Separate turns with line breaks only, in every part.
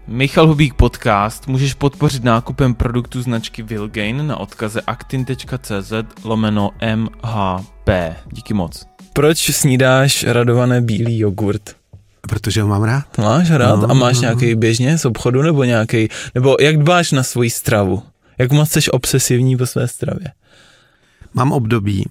Michal Hubík podcast můžeš podpořit nákupem produktu značky Vilgain na odkaze actin.cz/mhp. Díky moc. Proč snídáš radované bílý jogurt?
Protože ho mám rád.
Máš rád? A máš nějaký běžně z obchodu nebo nějaký, nebo jak dbáš na svoji stravu? Jak moc jsi obsesivní po své stravě?
Mám období,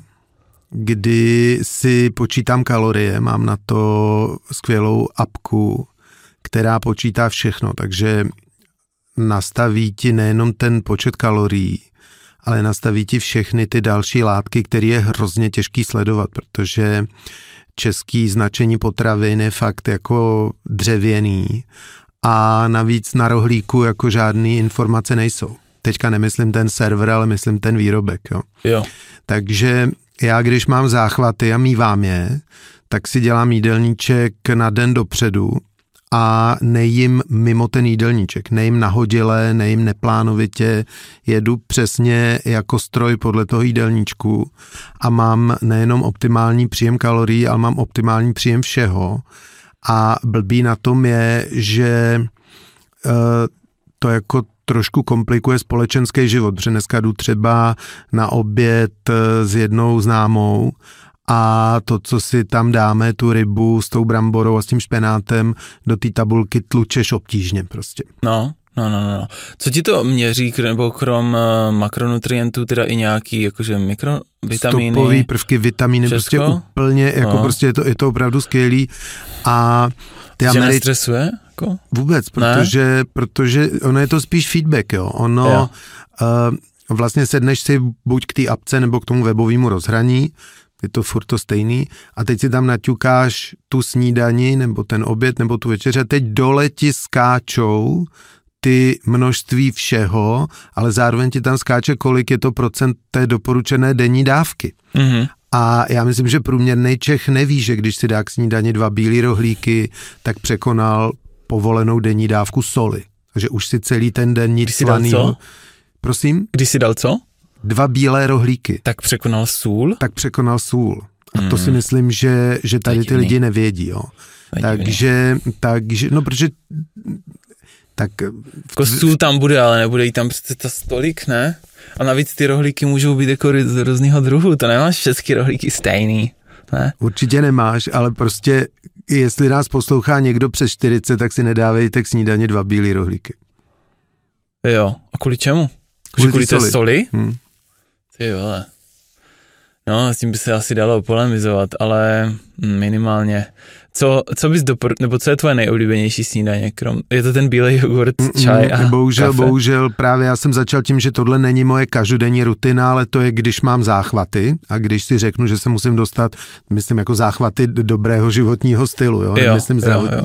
kdy si počítám kalorie, mám na to skvělou apku, která počítá všechno, takže nastaví ti nejenom ten počet kalorií, ale nastaví ti všechny ty další látky, které je hrozně těžký sledovat, protože český značení potravin je fakt jako dřevěný a navíc na rohlíku jako žádný informace nejsou. Teďka nemyslím ten server, ale myslím ten výrobek. Jo. Takže já, když mám záchvaty a mívám je, tak si dělám jídelníček na den dopředu a nejím mimo ten jídelníček. Nejím nahodile, nejím neplánovitě, jedu přesně jako stroj podle toho jídelníčku a mám nejenom optimální příjem kalorií, ale mám optimální příjem všeho. A blbý na tom je, že to jako trošku komplikuje společenský život, protože dneska jdu třeba na oběd s jednou známou a to, co si tam dáme, tu rybu s tou bramborou a s tím špenátem do té tabulky tlučeš obtížně prostě.
No. Co ti to měří, nebo krom makronutrientů, teda i nějaký jakože mikrovitamíny?
Stopový prvky, vitamíny,
Všechno?
prostě úplně, jako prostě je to opravdu skvělý a ty
nestresuje? Jako?
Vůbec, protože ono je to spíš feedback, jo. Ono vlastně sedneš si buď k té apce nebo k tomu webovému rozhraní, je to furt to stejný, a teď si tam naťukáš tu snídani, nebo ten oběd, nebo tu večeři, a teď dole ti skáčou ty množství všeho, ale zároveň ti tam skáče, kolik je to procent té doporučené denní dávky. Mm-hmm. A já myslím, že průměrný Čech neví, že když si dá k snídani 2 bílý rohlíky, tak překonal povolenou denní dávku soli. Takže už si celý ten den nic slanýho. Prosím?
Když si dal co?
2 bílé rohlíky.
Tak překonal sůl?
Tak překonal sůl. A to si myslím, že tady ty lidi nevědí, jo. Takže, no protože tak...
Sůl tam bude, ale nebude jí tam přece ta stolik, ne? A navíc ty rohlíky můžou být jako z různýho druhu, to nemáš všechny rohlíky stejný, ne?
Určitě nemáš, ale prostě jestli nás poslouchá někdo přes 40, tak si nedávejte k snídani 2 bílý rohlíky.
Jo, a kvůli čemu? Kvůli té soli? Ty vole. No, s tím by se asi dalo polemizovat, ale minimálně. Co bys nebo co je tvoje nejoblíbenější snídaně? Je to ten bílej jogurt, čaj a
bohužel právě já jsem začal tím, že tohle není moje každodenní rutina, ale to je, když mám záchvaty a když si řeknu, že se musím dostat, myslím jako záchvaty dobrého životního stylu, jo? Nemyslím zdravotní.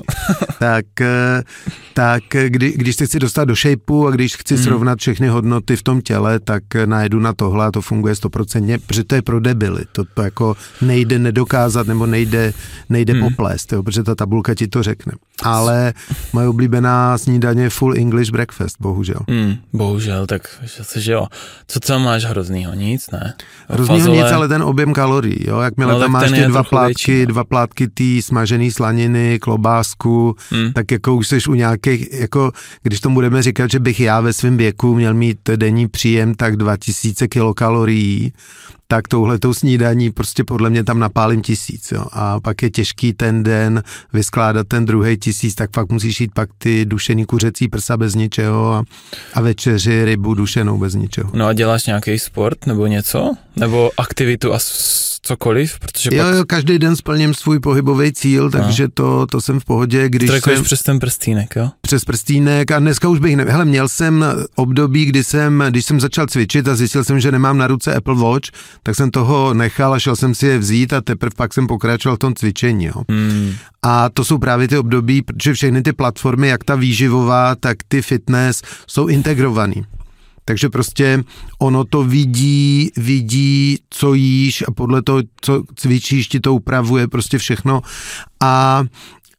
Tak když se chci dostat do shapeu a když chci srovnat všechny hodnoty v tom těle, tak najedu na tohle a to funguje 100%, protože to je pro debily. To jako nejde nedokázat nebo nejde poplést, jo, protože ta tabulka ti to řekne. Ale moje oblíbená snídaně je full English breakfast, bohužel.
Bohužel, tak že jo. Co tam máš hroznýho? Nic, ne?
Hroznýho nic, ale ten objem kalorií, jo. Jakmile tam máš ty dva plátky té smažený slaniny, klobásku, tak jako už seš u nějakých, jako když tomu budeme říkat, že bych já ve svém věku měl mít denní příjem tak 2000 kilokalorií, tak touhletou snídaní prostě podle mě tam napálím 1000, jo. A pak je těžký ten den vyskládat ten druhý 1000, tak fakt musíš jít pak ty dušený kuřecí prsa bez ničeho a večeři rybu dušenou bez ničeho.
No a děláš nějaký sport nebo něco? Nebo aktivitu a cokoliv? Protože
jo, každý den splním svůj pohybový cíl, takže to jsem v pohodě. Když
jsem přes ten prstínek, jo?
Přes prstínek a dneska už bych hele, měl jsem období, když jsem začal cvičit a zjistil jsem, že nemám na ruce Apple Watch, tak jsem toho nechal a šel jsem si je vzít a teprve pak jsem pokračoval v tom cvičení, jo. A to jsou právě ty období, protože všechny ty platformy, jak ta výživová, tak ty fitness, jsou integrovaný. Takže prostě ono to vidí, co jíš a podle toho, co cvičíš, ti to upravuje prostě všechno. A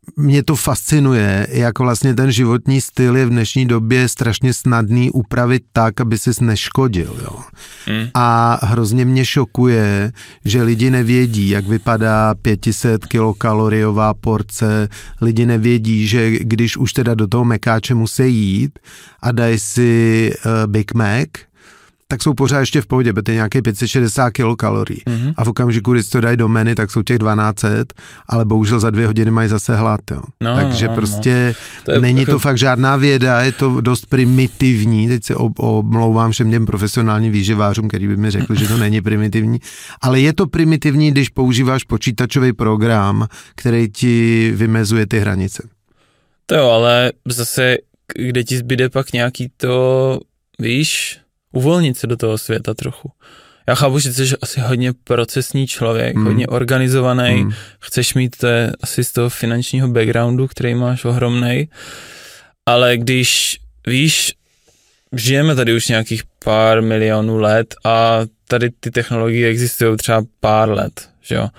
mě to fascinuje, jak vlastně ten životní styl je v dnešní době strašně snadný upravit tak, aby ses neškodil. Jo. A hrozně mě šokuje, že lidi nevědí, jak vypadá 500 kilokaloriová porce, lidi nevědí, že když už teda do toho mekáče musí jít a dají si Big Mac, tak jsou pořád ještě v pohodě, protože nějaké 560 kilokalorií. A v okamžiku, když to dají do menu, tak jsou těch 1200, ale bohužel za 2 hodiny mají zase hlad. Jo. Takže prostě není to fakt žádná věda, je to dost primitivní. Teď se omlouvám všem těm profesionálním výživářům, který by mi řekli, že to není primitivní, ale je to primitivní, když používáš počítačový program, který ti vymezuje ty hranice.
To jo, ale zase, kde ti zbyde pak nějaký to, víš, uvolnit se do toho světa trochu. Já chápu, že jsi asi hodně procesní člověk, hodně organizovaný, chceš mít to asi z toho finančního backgroundu, který máš ohromnej, ale když, víš, žijeme tady už nějakých pár milionů let a tady ty technologie existují třeba pár let, že jo.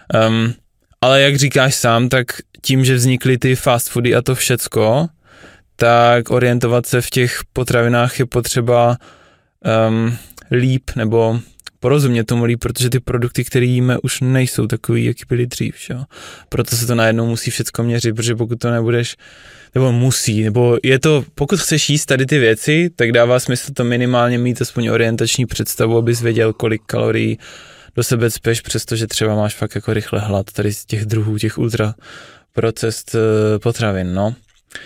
Ale jak říkáš sám, tak tím, že vznikly ty fast foody a to všecko, tak orientovat se v těch potravinách je potřeba líp, nebo porozumět tomu líp, protože ty produkty, které jíme, už nejsou takový, jaký byly dřív, jo. Proto se to najednou musí všecko měřit, protože pokud to nebudeš, nebo musí, nebo je to, pokud chceš jíst tady ty věci, tak dává smysl to minimálně mít aspoň orientační představu, abys věděl, kolik kalorií do sebe cpeš, přestože třeba máš fakt jako rychle hlad tady z těch druhů, těch ultra processed potravin, no.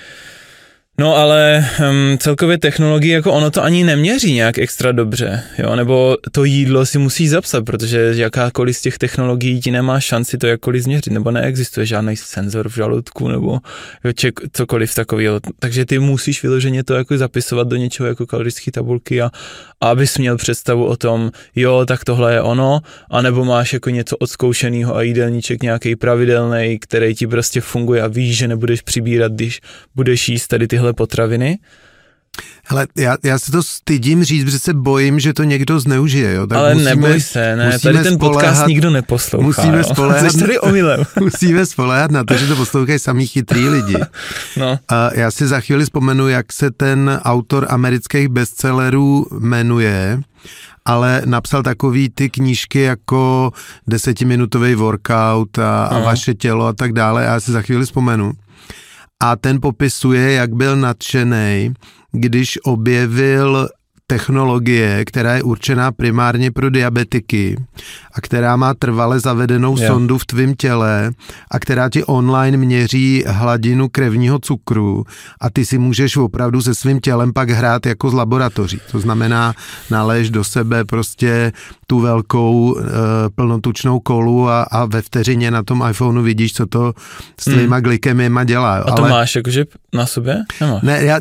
No ale celkově technologie, jako ono to ani neměří nějak extra dobře, jo, nebo to jídlo si musíš zapsat, protože jakákoliv z těch technologií ti nemá šanci to jakkoliv změřit, nebo neexistuje žádný senzor v žaludku, nebo cokoliv takového, takže ty musíš vyloženě to jako zapisovat do něčeho jako kalorické tabulky a abys měl představu o tom, jo, tak tohle je ono, anebo máš jako něco odzkoušeného a jídelníček nějaký pravidelný, který ti prostě funguje a víš, že nebudeš přibírat, když budeš jíst tady tyhle potraviny.
Hele, já se to stydím říct, protože se bojím, že to někdo zneužije, jo. Tak
ale neboj se, ne, tady ten podcast nikdo neposlouchá.
Musíme spoléhat,
tady omylem.
Musíme spoléhat na to, že to poslouchají samý chytrý lidi.
No.
A já si za chvíli vzpomenu, jak se ten autor amerických bestsellerů jmenuje, ale napsal takový ty knížky jako 10minutový workout a vaše tělo a tak dále, a já si za chvíli vzpomenu. A ten popisuje, jak byl nadšenej, když objevil technologie, která je určená primárně pro diabetiky a která má trvale zavedenou sondu v tvém těle a která ti online měří hladinu krevního cukru a ty si můžeš opravdu se svým tělem pak hrát jako z laboratoří. To znamená, naléž do sebe prostě tu velkou plnotučnou kolu a ve vteřině na tom iPhoneu vidíš, co to s tvýma glykemiema dělá.
A to máš jakože na sobě? Nemáš.
Ne, já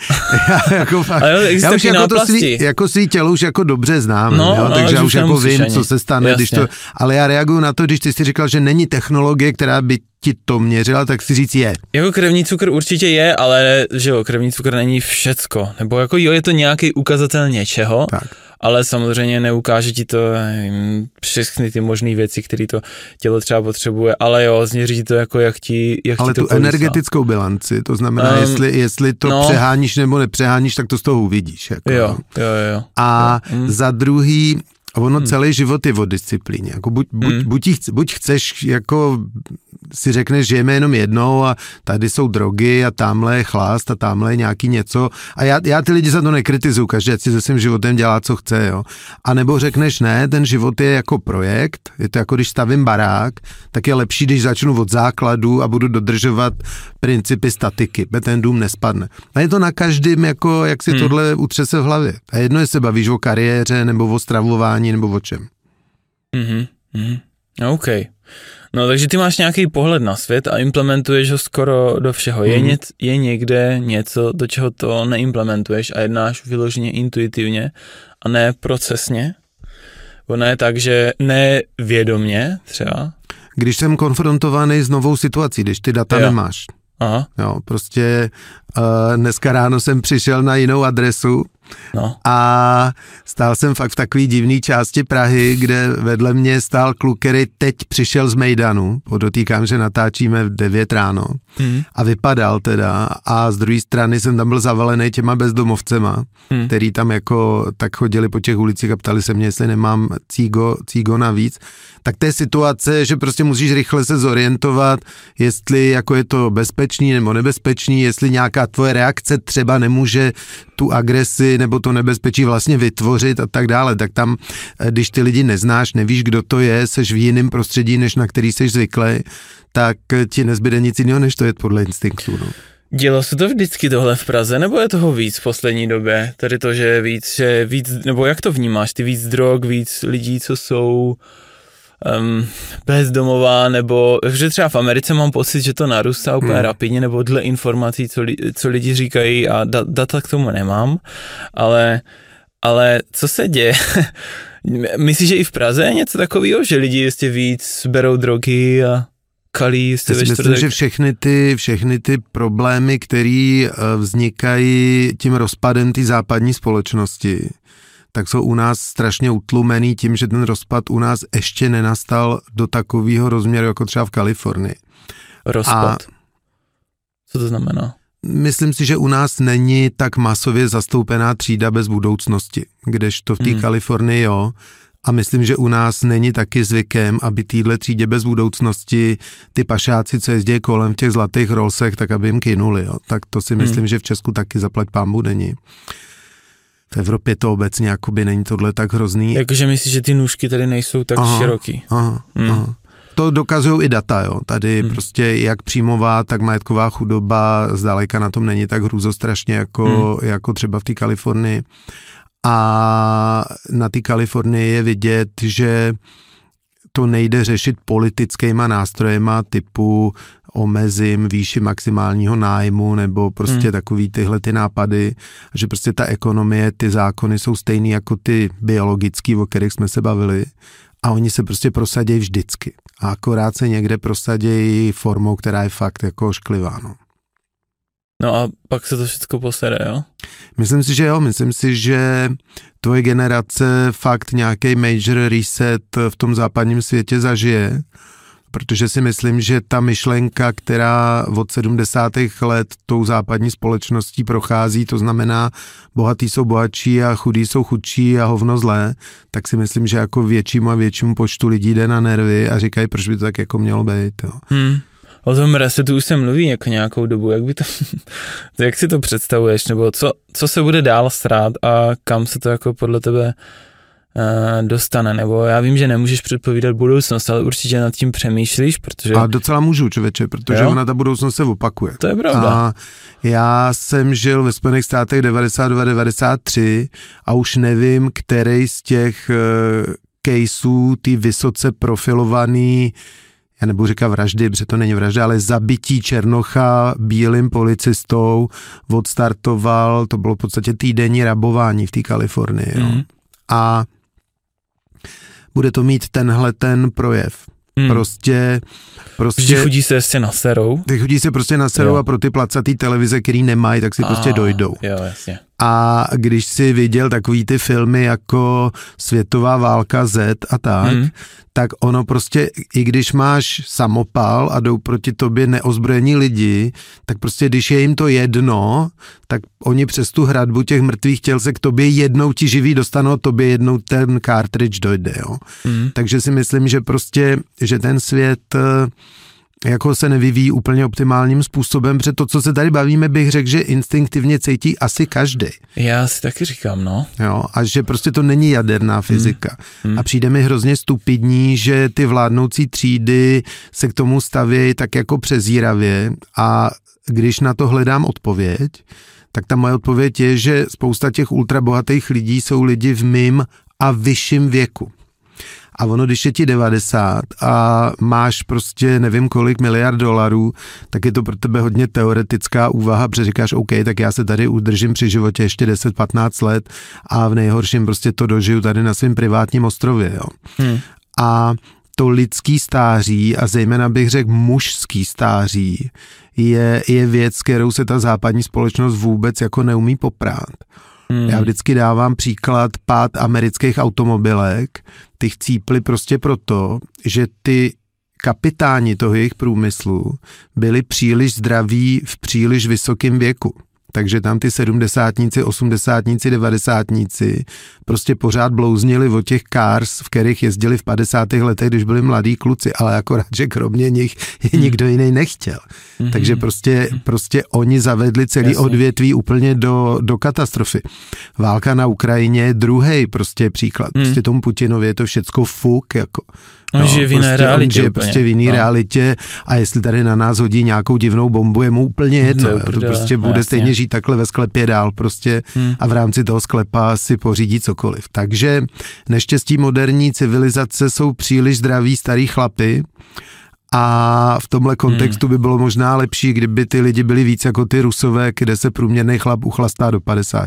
jako fakt, já už jako svý tělo už jako dobře znám, takže já už jako vím, co se stane, když to, ale já reaguju na to, když ty jsi říkal, že není technologie, která by ti to měřila, tak si říct je.
Jako krevní cukr určitě je, ale že jo, krevní cukr není všecko, nebo jako jo, je to nějaký ukazatel něčeho, tak. Ale samozřejmě neukáže ti to všechny ty možné věci, které to tělo třeba potřebuje, ale jo, změří to jako jak
ale
ti to
tu energetickou bilanci, to znamená, jestli to přeháníš nebo nepřeháníš, tak to z toho uvidíš. Jako,
jo.
A za druhý, ono celý život je o disciplíně. Jako buď chceš, jako si řekneš, že jeme jenom jednou a tady jsou drogy a tamhle je chlast a tamhle je nějaký něco. A já ty lidi za to nekritizuju, každý si se svým životem dělá, co chce, jo. A nebo řekneš, ne, ten život je jako projekt, je to jako když stavím barák, tak je lepší, když začnu od základu a budu dodržovat principy statiky, protože ten dům nespadne. A je to na každém, jako jak si tohle utřese v hlavě. A jedno, jestli se bavíš o kariéře nebo o stravování nebo o čem.
OK. No takže ty máš nějaký pohled na svět a implementuješ ho skoro do všeho. Je někde něco, do čeho to neimplementuješ a jednáš vyloženě intuitivně a ne procesně? Bo ne tak, že nevědomně třeba?
Když jsem konfrontovaný s novou situací, když ty data nemáš.
Aha.
Jo, prostě dneska ráno jsem přišel na jinou adresu
No.
A stál jsem fakt v takové divné části Prahy, kde vedle mě stál kluk, který teď přišel z Mejdanu, podotýkám, že natáčíme v 9 ráno a vypadal teda a z druhé strany jsem tam byl zavalený těma bezdomovcema, který tam jako tak chodili po těch ulicích a ptali se mě, jestli nemám cígo navíc. Tak to je situace, že prostě musíš rychle se zorientovat, jestli jako je to bezpečný nebo nebezpečný, jestli nějaká tvoje reakce třeba nemůže tu agresi nebo to nebezpečí vlastně vytvořit a tak dále. Tak tam, když ty lidi neznáš, nevíš, kdo to je, seš v jiném prostředí, než na který seš zvyklý, tak ti nezbyde nic jiného, než to je podle instinktu. No.
Dělo se to vždycky tohle v Praze, nebo je toho víc v poslední době? Tady to, že je víc, nebo jak to vnímáš? Ty víc drog, víc lidí, co jsou bezdomová, nebo že třeba v Americe mám pocit, že to narůstá úplně rapidně, nebo dle informací, co lidi říkají a data k tomu nemám, ale co se děje? Myslíš, že i v Praze je něco takového, že lidi ještě víc berou drogy a kalí jste ve čtvrtek?
Myslím, že všechny ty problémy, které vznikají tím rozpadem té západní společnosti, tak jsou u nás strašně utlumený tím, že ten rozpad u nás ještě nenastal do takového rozměru, jako třeba v Kalifornii.
Rozpad? Co to znamená?
Myslím si, že u nás není tak masově zastoupená třída bez budoucnosti, kdežto v té Kalifornii jo. A myslím, že u nás není taky zvykem, aby téhle třídě bez budoucnosti ty pašáci, co jezdí kolem v těch zlatých Rollsech, tak aby jim kynuli. Jo. Tak to si myslím, že v Česku taky zaplať pánbůh není. V Evropě to obecně jakoby není tohle tak hrozný.
Jakože myslíš, že ty nůžky tady nejsou tak široký.
Aha. To dokazují i data, jo. Tady prostě jak příjmová, tak majetková chudoba zdaleka na tom není tak hrůzostrašně jako třeba v té Kalifornii. A na té Kalifornii je vidět, že to nejde řešit politickýma nástrojema typu omezím výši maximálního nájmu nebo prostě takový tyhle ty nápady, že prostě ta ekonomie, ty zákony jsou stejný jako ty biologický, o kterých jsme se bavili a oni se prostě prosadějí vždycky. A akorát se někde prosadějí formou, která je fakt jako ošklivá, no.
No a pak se to všechno posede, jo?
Myslím si, že jo. Myslím si, že tvoje generace fakt nějaký major reset v tom západním světě zažije, protože si myslím, že ta myšlenka, která od 70. let tou západní společností prochází, to znamená bohatí jsou bohatší a chudí jsou chudší a hovno zlé, tak si myslím, že jako většímu a většímu počtu lidí jde na nervy a říkají, proč by to tak jako mělo být, jo.
O tom resetu už se mluví jako nějakou dobu, jak si to představuješ, nebo co se bude dál strát a kam se to jako podle tebe dostane, nebo já vím, že nemůžeš předpovídat budoucnost, ale určitě nad tím přemýšlíš, protože... A
docela můžu, člověče, protože ona ta budoucnost se opakuje.
To je pravda.
A já jsem žil ve Spojených státech 92-93 a už nevím, který z těch caseů, ty vysoce profilovaný, já nebudu říkat vraždy, protože to není vražda, ale zabití Černocha bílým policistou odstartoval, to bylo v podstatě týdenní rabování v té Kalifornii. Jo. A bude to mít tenhle ten projev. Prostě
chudí se ještě naserou.
Ty chudí se prostě naserou a pro ty placatý televize, který nemají, tak si prostě dojdou.
Jo, jasně.
A když si viděl takový ty filmy jako Světová válka Z a tak ono prostě, i když máš samopal a jdou proti tobě neozbrojení lidi, tak prostě když je jim to jedno, tak oni přes tu hradbu těch mrtvých těl se k tobě jednou ti živí dostanou, tobě jednou ten cartridge dojde, jo. Takže si myslím, že prostě, že ten svět jako se nevyvíjí úplně optimálním způsobem, protože to, co se tady bavíme, bych řekl, že instinktivně cítí asi každý.
Já si taky říkám, no.
Jo, a že prostě to není jaderná fyzika. A přijde mi hrozně stupidní, že ty vládnoucí třídy se k tomu stavějí tak jako přezíravě a když na to hledám odpověď, tak ta moje odpověď je, že spousta těch ultrabohatých lidí jsou lidi v mým a vyšším věku. A ono, když je ti 90 a máš prostě nevím kolik miliard dolarů, tak je to pro tebe hodně teoretická úvaha, protože říkáš, OK, tak já se tady udržím při životě ještě 10-15 let a v nejhorším prostě to dožiju tady na svém privátním ostrově, jo. A to lidský stáří a zejména bych řekl mužský stáří je věc, kterou se ta západní společnost vůbec jako neumí poprát. Já vždycky dávám příklad pád amerických automobilek, ty chcíply prostě proto, že ty kapitáni toho jejich průmyslu byli příliš zdraví v příliš vysokém věku. Takže tam ty 70-tníci, 80-tníci, 90-tníci prostě pořád blouznili o těch cars, v kterých jezdili v 50. letech, když byli mladí kluci, ale akorát, že kromě nich je nikdo jiný nechtěl. Takže prostě oni zavedli celý odvětví úplně do katastrofy. Válka na Ukrajině je druhý prostě příklad. Prostě tomu Putinovi je to všecko fuk, jako.
On žije v jiné realitě.
Prostě v jiné realitě a jestli tady na nás hodí nějakou divnou bombu, je mu úplně jedno. To prostě bude stejně žít takhle ve sklepě dál prostě a v rámci toho sklepa si pořídí cokoliv. Takže neštěstí moderní civilizace jsou příliš zdraví starý chlapy a v tomhle kontextu by bylo možná lepší, kdyby ty lidi byli víc jako ty Rusové, kde se průměrný chlap uchlastá do 50.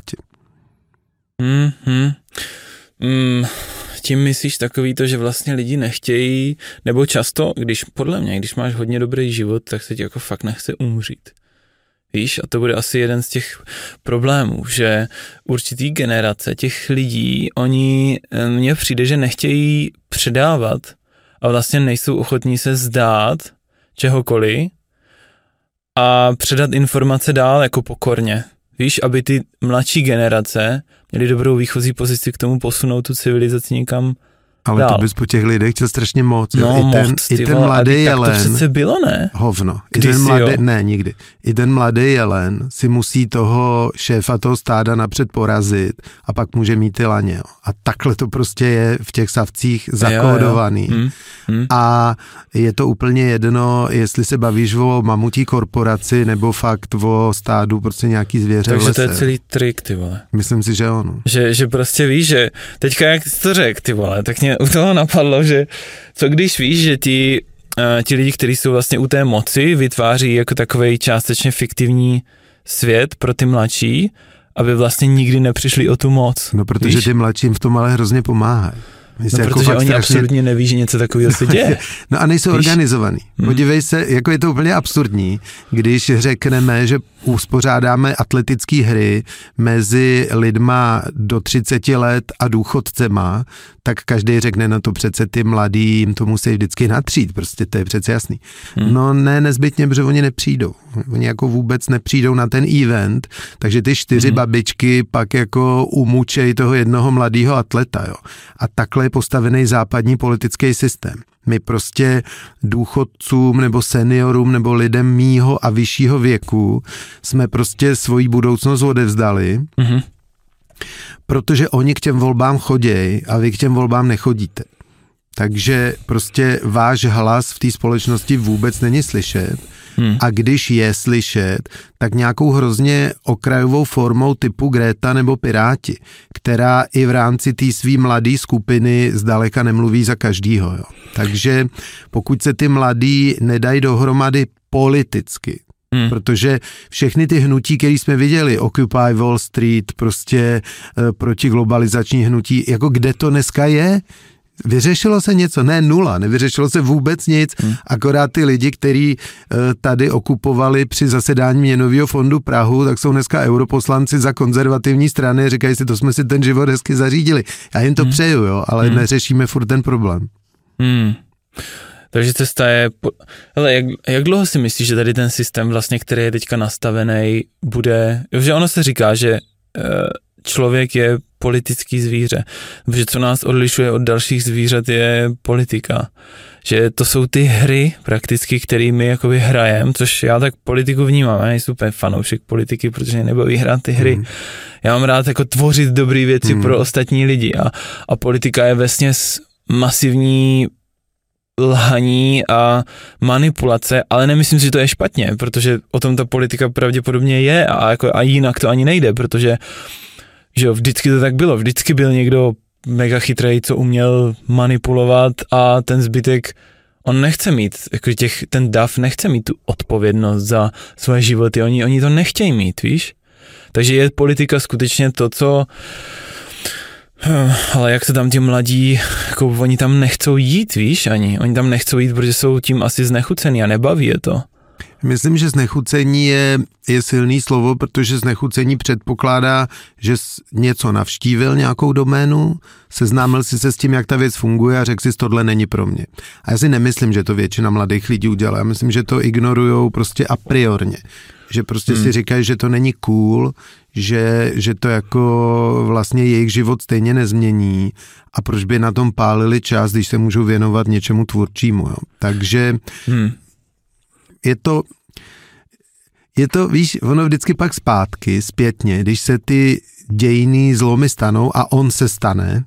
Tím myslíš takový to, že vlastně lidi nechtějí, nebo často, podle mě, když máš hodně dobrý život, tak se ti jako fakt nechce umřít. Víš, a to bude asi jeden z těch problémů, že určitý generace těch lidí, mně přijde, že nechtějí předávat a vlastně nejsou ochotní se zdát čehokoliv a předat informace dál jako pokorně. Víš, aby ty mladší generace měli dobrou výchozí pozici k tomu posunout tu civilizaci někam
ale
dál.
To bys po těch lidech chtěl strašně moc.
No,
I ten mladý jelen.
Tak to přece bylo, ne?
Hovno. Nikdy. I ten mladý jelen si musí toho šéfa toho stáda napřed porazit a pak může mít ty laně. A takhle to prostě je v těch savcích zakódovaný. A je to úplně jedno, jestli se bavíš o mamutí korporaci nebo fakt o stádu prostě nějaký zvěře v lese.
Takže to je celý trik, ty vole.
Myslím si, že ono.
Že prostě víš, že teďka jak jsi to řekl, ty vole, tak mě u toho napadlo, že co když víš, že ti lidi, kteří jsou vlastně u té moci, vytváří jako takovej částečně fiktivní svět pro ty mladší, aby vlastně nikdy nepřišli o tu moc.
No, protože ty mladším v tom ale hrozně pomáhají.
No, jako protože oni absolutně neví, že něco takového se děje.
No a nejsou organizovaný. Podívej se, jako je to úplně absurdní, když řekneme, že uspořádáme atletické hry mezi lidma do 30 let a důchodcema, tak každý řekne, no to přece ty mladí jim to musí vždycky natřít, prostě to je přece jasný. No ne nezbytně, protože oni nepřijdou. Oni jako vůbec nepřijdou na ten event, takže ty 4 babičky pak jako umučejí toho jednoho mladého atleta, jo. A takhle je postavený západní politický systém. My prostě důchodcům nebo seniorům nebo lidem mýho a vyššího věku jsme prostě svoji budoucnost odevzdali, protože oni k těm volbám chodějí a vy k těm volbám nechodíte. Takže prostě váš hlas v té společnosti vůbec není slyšet a když je slyšet, tak nějakou hrozně okrajovou formou typu Greta nebo Piráti, která i v rámci té svý mladé skupiny zdaleka nemluví za každýho. Jo. Takže pokud se ty mladí nedají dohromady politicky, protože všechny ty hnutí, které jsme viděli, Occupy Wall Street, prostě protiglobalizační hnutí, jako kde to dneska je? Vyřešilo se něco? Ne, nula, nevyřešilo se vůbec nic, akorát ty lidi, kteří tady okupovali při zasedání Měnového fondu Prahu, tak jsou dneska europoslanci za konzervativní strany, říkají si, to jsme si ten život hezky zařídili. Já jim to přeju, jo, ale neřešíme furt ten problém.
Takže cesta je... Hele, jak dlouho si myslíš, že tady ten systém vlastně, který je teďka nastavený, bude... Že ono se říká, že člověk je politický zvíře. Protože co nás odlišuje od dalších zvířat je politika. Že to jsou ty hry prakticky, které my jakoby hrajeme, což já tak politiku vnímám. Já nejsem úplně fanoušek politiky, protože mě nebaví hrát ty hry. Já mám rád jako tvořit dobré věci pro ostatní lidi a politika je vesměs masivní lhaní a manipulace, ale nemyslím si, že to je špatně, protože o tom ta politika pravděpodobně je a jinak to ani nejde, protože že jo, vždycky to tak bylo, vždycky byl někdo mega chytrej, co uměl manipulovat a ten zbytek, on nechce mít, jako ten dav nechce mít tu odpovědnost za svoje životy, oni to nechtějí mít, víš? Takže je politika skutečně to, co ale jak se tam ti mladí, jako oni tam nechcou jít, víš, ani. Oni tam nechcou jít, protože jsou tím asi znechucený a nebaví je to.
Myslím, že znechucení je silný slovo, protože znechucení předpokládá, že něco navštívil, nějakou doménu, seznámil si se s tím, jak ta věc funguje a řekl si, tohle není pro mě. A já si nemyslím, že to většina mladých lidí udělá. Já myslím, že to ignorujou prostě a priorně. Že prostě si říkají, že to není cool, že to jako vlastně jejich život stejně nezmění a proč by na tom pálili čas, když se můžou věnovat něčemu tvůrčímu. Jo. Takže je to, víš, ono vždycky pak zpátky, zpětně, když se ty dějinný zlomy stanou a on se stane,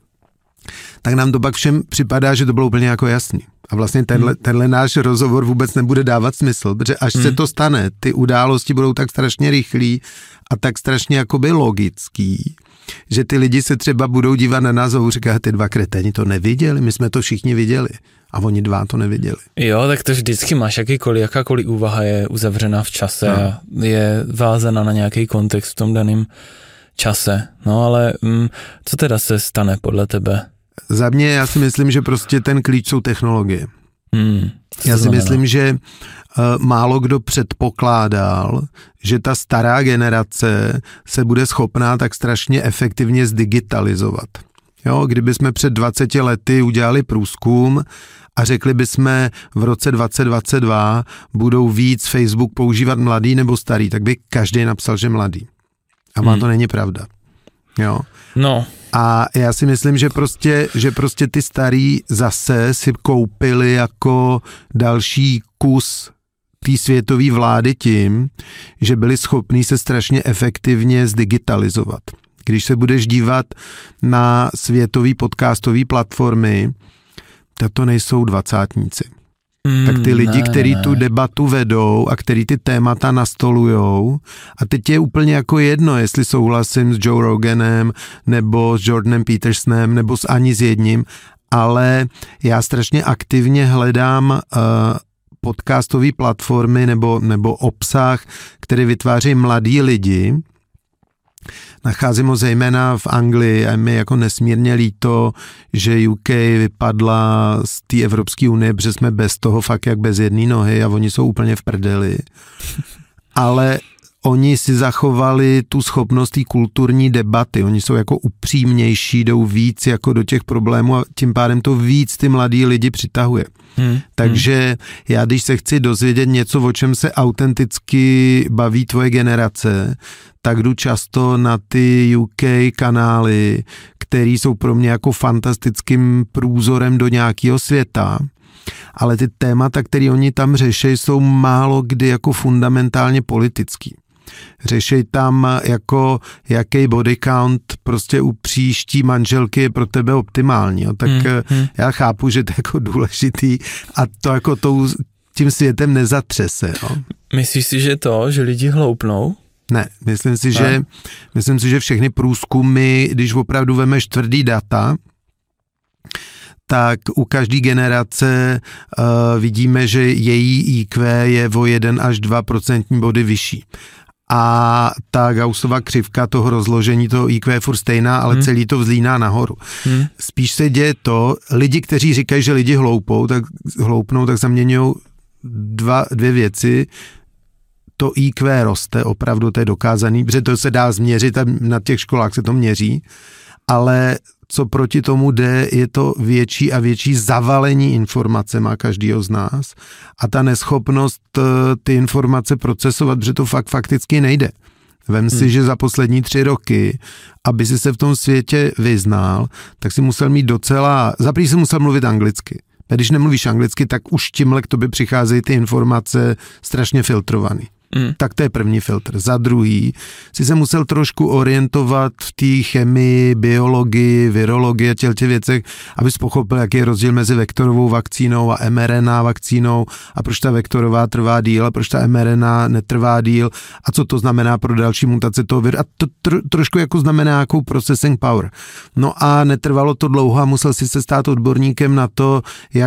tak nám to pak všem připadá, že to bylo úplně jako jasný. A vlastně tenhle náš rozhovor vůbec nebude dávat smysl, protože až se to stane, ty události budou tak strašně rychlý a tak strašně jakoby logický, že ty lidi se třeba budou dívat na nás a budou říkat, ty dva kreténi to neviděli, my jsme to všichni viděli. A oni dva to neviděli.
Jo, tak to vždycky máš jakákoliv úvaha je uzavřená v čase a je vázaná na nějaký kontext v tom daném čase. No ale co teda se stane podle tebe?
Za mě já si myslím, že prostě ten klíč jsou technologie. Já si myslím, že málo kdo předpokládal, že ta stará generace se bude schopná tak strašně efektivně zdigitalizovat. Jo, kdyby jsme před 20 lety udělali průzkum a řekli bychom v roce 2022 budou víc Facebook používat mladý nebo starý, tak by každý napsal, že mladý. A má to není pravda. Jo.
No.
A já si myslím, že prostě ty starý zase si koupili jako další kus té světové vlády tím, že byli schopní se strašně efektivně zdigitalizovat. Když se budeš dívat na světový podcastový platformy, tak to nejsou dvacátníci. Tak ty lidi, kteří tu debatu vedou a kteří ty témata nastolujou, a teď je úplně jako jedno, jestli souhlasím s Joe Roganem, nebo s Jordanem Petersonem, nebo s ani s jedním, ale já strašně aktivně hledám podcastové platformy nebo obsah, který vytváří mladí lidi. Nacházím ho zejména v Anglii a je mi jako nesmírně líto, že UK vypadla z té Evropské unie, protože jsme bez toho fakt jak bez jedné nohy a oni jsou úplně v prdeli. Ale oni si zachovali tu schopnost té kulturní debaty, oni jsou jako upřímnější, jdou víc jako do těch problémů a tím pádem to víc ty mladí lidi přitahuje. Takže já, když se chci dozvědět něco, o čem se autenticky baví tvoje generace, tak jdu často na ty UK kanály, které jsou pro mě jako fantastickým průzorem do nějakého světa, ale ty témata, které oni tam řeší, jsou málo kdy jako fundamentálně politický. Řešej tam jako jaký body count prostě u příští manželky je pro tebe optimální. Jo? Tak já chápu, že to je jako důležitý a to jako tím světem nezatřese. Jo?
Myslíš si, že že lidi hloupnou?
Ne, myslím si, že všechny průzkumy, když opravdu vemeš tvrdý data, tak u každé generace vidíme, že její IQ je o 1 až 2% body vyšší. A ta Gaussova křivka toho rozložení toho IQ je furt stejná, ale celý to vzlíná nahoru. Spíš se děje to, lidi, kteří říkají, že lidi hloupnou, tak zaměňují dvě věci. To IQ roste, opravdu to je dokázaný, protože to se dá změřit a na těch školách se to měří, ale co proti tomu jde, je to větší a větší zavalení informacema každýho z nás a ta neschopnost ty informace procesovat, protože to fakticky nejde. Vem si, že za poslední 3 roky, aby si se v tom světě vyznal, tak si musel mít zaprý si musel mluvit anglicky. A když nemluvíš anglicky, tak už tímhle k tobě přicházejí ty informace strašně filtrovaný. Tak to je první filtr. Za druhý si se musel trošku orientovat v té chemii, biologii, virologii a těch věcech, abys pochopil, jaký je rozdíl mezi vektorovou vakcínou a mRNA vakcínou a proč ta vektorová trvá díl a proč ta mRNA netrvá díl a co to znamená pro další mutace toho viru. A to trošku jako znamená nějakou processing power. No a netrvalo to dlouho a musel si se stát odborníkem na to,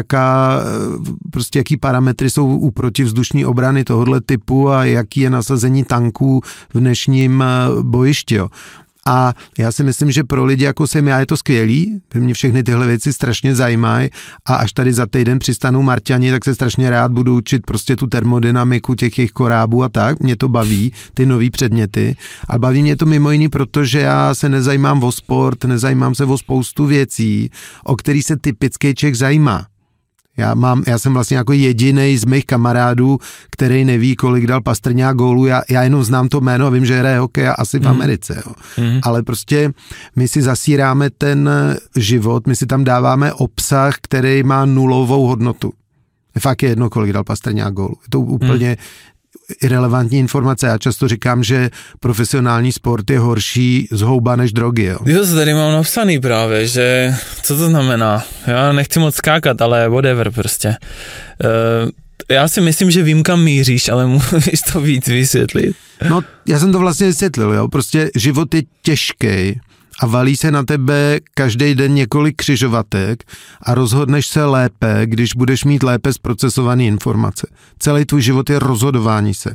jaký parametry jsou u protivzdušní obrany tohohle typu a jaký je nasazení tanků v dnešním bojišti. Jo. A já si myslím, že pro lidi jako jsem já je to skvělý, mě všechny tyhle věci strašně zajímají a až tady za týden přistanou Marťani, tak se strašně rád budu učit prostě tu termodynamiku těch jejich korábů a tak, mě to baví, ty nový předměty a baví mě to mimo jiný, protože já se nezajímám o sport, nezajímám se o spoustu věcí, o který se typický Čech zajímá. Já jsem vlastně jako jedinej z mých kamarádů, který neví, kolik dal Pastrňák gólů, já jenom znám to jméno a vím, že hraje hokej asi v Americe, jo. Ale prostě my si zasíráme ten život, my si tam dáváme obsah, který má nulovou hodnotu. Fakt je jedno, kolik dal Pastrňák gólů. Je to úplně irelevantní informace. Já často říkám, že profesionální sport je horší zhouba než drogy. Jo.
Jo, tady mám napsaný právě, že co to znamená? Já nechci moc skákat, ale whatever prostě. Já si myslím, že vím, kam míříš, ale můžeš to víc vysvětlit.
No, já jsem to vlastně vysvětlil, jo. Prostě život je těžký a valí se na tebe každý den několik křižovatek a rozhodneš se lépe, když budeš mít lépe zprocesované informace. Celý tvůj život je rozhodování se.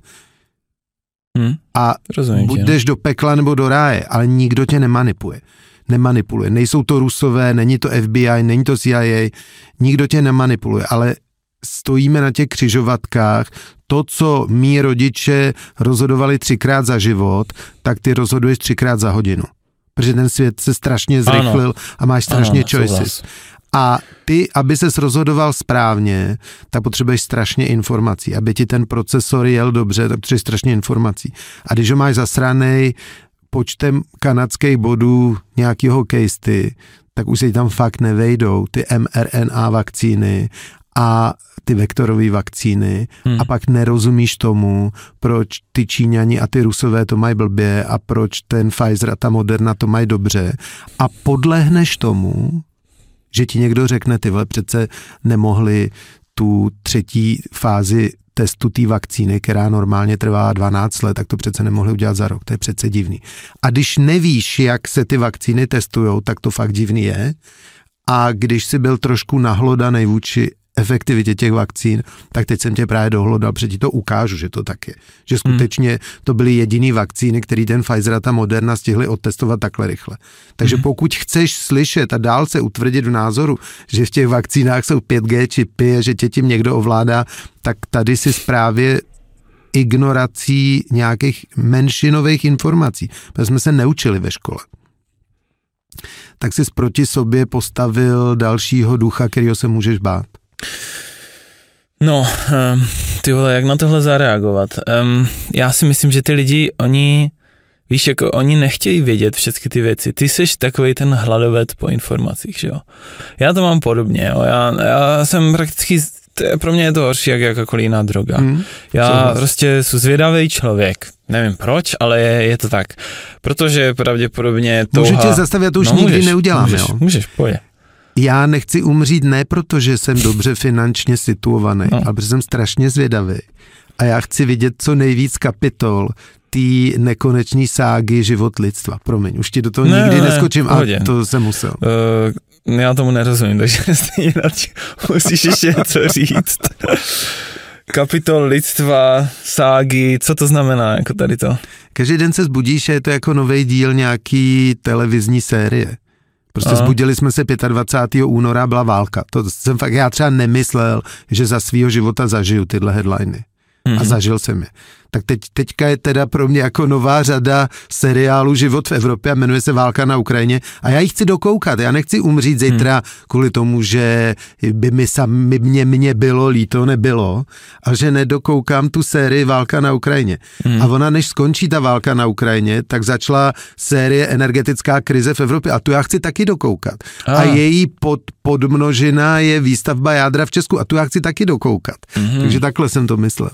A buď jdeš do pekla nebo do ráje, ale nikdo tě nemanipuluje. Nejsou to Rusové, není to FBI, není to CIA, nikdo tě nemanipuluje, ale stojíme na těch křižovatkách, to, co mí rodiče rozhodovali 3krát za život, tak ty rozhoduješ 3krát za hodinu. Protože ten svět se strašně zrychlil a máš strašně choices. A ty, aby ses rozhodoval správně, tak potřebuješ strašně informací. Aby ti ten procesor jel dobře, tak potřebuješ strašně informací. A když ho máš zasranej počtem kanadských bodů nějaký hokejisty, tak už se tam fakt nevejdou ty mRNA vakcíny a ty vektorové vakcíny a pak nerozumíš tomu, proč ty Číňani a ty Rusové to mají blbě a proč ten Pfizer a ta Moderna to mají dobře a podlehneš tomu, že ti někdo řekne, tyhle přece nemohli tu 3. fázi testu té vakcíny, která normálně trvá 12 let, tak to přece nemohli udělat za rok, to je přece divný. A když nevíš, jak se ty vakcíny testujou, tak to fakt divný je. A když jsi byl trošku nahlodanej vůči efektivitě těch vakcín, tak teď jsem tě právě dohlodal, protože ti to ukážu, že to tak je. Že skutečně to byly jediný vakcíny, který ten Pfizer a ta Moderna stihli odtestovat takhle rychle. Takže pokud chceš slyšet a dál se utvrdit v názoru, že v těch vakcínách jsou 5G čipy, že tě tím někdo ovládá, tak tady si právě ignorací nějakých menšinových informací, protože jsme se neučili ve škole. Tak jsi proti sobě postavil dalšího ducha, kterýho se můžeš bát.
No, ty vole, jak na tohle zareagovat? Já si myslím, že ty lidi, víš, jako oni nechtějí vědět všechny ty věci. Ty seš takovej ten hladovec po informacích, že jo? Já to mám podobně, jo? Já jsem prakticky, pro mě je to horší jak jakákoliv jiná droga. Já prostě jsem zvědavý člověk. Nevím proč, ale je to tak. Protože pravděpodobně touha...
Můžu tě zastavit, já to už nikdy neudělám, jo?
Můžeš, pojď.
Já nechci umřít ne protože jsem dobře finančně situovaný, ale protože jsem strašně zvědavý. A já chci vidět co nejvíc kapitol té nekonečné ságy život lidstva. Promiň, už ti do toho nikdy neskočím, a to jsem musel.
Já tomu nerozumím, takže stejně musíš ještě něco říct. Kapitol lidstva, ságy, co to znamená, jako tady to?
Každý den se zbudíš a je to jako nový díl nějaký televizní série. Prostě zbudili jsme se 25. února, byla válka. To jsem fakt, já třeba nemyslel, že za svýho života zažiju tyhle headliny. A zažil jsem je. Tak teďka je teda pro mě jako nová řada seriálu Život v Evropě a jmenuje se Válka na Ukrajině a já ji chci dokoukat. Já nechci umřít zítra kvůli tomu, že by mě bylo líto, nebylo, a že nedokoukám tu sérii Válka na Ukrajině. A ona, než skončí ta válka na Ukrajině, tak začala série Energetická krize v Evropě a tu já chci taky dokoukat. A její podmnožina je výstavba jádra v Česku a tu já chci taky dokoukat. Takže takhle jsem to myslel.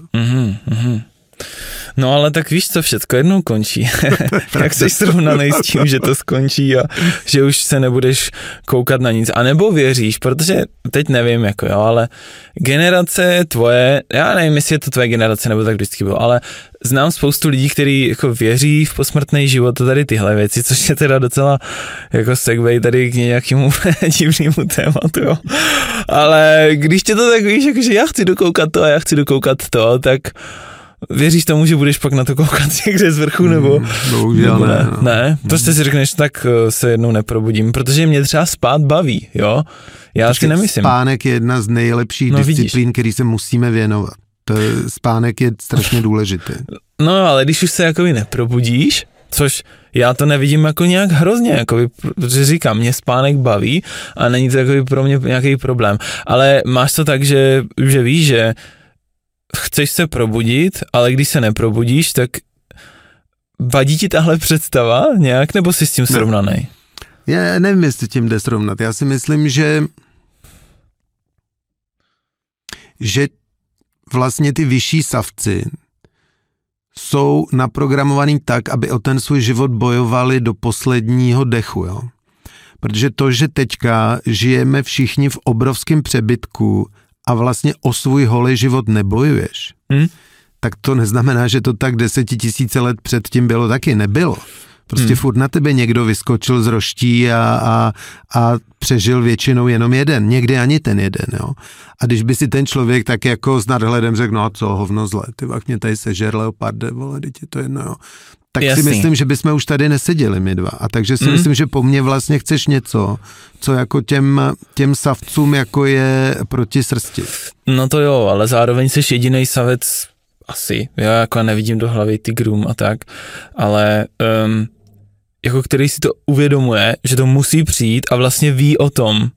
No ale tak víš co, všecko jednou končí. Jak jsi srovnaný s tím, že to skončí a že už se nebudeš koukat na nic. A nebo věříš, protože teď nevím, jako jo, ale generace tvoje, já nevím, jestli je to tvoje generace, nebo tak vždycky bylo, ale znám spoustu lidí, kteří jako věří v posmrtný život a tady tyhle věci, což je teda docela jako segway tady k nějakému divnému tématu, jo. Ale když tě to tak víš, jakože já chci dokoukat to a já chci dokoukat to, tak Věříš tomu, že budeš pak na to koukat někde z vrchu, nebo?
Bohužel ne. No.
Ne, prostě si řekneš, tak se jednou neprobudím, protože mě třeba spát baví, jo? Já si nemyslím.
Spánek je jedna z nejlepších disciplín, který se musíme věnovat. Spánek je strašně důležitý.
No, ale když už se jakoby neprobudíš, což já to nevidím jako nějak hrozně, jakoby, protože říkám, mě spánek baví a není to jakoby pro mě nějaký problém. Ale máš to tak, že víš, že chceš se probudit, ale když se neprobudíš, tak vadí ti tahle představa nějak, nebo jsi s tím srovnaný?
Já nevím, jestli tím jde srovnat. Já si myslím, že vlastně ty vyšší savci jsou naprogramovaný tak, aby o ten svůj život bojovali do posledního dechu, jo. Protože to, že teďka žijeme všichni v obrovském přebytku a vlastně o svůj holý život nebojuješ, tak to neznamená, že to tak 10 000 let předtím bylo taky. Nebylo. Prostě furt na tebe někdo vyskočil z roští a přežil většinou jenom jeden. Někdy ani ten jeden, jo. A když by si ten člověk tak jako s nadhledem řekl, no a co, hovno zle, ty vach mě tady sežer leoparde, vole, teď je to jedno, jo. Tak Jasný. Si myslím, že bychom už tady neseděli my dva. A takže si myslím, že po mně vlastně chceš něco, co jako těm savcům jako je proti srsti.
No to jo, ale zároveň jsi jedinej savec asi. Já jako nevidím do hlavy tigrům a tak, ale jako který si to uvědomuje, že to musí přijít a vlastně ví o tom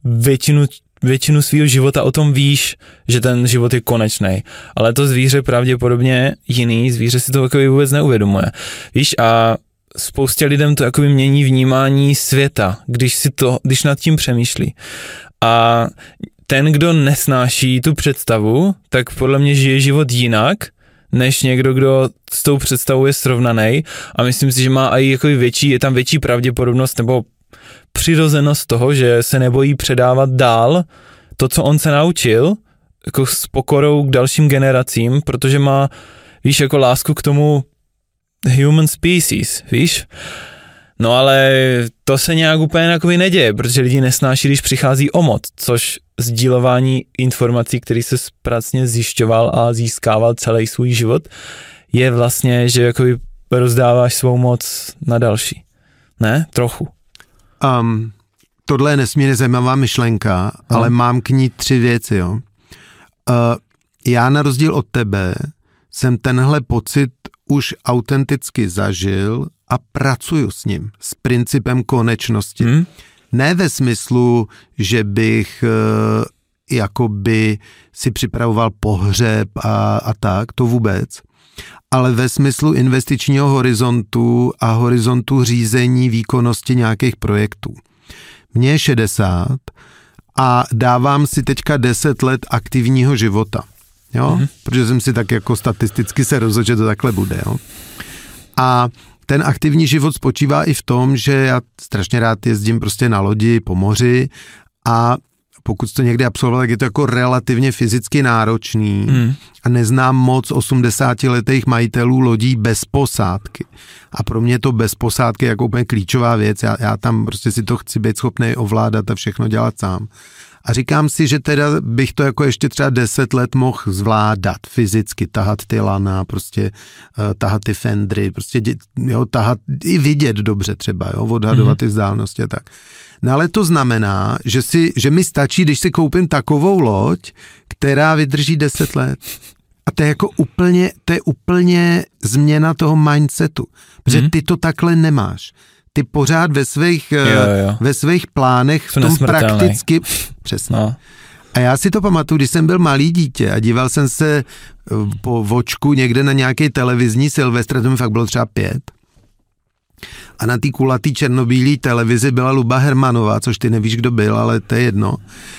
většinu svého života o tom víš, že ten život je konečný. Ale to zvíře pravděpodobně jiný zvíře si to jakoby vůbec neuvědomuje. Víš, a spoustě lidem to jakoby mění vnímání světa, když nad tím přemýšlí. A ten, kdo nesnáší tu představu, tak podle mě žije život jinak, než někdo, kdo s tou představou je srovnaný. A myslím si, že má i jako je tam větší pravděpodobnost nebo přirozenost toho, že se nebojí předávat dál to, co on se naučil, jako s pokorou k dalším generacím, protože má, víš, jako lásku k tomu human species, víš? No ale to se nějak úplně takový neděje, protože lidi nesnáší, když přichází o moc, což sdílování informací, který se pracně zjišťoval a získával celý svůj život, je vlastně, že jakoby rozdáváš svou moc na další. Ne? Trochu.
Tohle je nesmírně zajímavá myšlenka, ale mám k ní 3 věci, jo. Já na rozdíl od tebe jsem tenhle pocit už autenticky zažil a pracuju s ním, s principem konečnosti. Ne ve smyslu, že bych jakoby si připravoval pohřeb a tak, to vůbec, ale ve smyslu investičního horizontu a horizontu řízení výkonnosti nějakých projektů. Mně je 60 a dávám si teďka 10 let aktivního života, jo? Protože jsem si tak jako statisticky se rozhodl, že to takhle bude, jo? A ten aktivní život spočívá i v tom, že já strašně rád jezdím prostě na lodi po moři a pokud to někdy absolvoval, tak je to jako relativně fyzicky náročný a neznám moc 80letých majitelů lodí bez posádky. A pro mě to bez posádky je jako úplně klíčová věc. Já tam prostě si to chci být schopný ovládat a všechno dělat sám. A říkám si, že teda bych to jako ještě třeba 10 let mohl zvládat fyzicky, tahat ty lana, prostě tahat ty fendry, prostě jo, tahat i vidět dobře třeba, jo, odhadovat ty vzdálenosti a tak. No ale to znamená, že mi stačí, když si koupím takovou loď, která vydrží 10 let. A to je jako úplně změna toho mindsetu, protože ty to takhle nemáš. Ty pořád ve svých plánech v tom prakticky... Přesně. No. A já si to pamatuju, když jsem byl malý dítě a díval jsem se po vočku někde na nějaký televizní Silvestra, to mi fakt bylo třeba 5. A na té kulatý černobílý televizi byla Luba Hermanová, což ty nevíš, kdo byl, ale to je jedno.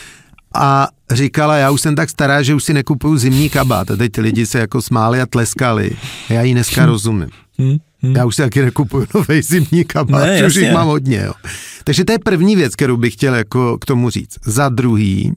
A říkala, já už jsem tak stará, že už si nekupuju zimní kabát. A teď ty lidi se jako smáli a tleskali. A já jí dneska rozumím. Já už si taky nekupuju novej zimní kabát, už jich mám hodně. Jo. Takže to je první věc, kterou bych chtěl jako k tomu říct. Za druhý,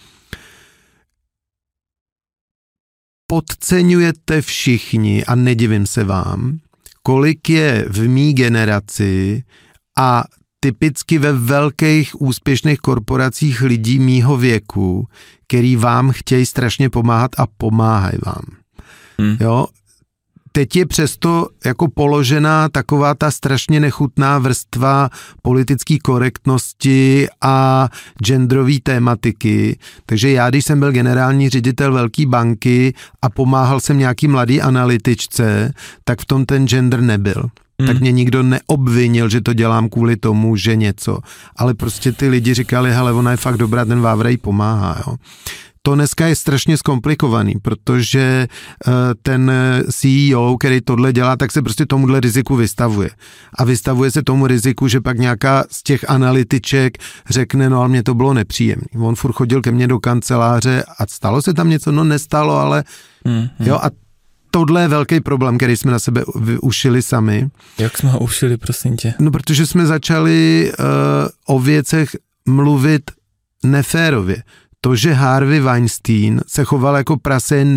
podceňujete všichni, a nedivím se vám, kolik je v mý generaci a typicky ve velkých úspěšných korporacích lidí mýho věku, který vám chtějí strašně pomáhat a pomáhají vám. Jo, teď je přesto jako položená taková ta strašně nechutná vrstva politické korektnosti a genderové tématiky. Takže já, když jsem byl generální ředitel velké banky a pomáhal jsem nějaký mladý analytičce, tak v tom ten gender nebyl. Tak mě nikdo neobvinil, že to dělám kvůli tomu, že něco. Ale prostě ty lidi říkali, hele, ona je fakt dobrá, ten Vávra jí pomáhá, jo. To dneska je strašně zkomplikovaný, protože ten CEO, který tohle dělá, tak se prostě tomuhle riziku vystavuje. A vystavuje se tomu riziku, že pak nějaká z těch analytiček řekne, no ale mě to bylo nepříjemný. On furt chodil ke mně do kanceláře a stalo se tam něco? No nestalo, ale jo, a tohle je velký problém, který jsme na sebe ušili sami.
Jak jsme ho ušili, prosím tě?
No, protože jsme začali o věcech mluvit neférově. To, že Harvey Weinstein se choval jako prase, je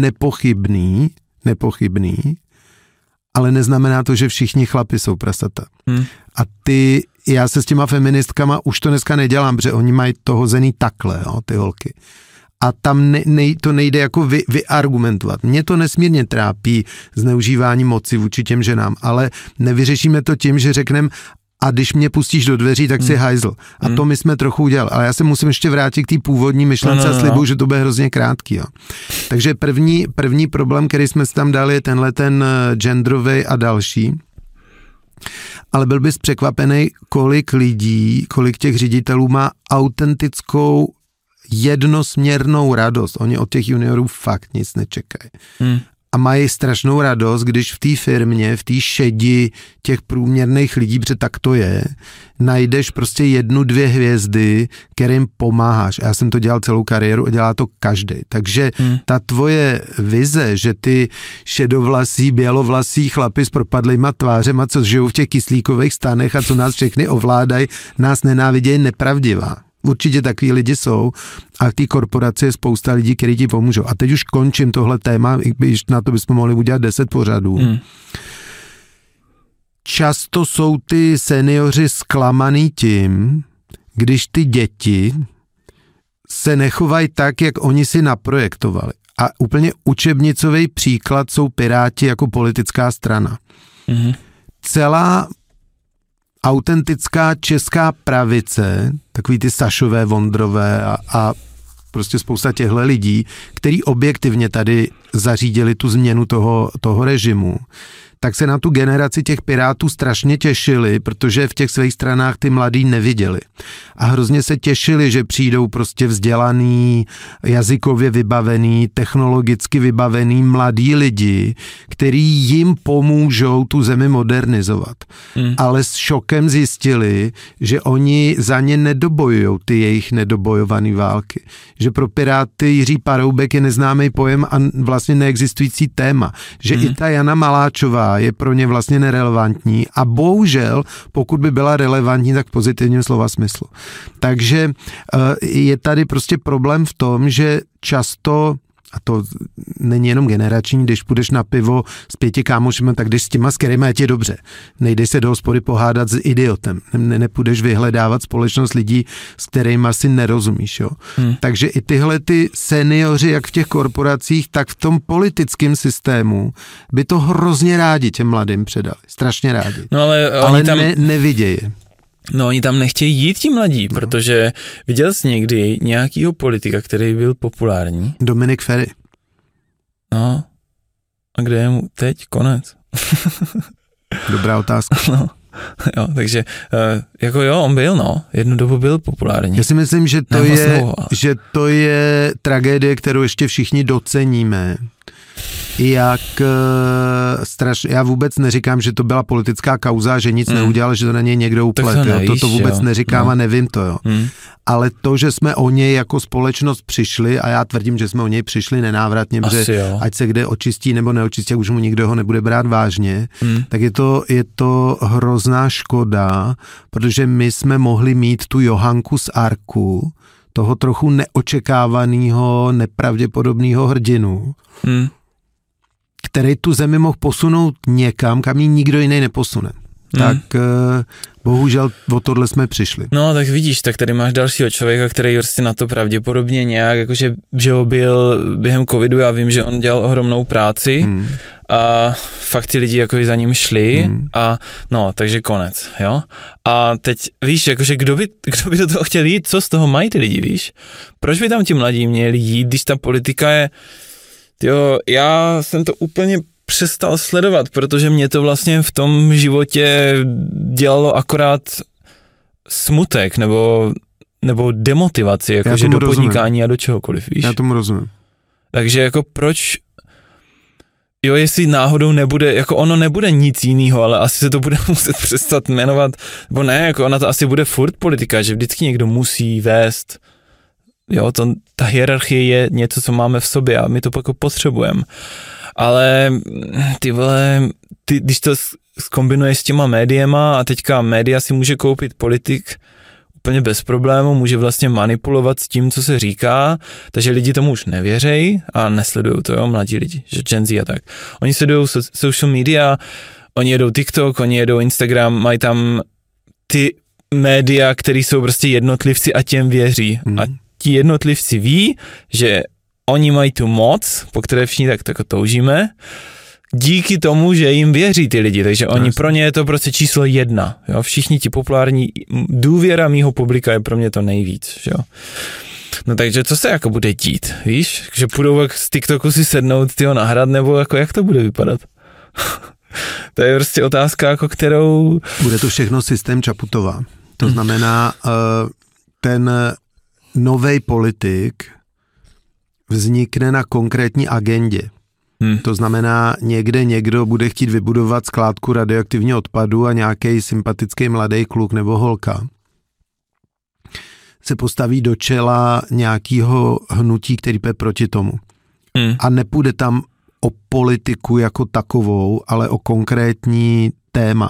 nepochybný, ale neznamená to, že všichni chlapi jsou prasata. A já se s těma feministkama už to dneska nedělám, protože oni mají to hozený takhle, jo, ty holky. A tam to nejde jako vyargumentovat. Mě to nesmírně trápí zneužívání moci vůči těm ženám, ale nevyřešíme to tím, že řekneme, a když mě pustíš do dveří, tak si hajzl. A to my jsme trochu udělali. Ale já se musím ještě vrátit k té původní myšlence a slibuju, že to bude hrozně krátký. Jo. Takže první problém, který jsme si tam dali, je tenhle ten genderový a další. Ale byl bys překvapený, kolik těch ředitelů má autentickou jednosměrnou radost. Oni od těch juniorů fakt nic nečekají. A mají strašnou radost, když v té firmě, v té šedi těch průměrných lidí, protože tak to je, najdeš prostě 1-2 hvězdy, kterým pomáháš. A já jsem to dělal celou kariéru a dělá to každý. Takže ta tvoje vize, že ty šedovlasí, bělovlasí chlapi s propadlýma tvářema, co žijou v těch kyslíkových stanech a co nás všechny ovládají, nás nenávidějí, nepravdivá. Určitě takový lidi jsou a v té korporaci je spousta lidí, kteří ti pomůžou. A teď už končím tohle téma, i když na to bychom mohli udělat 10 pořadů. Často jsou ty seniori zklamaný tím, když ty děti se nechovají tak, jak oni si naprojektovali. A úplně učebnicový příklad jsou Piráti jako politická strana. Celá autentická česká pravice, takový ty Sašové, Vondrové a prostě spousta těchto lidí, který objektivně tady zařídili tu změnu toho režimu, tak se na tu generaci těch Pirátů strašně těšili, protože v těch svých stranách ty mladí neviděli. A hrozně se těšili, že přijdou prostě vzdělaný, jazykově vybavený, technologicky vybavený mladí lidi, který jim pomůžou tu zemi modernizovat. Ale s šokem zjistili, že oni za ně nedobojujou ty jejich nedobojované války. Že pro Piráty Jiří Paroubek je neznámý pojem a vlastně neexistující téma. Že i ta Jana Maláčová je pro ně vlastně nerelevantní a bohužel, pokud by byla relevantní, tak v pozitivním slova smyslu. Takže je tady prostě problém v tom, že často, a to není jenom generační, když půjdeš na pivo s 5 kámošima, tak jdeš s těma, s kterýma je ti dobře. Nejdeš se do hospody pohádat s idiotem. Nepůjdeš vyhledávat společnost lidí, s kterými si nerozumíš. Jo? Takže i tyhle ty seniori, jak v těch korporacích, tak v tom politickém systému by to hrozně rádi těm mladým předali. Strašně rádi.
No ale tam...
nevidějí.
No oni tam nechtějí jít ti mladí, protože viděl jsi někdy nějakýho politika, který byl populární?
Dominik Feri.
No, a kde je mu teď konec?
Dobrá otázka.
No, jo, takže jako jo, on byl, no, jednu dobu byl populární.
Já si myslím, že to je tragédie, kterou ještě všichni doceníme. Jak strašně, já vůbec neříkám, že to byla politická kauza, že nic neudělal, že to na něj někdo uplet, to vůbec neříkám a nevím to, jo. Ale to, že jsme o něj jako společnost přišli, a já tvrdím, že jsme o něj přišli nenávratně, protože ať se kde očistí nebo neočistí, už mu nikdo ho nebude brát vážně, tak je to hrozná škoda, protože my jsme mohli mít tu Johanku z Arku, toho trochu neočekávaného, nepravděpodobného hrdinu, který tu zemi mohl posunout někam, kam ji nikdo jiný neposune. tak bohužel o tohle jsme přišli.
No, tak vidíš, tak tady máš dalšího člověka, který prostě na to pravděpodobně nějak, jakože že ho byl během covidu, já vím, že on dělal ohromnou práci a fakt ty lidi jako za ním šli a no, takže konec, jo. A teď víš, jakože kdo by do toho chtěl jít, co z toho mají ty lidi, víš? Proč by tam ti mladí měli jít, když ta politika je, jo, já jsem to úplně přestal sledovat, protože mě to vlastně v tom životě dělalo akorát smutek nebo demotivaci, jakože do podnikání a do čehokoliv, víš?
Já tomu rozumím.
Takže jako proč, jo, jestli náhodou nebude, jako ono nebude nic jiného, ale asi se to bude muset přestat jmenovat, nebo ne, jako ona to asi bude furt politika, že vždycky někdo musí vést, jo, ta hierarchie je něco, co máme v sobě a my to pak potřebujeme. Ale ty vole, když to zkombinuješ s těma médiema a teďka média si může koupit politik úplně bez problému, může vlastně manipulovat s tím, co se říká, takže lidi tomu už nevěřejí a nesledují to, jo, mladí lidi, že Gen Z a tak. Oni sledují social media, oni jedou TikTok, oni jedou Instagram, mají tam ty média, které jsou prostě jednotlivci a těm věří. A ti jednotlivci ví, že oni mají tu moc, po které všichni tak toužíme, díky tomu, že jim věří ty lidi, takže oni pro ně je to prostě číslo 1, jo, všichni ti populární, důvěra mýho publika je pro mě to nejvíc, jo. No takže co se jako bude dít, víš, že půjdou jak z TikToku si sednout, tyho nahrát, nebo jako jak to bude vypadat? To je prostě otázka, jako kterou...
Bude to všechno systém Čaputová, to znamená, ten novej politik vznikne na konkrétní agendě. To znamená, někdo bude chtít vybudovat skládku radioaktivního odpadu a nějaký sympatický mladý kluk nebo holka se postaví do čela nějakého hnutí, který půjde proti tomu. A nepůjde tam o politiku jako takovou, ale o konkrétní téma.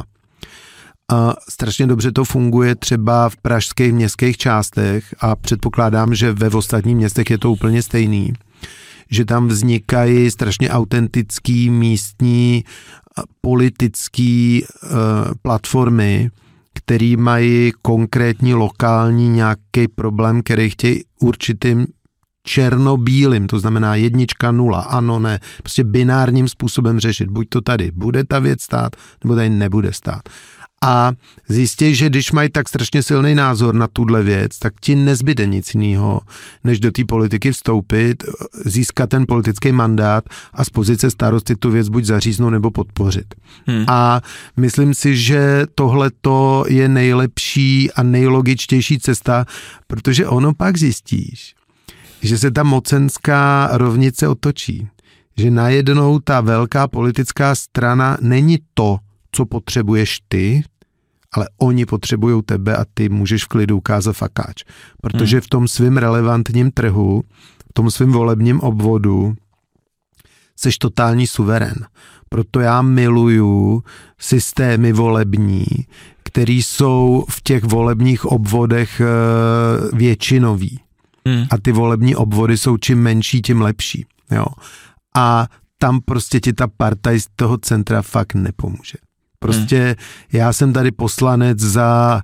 A strašně dobře to funguje třeba v pražských městských částech a předpokládám, že ve ostatních městech je to úplně stejný. Že tam vznikají strašně autentický místní politický platformy, které mají konkrétní lokální nějaký problém, který chtějí určitým černobílým, to znamená 1, 0, ano, ne, prostě binárním způsobem řešit. Buď to tady bude ta věc stát, nebo tady nebude stát. A zjistí, že když mají tak strašně silný názor na tuhle věc, tak ti nezbyde nic jiného, než do té politiky vstoupit, získat ten politický mandát a z pozice starosty tu věc buď zaříznout nebo podpořit. A myslím si, že tohleto je nejlepší a nejlogičtější cesta, protože ono pak zjistíš, že se ta mocenská rovnice otočí. Že najednou ta velká politická strana není to, co potřebuješ ty, ale oni potřebují tebe a ty můžeš v klidu ukázat fakáč. Protože v tom svým relevantním trhu, v tom svým volebním obvodu seš totální suverén. Proto já miluju systémy volební, který jsou v těch volebních obvodech většinový. A ty volební obvody jsou čím menší, tím lepší. Jo. A tam prostě ti ta partaj z toho centra fakt nepomůže. Prostě já jsem tady poslanec za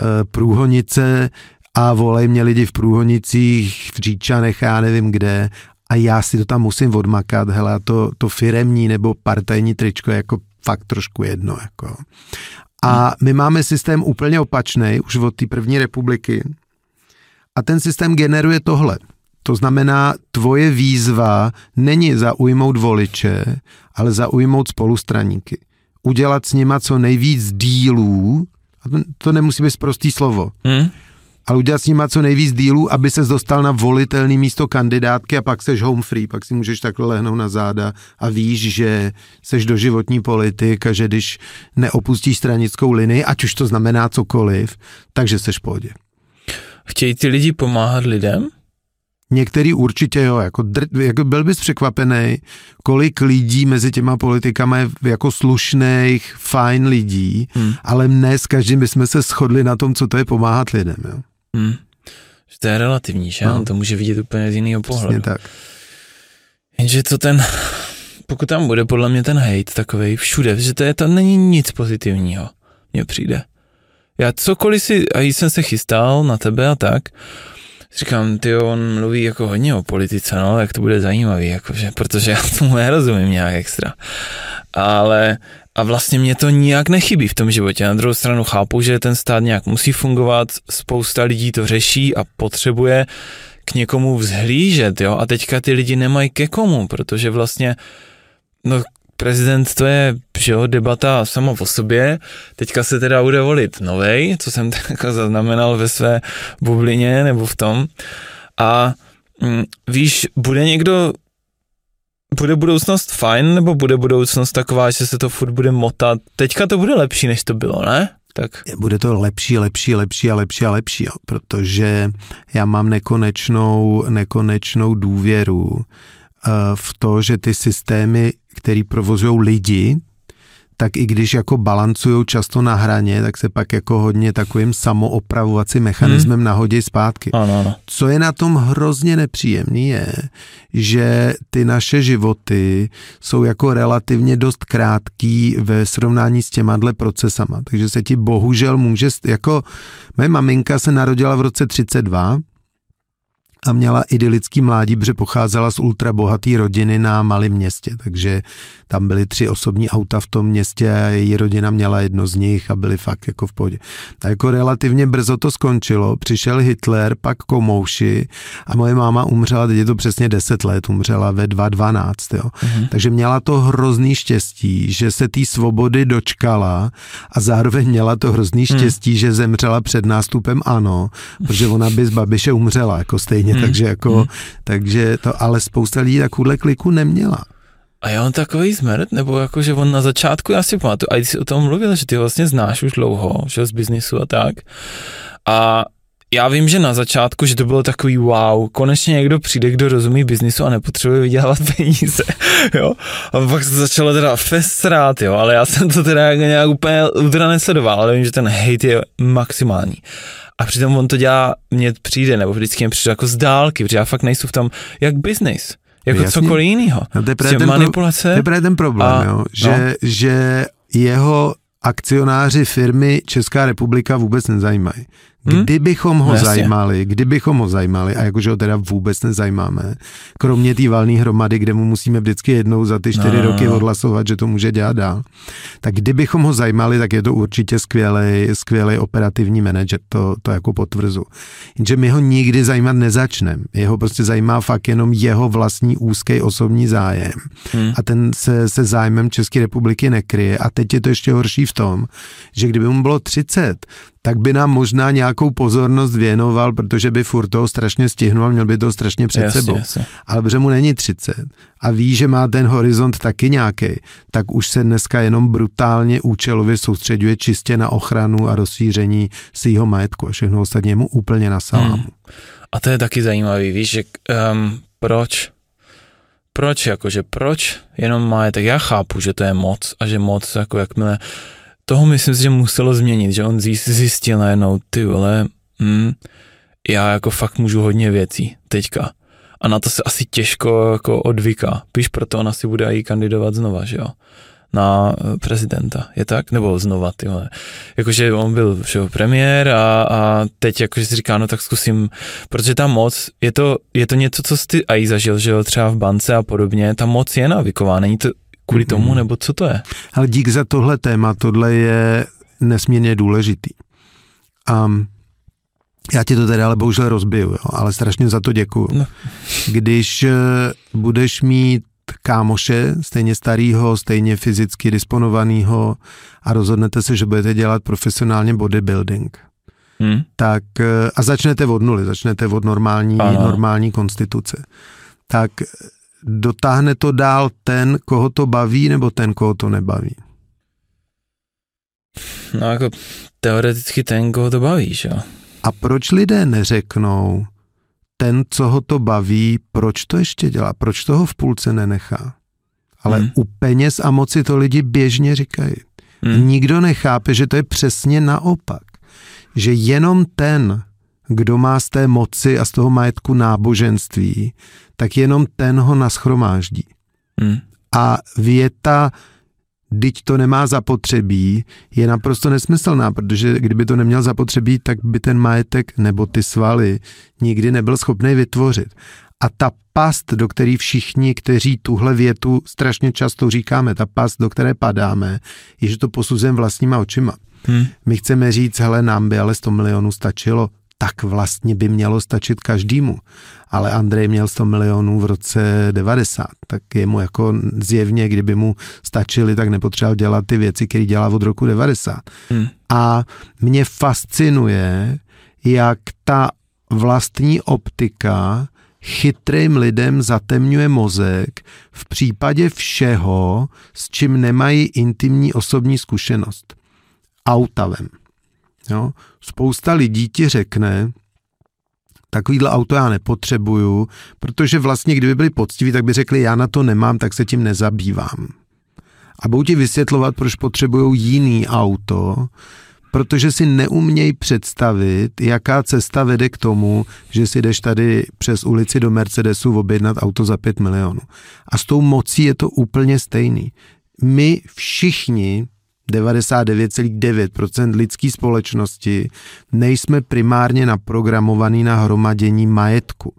Průhonice a volej mě lidi v Průhonicích, v Říčanech, já nevím kde, a já si to tam musím odmakat, hele, to firemní nebo partajní tričko je jako fakt trošku jedno. Jako. A my máme systém úplně opačnej, už od té první republiky, a ten systém generuje tohle. To znamená, tvoje výzva není zaujmout voliče, ale zaujmout spolustraníky. Udělat s nima co nejvíc dílů, a to nemusí být prostý slovo, ale udělat s nima co nejvíc dílů, aby ses dostal na volitelný místo kandidátky a pak seš home free, pak si můžeš takhle lehnout na záda a víš, že seš doživotní politik a že když neopustíš stranickou linii, ať už to znamená cokoliv, takže seš v pohodě.
Chtějí ty lidi pomáhat lidem?
Některý určitě jo, jako byl bys překvapený, kolik lidí mezi těma politikama je jako slušných, fajn lidí, ale ne s každým bychom se shodli na tom, co to je pomáhat lidem. Jo.
To je relativní, že? On to může vidět úplně z jiného pohledu.
Tak.
Jenže pokud tam bude podle mě ten hejt takovej všude, že to není nic pozitivního. mně přijde. Já cokoliv a jsem se chystal na tebe a tak, říkám, on mluví jako hodně o politice, no, jak to bude zajímavý, jakože, protože já tomu nerozumím nějak extra. A vlastně mě to nijak nechybí v tom životě. Na druhou stranu chápu, že ten stát nějak musí fungovat, spousta lidí to řeší a potřebuje k někomu vzhlížet, jo, a teďka ty lidi nemají ke komu, protože vlastně, no, prezident to je, že jo, debata sama o sobě, teďka se teda bude volit novej, co jsem jako zaznamenal ve své bublině nebo v tom. A víš, bude budoucnost fajn, nebo bude budoucnost taková, že se to furt bude motat? Teďka to bude lepší, než to bylo, ne? Tak.
Bude to lepší, jo, protože já mám nekonečnou důvěru v to, že ty systémy, který provozují lidi, tak i když jako balancují často na hraně, tak se pak jako hodně takovým samoopravovacím mechanismem nahodí zpátky.
Ano.
Co je na tom hrozně nepříjemný je, že ty naše životy jsou jako relativně dost krátký ve srovnání s těmadle procesama. Takže se ti bohužel může, jako moje maminka se narodila v roce 32 a měla idylický mládí, protože pocházela z ultrabohatý rodiny na malém městě, takže tam byly 3 osobní auta v tom městě a její rodina měla jedno z nich a byli fakt jako v pohodě. A jako relativně brzo to skončilo, přišel Hitler, pak komouši a moje máma umřela, teď je to přesně 10 let, umřela ve 2012, jo. Takže měla to hrozný štěstí, že se té svobody dočkala a zároveň měla to hrozný štěstí, že zemřela před nástupem ANO, protože ona by z Babiše umřela, jako stejně. Takže to, ale spousta lidí takovouhle kliku neměla.
A je on takový zmrt, nebo jako, že on na začátku, já si pamatuju, a jsi o tom mluvil, že ty ho vlastně znáš už dlouho, že z biznisu a tak. A já vím, že na začátku, že to bylo takový wow, konečně někdo přijde, kdo rozumí biznisu a nepotřebuje vydělávat peníze, jo. A pak se začalo teda fesrát, jo, ale já jsem to teda nějak úplně ultra nesledoval, ale vím, že ten hate je maximální. A přitom on to dělá, mně přijde, nebo vždycky mě přijde jako z dálky, protože já fakt nejsou v tom, jak biznis, jako jasně, cokoliv jinýho.
No to je manipulace. To je právě ten problém, jo, že jeho akcionáři firmy Česká republika vůbec nezajímají. Kdybychom ho zajímali, a jakože ho teda vůbec nezajímáme, kromě té valné hromady, kde mu musíme vždycky jednou za ty 4 roky odhlasovat, že to může dělat dál, tak kdybychom ho zajímali, tak je to určitě skvělý operativní manažer, to jako potvrzu. Jenže my ho nikdy zajímat nezačneme. Jeho prostě zajímá fakt jenom jeho vlastní úzký osobní zájem. A ten se zájmem České republiky nekryje. A teď je to ještě horší v tom, že kdyby mu bylo 30, tak by nám možná nějakou pozornost věnoval, protože by furt toho strašně stihnul a měl by to strašně před sebou. Jasně. Ale protože mu není 30 a ví, že má ten horizont taky nějaký, tak už se dneska jenom brutálně účelově soustředuje čistě na ochranu a rozšíření svýho majetku a všechno ostatně mu úplně na salámu.
A to je taky zajímavý, víš, že proč jenom majetek? Já chápu, že to je moc a že moc, jako jakmile toho myslím si, že muselo změnit, že on zjistil najednou, ty vole, já jako fakt můžu hodně věcí teďka. A na to se asi těžko jako odvyká. Píš, proto ona si bude i kandidovat znova, že jo? Na prezidenta, je tak? Nebo znova, ty vole. Jakože on byl premiér a teď jakože si říká, no tak zkusím, protože ta moc, je to něco, co jsi i zažil, že jo, třeba v bance a podobně, ta moc je návyková, není to kvůli tomu, nebo co to je?
Ale dík za tohle téma, tohle je nesmírně důležitý. Já ti to teda ale bohužel rozbiju, jo, ale strašně za to děkuju. No. Když budeš mít kámoše, stejně starýho, stejně fyzicky disponovanýho a rozhodnete se, že budete dělat profesionálně bodybuilding, tak a začnete od nuly, začnete od normální konstituce, tak dotáhne to dál ten, koho to baví, nebo ten, koho to nebaví?
No jako teoreticky ten, koho to baví, že jo?
A proč lidé neřeknou, ten, co ho to baví, proč to ještě dělá, proč toho v půlce nenechá? Ale u peněz a moci to lidi běžně říkají. Nikdo nechápe, že to je přesně naopak. Že jenom ten, kdo má z té moci a z toho majetku náboženství, tak jenom ten ho nashromáždí. A věta Vždyť to nemá zapotřebí, je naprosto nesmyslná, protože kdyby to neměl zapotřebí, tak by ten majetek nebo ty svaly nikdy nebyl schopný vytvořit. A ta past, do které všichni, kteří tuhle větu strašně často říkáme, ta past, do které padáme, je, že to posuzujeme vlastníma očima. My chceme říct, hele, nám by ale 100 milionů stačilo, tak vlastně by mělo stačit každému. Ale Andrej měl 100 milionů v roce 90, tak jemu jako zjevně, kdyby mu stačili, tak nepotřeboval dělat ty věci, které dělá od roku 90. A mě fascinuje, jak ta vlastní optika chytrým lidem zatemňuje mozek v případě všeho, s čím nemají intimní osobní zkušenost. Autavem. Jo? Spousta lidí ti řekne, takovýhle auto já nepotřebuju, protože vlastně kdyby byli poctiví, tak by řekli, já na to nemám, tak se tím nezabývám. A budou ti vysvětlovat, proč potřebují jiný auto, protože si neumějí představit, jaká cesta vede k tomu, že si jdeš tady přes ulici do Mercedesu objednat auto za 5 milionů. A s tou mocí je to úplně stejný. My všichni, 99,9% lidské společnosti, nejsme primárně naprogramovaní na hromadění majetku.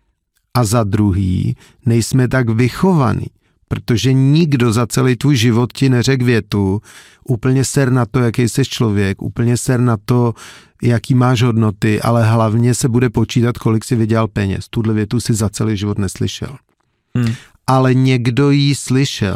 A za druhý, nejsme tak vychovaní, protože nikdo za celý tvůj život ti neřekl větu, úplně ser na to, jaký jsi člověk, úplně ser na to, jaký máš hodnoty, ale hlavně se bude počítat, kolik si vydělal peněz. Tuhle větu si za celý život neslyšel. Ale někdo ji slyšel.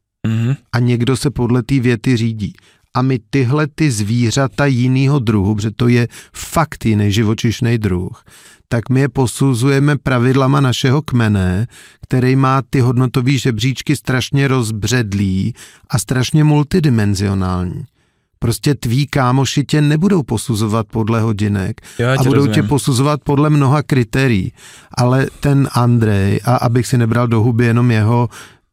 A někdo se podle té věty řídí. A my tyhle ty zvířata jinýho druhu, protože to je fakt jiný živočišný druh, tak my je posuzujeme pravidlama našeho kmene, který má ty hodnotové žebříčky strašně rozbředlý a strašně multidimenzionální. Prostě tví kámoši tě nebudou posuzovat podle hodinek a budou tě posuzovat podle mnoha kritérií. Ale ten Andrej, a abych si nebral do huby jenom jeho,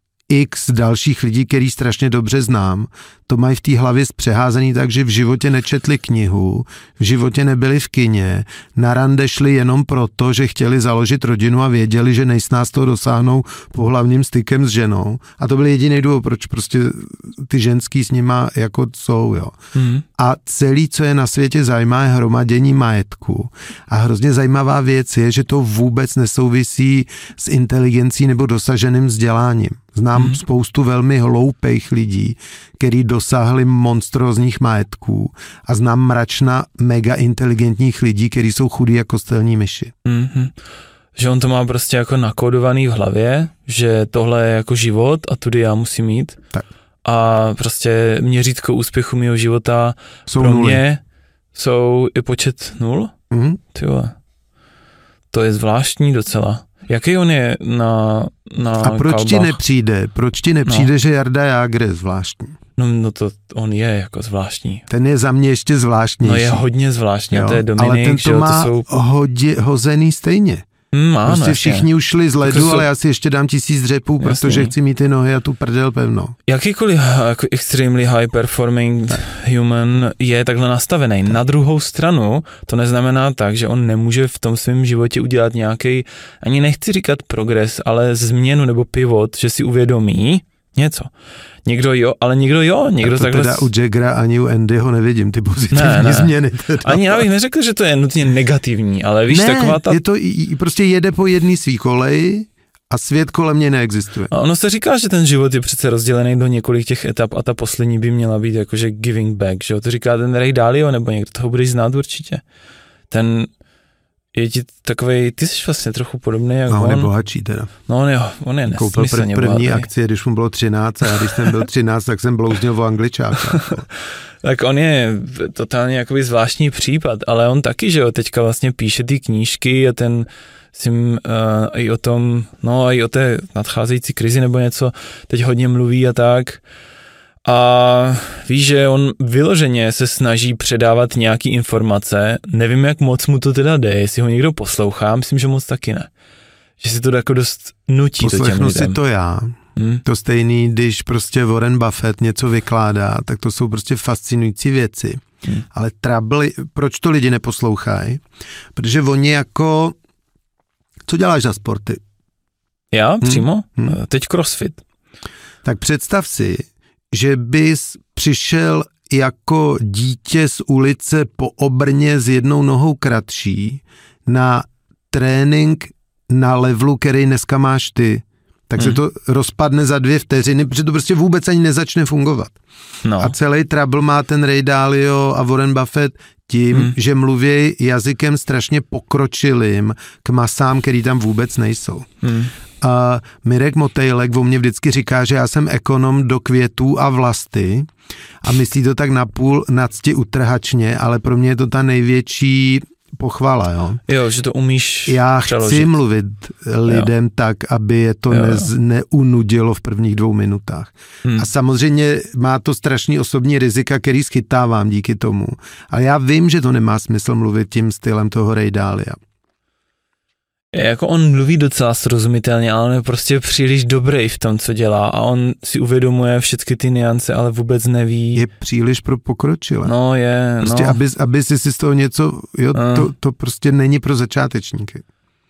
x dalších lidí, který strašně dobře znám, to mají v té hlavě zpřeházený tak, že v životě nečetli knihu, v životě nebyli v kině, na rande šli jenom proto, že chtěli založit rodinu a věděli, že nejsnáz toho dosáhnou pohlavním stykem s ženou. A to byl jediný důvod, proč prostě ty ženský s nima jako jsou, jo. A celý, co je na světě zajímá, je hromadění majetku. A hrozně zajímavá věc je, že to vůbec nesouvisí s inteligencí nebo dosaženým vzděláním. Znám spoustu velmi hloupých lidí, který dosáhli monstrózních majetků, a znám mračna mega inteligentních lidí, kteří jsou chudí jako kostelní myši.
Že on to má prostě jako nakódovaný v hlavě, že tohle je jako život a tudy já musím mít.
Tak.
A prostě měřítko úspěchu mého života jsou pro mě jsou i počet 0. Tyhle. To je zvláštní docela. Jaký on je na
a proč
kalbách?
Proč ti nepřijde, že Jarda Jágr je zvláštní?
No to on je jako zvláštní.
Ten je za mě ještě zvláštnější.
No je hodně zvláštní, jo, a to je Dominik.
Ale ten to má hozený stejně. Prostě všichni už šli z ledu, ale já si ještě dám 1000 dřepů, protože chci mít ty nohy a tu prdel pevnou.
Jakýkoliv jako extremely high performing human je takhle nastavený. Na druhou stranu to neznamená tak, že on nemůže v tom svém životě udělat nějaký, ani nechci říkat progres, ale změnu nebo pivot, že si uvědomí něco. Někdo jo, ale někdo jo. Někdo
to
takhle...
teda u Jaggera ani u Andyho nevidím, ty pozitivní změny. Teda.
Ani já bych neřekl, že to je nutně negativní, ale víš, taková ta...
je to prostě jede po jedný svý koleji a svět kolem mě neexistuje.
A ono se říká, že ten život je přece rozdělený do několik těch etap a ta poslední by měla být jakože giving back, že jo? To říká ten Ray Dalio, nebo někdo, toho budeš znát určitě. Ten je ti takovej, ty jsi vlastně trochu podobný jako on.
On je bohatší teda.
No on je nesmyslně
koupil první akcie, když mu bylo 13 a já když jsem byl 13, tak jsem blouzněl o Angličáka.
Tak on je totálně jakoby zvláštní případ, ale on taky, že jo, teďka vlastně píše ty knížky a ten i o tom, no a i o té nadcházející krizi nebo něco, teď hodně mluví a tak. A víš, že on vyloženě se snaží předávat nějaký informace, nevím, jak moc mu to teda jde, jestli ho někdo poslouchá, myslím, že moc taky ne. Že si to jako dost nutí to těm lidem.
Poslechnu si to já. To stejný, když prostě Warren Buffett něco vykládá, tak to jsou prostě fascinující věci. Ale proč to lidi neposlouchají? Protože oni jako, co děláš za sporty?
Já přímo? Teď crossfit.
Tak představ si, že bys přišel jako dítě z ulice po obrně s jednou nohou kratší na trénink na levelu, který dneska máš ty, tak se to rozpadne za 2 vteřiny, protože to prostě vůbec ani nezačne fungovat. No. A celý trouble má ten Ray Dalio a Warren Buffett tím, že mluví jazykem strašně pokročilým k masám, který tam vůbec nejsou. A Mirek Motejlek o mě vždycky říká, že já jsem ekonom do květů a vlasty a myslí to tak napůl nadsti utrhačně, ale pro mě je to ta největší pochvala, jo.
Jo, že to umíš
já
přeložit.
Chci mluvit lidem tak, aby je to neunudilo v prvních 2 minutách. A samozřejmě má to strašný osobní rizika, který schytávám díky tomu. Ale já vím, že to nemá smysl mluvit tím stylem toho Ray Dalia.
Jako on mluví docela srozumitelně, ale on je prostě příliš dobrý v tom, co dělá a on si uvědomuje všechny ty nuance, ale vůbec neví. Je
příliš pro pokročilé.
No je,
prostě aby si z toho něco, to prostě není pro začátečníky.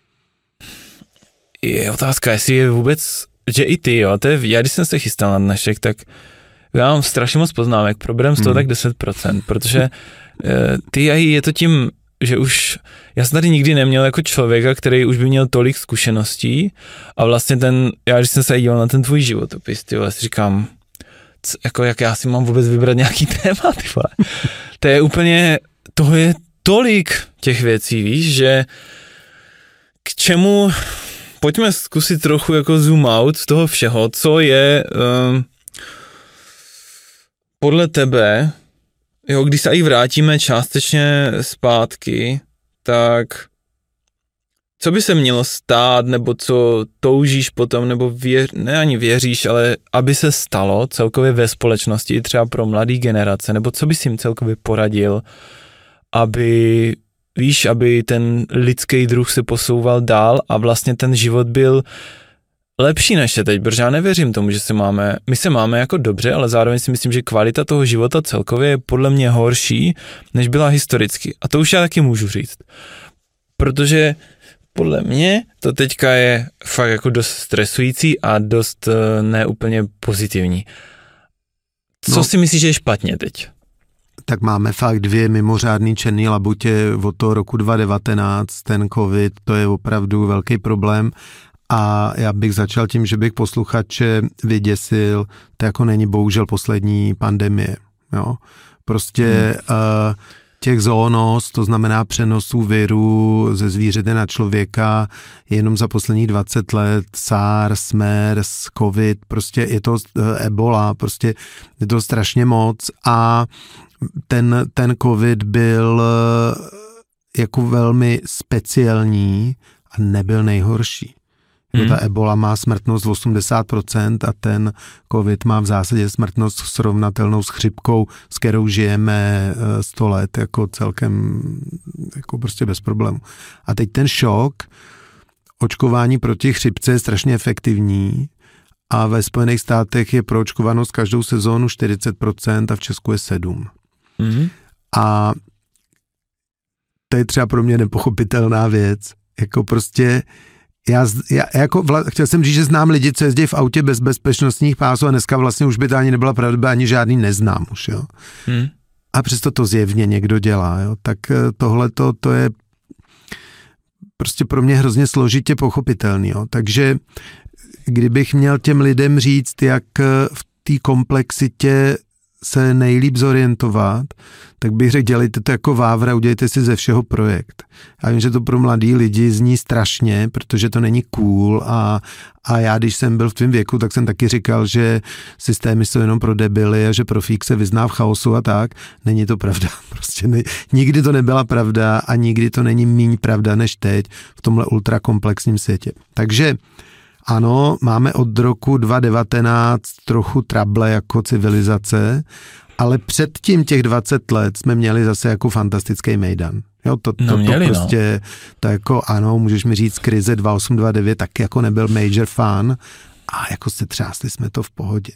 Je otázka, jestli je vůbec, že i ty, jo, já když jsem se chystal na dnešek, tak já mám strašně moc poznámek, proberem z toho tak 10%, protože ty je to tím, že už, já jsem tady nikdy neměl jako člověka, který už by měl tolik zkušeností a vlastně já když jsem se díval na ten tvůj životopis, ty vole, si říkám, jako jak já si mám vůbec vybrat nějaký téma, ty vole. To je úplně, toho je tolik těch věcí, víš, že k čemu, pojďme zkusit trochu jako zoom out z toho všeho, co je podle tebe. Jo, když se i vrátíme částečně zpátky, tak co by se mělo stát, nebo co toužíš potom, nebo ne ani věříš, ale aby se stalo celkově ve společnosti, třeba pro mladé generace, nebo co bys jim celkově poradil, aby, víš, aby ten lidský druh se posouval dál a vlastně ten život byl lepší než je teď, protože já nevěřím tomu, že my se máme jako dobře, ale zároveň si myslím, že kvalita toho života celkově je podle mě horší, než byla historicky. A to už já taky můžu říct. Protože podle mě to teďka je fakt jako dost stresující a dost neúplně pozitivní. Co si myslíš, že je špatně teď?
Tak máme fakt 2 mimořádný černý labutě od toho roku 2019, ten covid, to je opravdu velký problém. A já bych začal tím, že bych posluchače vyděsil, to jako není bohužel poslední pandemie. Jo? Prostě těch zoonóz, to znamená přenosů viru ze zvířete na člověka, jenom za posledních 20 let, SARS, MERS, COVID, prostě je to Ebola, prostě je to strašně moc a ten COVID byl jako velmi speciální a nebyl nejhorší. Ta Ebola má smrtnost 80% a ten COVID má v zásadě smrtnost srovnatelnou s chřipkou, s kterou žijeme 100 let, jako celkem jako prostě bez problému. A teď ten šok, očkování proti chřipce je strašně efektivní a ve Spojených státech je proočkovanost každou sezónu 40% a v Česku je 7%. A to je třeba pro mě nepochopitelná věc. Jako prostě já chtěl jsem říct, že znám lidi, co jezdí v autě bez bezpečnostních pásů a dneska vlastně už by to ani nebyla pravda, ani žádný neznám už, jo. A přesto to zjevně někdo dělá, jo. Tak tohleto, to je prostě pro mě hrozně složitě pochopitelný, jo. Takže kdybych měl těm lidem říct, jak v té komplexitě se nejlíp zorientovat, tak bych řekl, dělejte to jako Vávra, udělejte si ze všeho projekt. Já vím, že to pro mladý lidi zní strašně, protože to není cool a já, když jsem byl v tvém věku, tak jsem taky říkal, že systémy jsou jenom pro debily a že profík se vyzná v chaosu a tak. Není to pravda. Prostě nikdy to nebyla pravda a nikdy to není míň pravda než teď v tomhle ultrakomplexním světě. Takže ano, máme od roku 2019 trochu trable jako civilizace, ale předtím těch 20 let jsme měli zase jako fantastický mejdan. Jo, to prostě, to jako ano, můžeš mi říct, krize 2829 taky jako nebyl major fan a jako se třásli jsme to v pohodě.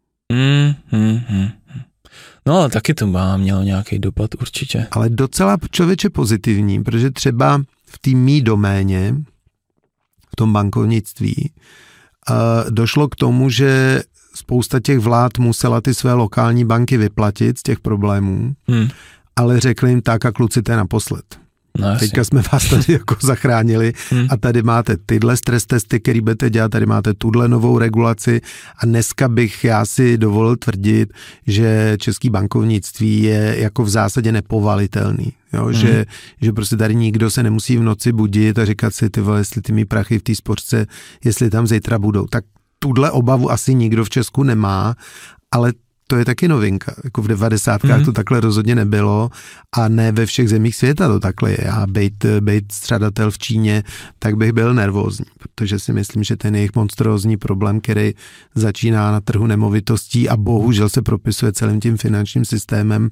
No ale taky to mělo nějaký dopad určitě.
Ale docela člověče pozitivní, protože třeba v té mý doméně, v tom bankovnictví, došlo k tomu, že spousta těch vlád musela ty své lokální banky vyplatit z těch problémů, ale řekli jim tak a kluci, to je naposled.
No,
teďka jsme vás tady jako zachránili a tady máte tyhle stres testy, který budete dělat, tady máte tuhle novou regulaci a dneska bych já si dovolil tvrdit, že český bankovnictví je jako v zásadě nepovalitelný. Jo? Že prostě tady nikdo se nemusí v noci budit a říkat si, ty vole, jestli ty mý prachy v té spořce, jestli tam zítra budou. Tak tuhle obavu asi nikdo v Česku nemá, ale to je taky novinka. Jako v 90kách to takhle rozhodně nebylo a ne ve všech zemích světa to takhle je. Já bejt střadatel v Číně, tak bych byl nervózní, protože si myslím, že ten jejich monstrózní problém, který začíná na trhu nemovitostí a bohužel se propisuje celým tím finančním systémem,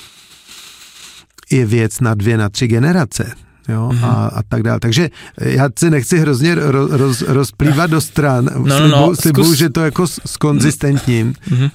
je věc na 2, na 3 generace. Jo, a tak dále. Takže já se nechci hrozně rozplývat do stran. Slibuju, že to jako skonzistentním.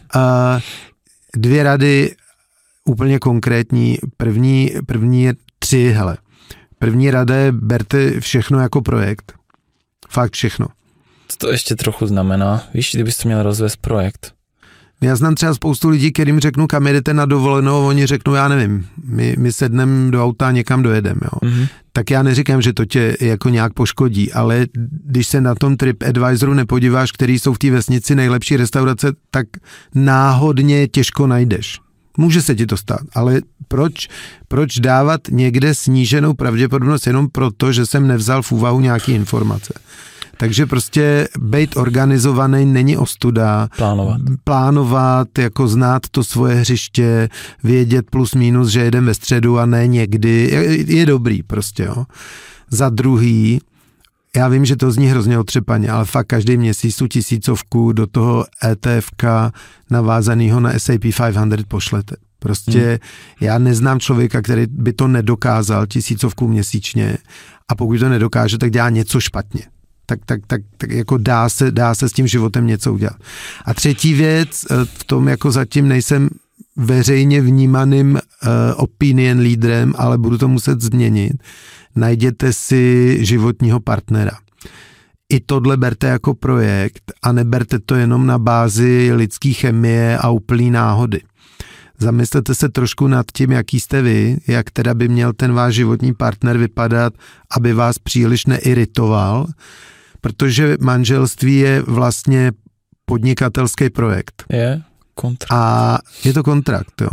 2 rady úplně konkrétní. První je 3, hele. První rada je, berte všechno jako projekt. Fakt všechno.
Co to ještě trochu znamená? Víš, kdybys to měl rozvést projekt?
Já znám třeba spoustu lidí, kterým řeknu, kam jedete na dovolenou, oni řeknou, já nevím, my sedneme do auta a někam dojedeme, jo. Tak já neříkám, že to tě jako nějak poškodí, ale když se na tom TripAdvisoru nepodíváš, který jsou v té vesnici nejlepší restaurace, tak náhodně těžko najdeš. Může se ti to stát, ale proč dávat někde sníženou pravděpodobnost jenom proto, že jsem nevzal v úvahu nějaký informace? Takže prostě být organizovaný není ostuda. Plánovat, jako znát to svoje hřiště, vědět plus minus, že jedem ve středu a ne někdy, je dobrý prostě, jo. Za druhý, já vím, že to zní hrozně otřepaně, ale fakt každý měsíc tu 1000 do toho ETFka navázaného na S&P 500 pošlete. Prostě já neznám člověka, který by to nedokázal 1000 měsíčně a pokud to nedokáže, tak dělá něco špatně. Tak jako dá se s tím životem něco udělat. A třetí věc, v tom jako zatím nejsem veřejně vnímaným opinion lídrem, ale budu to muset změnit. Najděte si životního partnera. I tohle berte jako projekt a neberte to jenom na bázi lidské chemie a úplný náhody. Zamyslete se trošku nad tím, jaký jste vy, jak teda by měl ten váš životní partner vypadat, aby vás příliš neiritoval, protože manželství je vlastně podnikatelský projekt.
Je kontrakt.
A je to kontrakt, jo.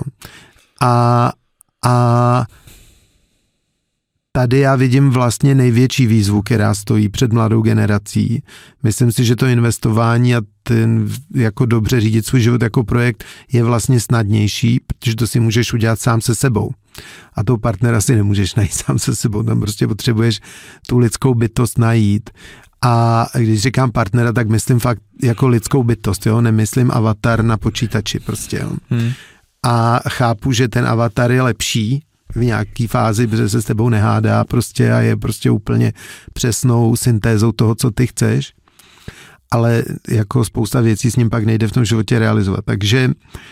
A tady já vidím vlastně největší výzvu, která stojí před mladou generací. Myslím si, že to investování a ten jako dobře řídit svůj život jako projekt je vlastně snadnější, protože to si můžeš udělat sám se sebou. A toho partnera si nemůžeš najít sám se sebou, tam prostě potřebuješ tu lidskou bytost najít. A když říkám partnera, tak myslím fakt jako lidskou bytost, jo, nemyslím avatar na počítači prostě, jo. A chápu, že ten avatar je lepší v nějaký fázi, protože se s tebou nehádá prostě a je prostě úplně přesnou syntézou toho, co ty chceš, ale jako spousta věcí s ním pak nejde v tom životě realizovat. Takže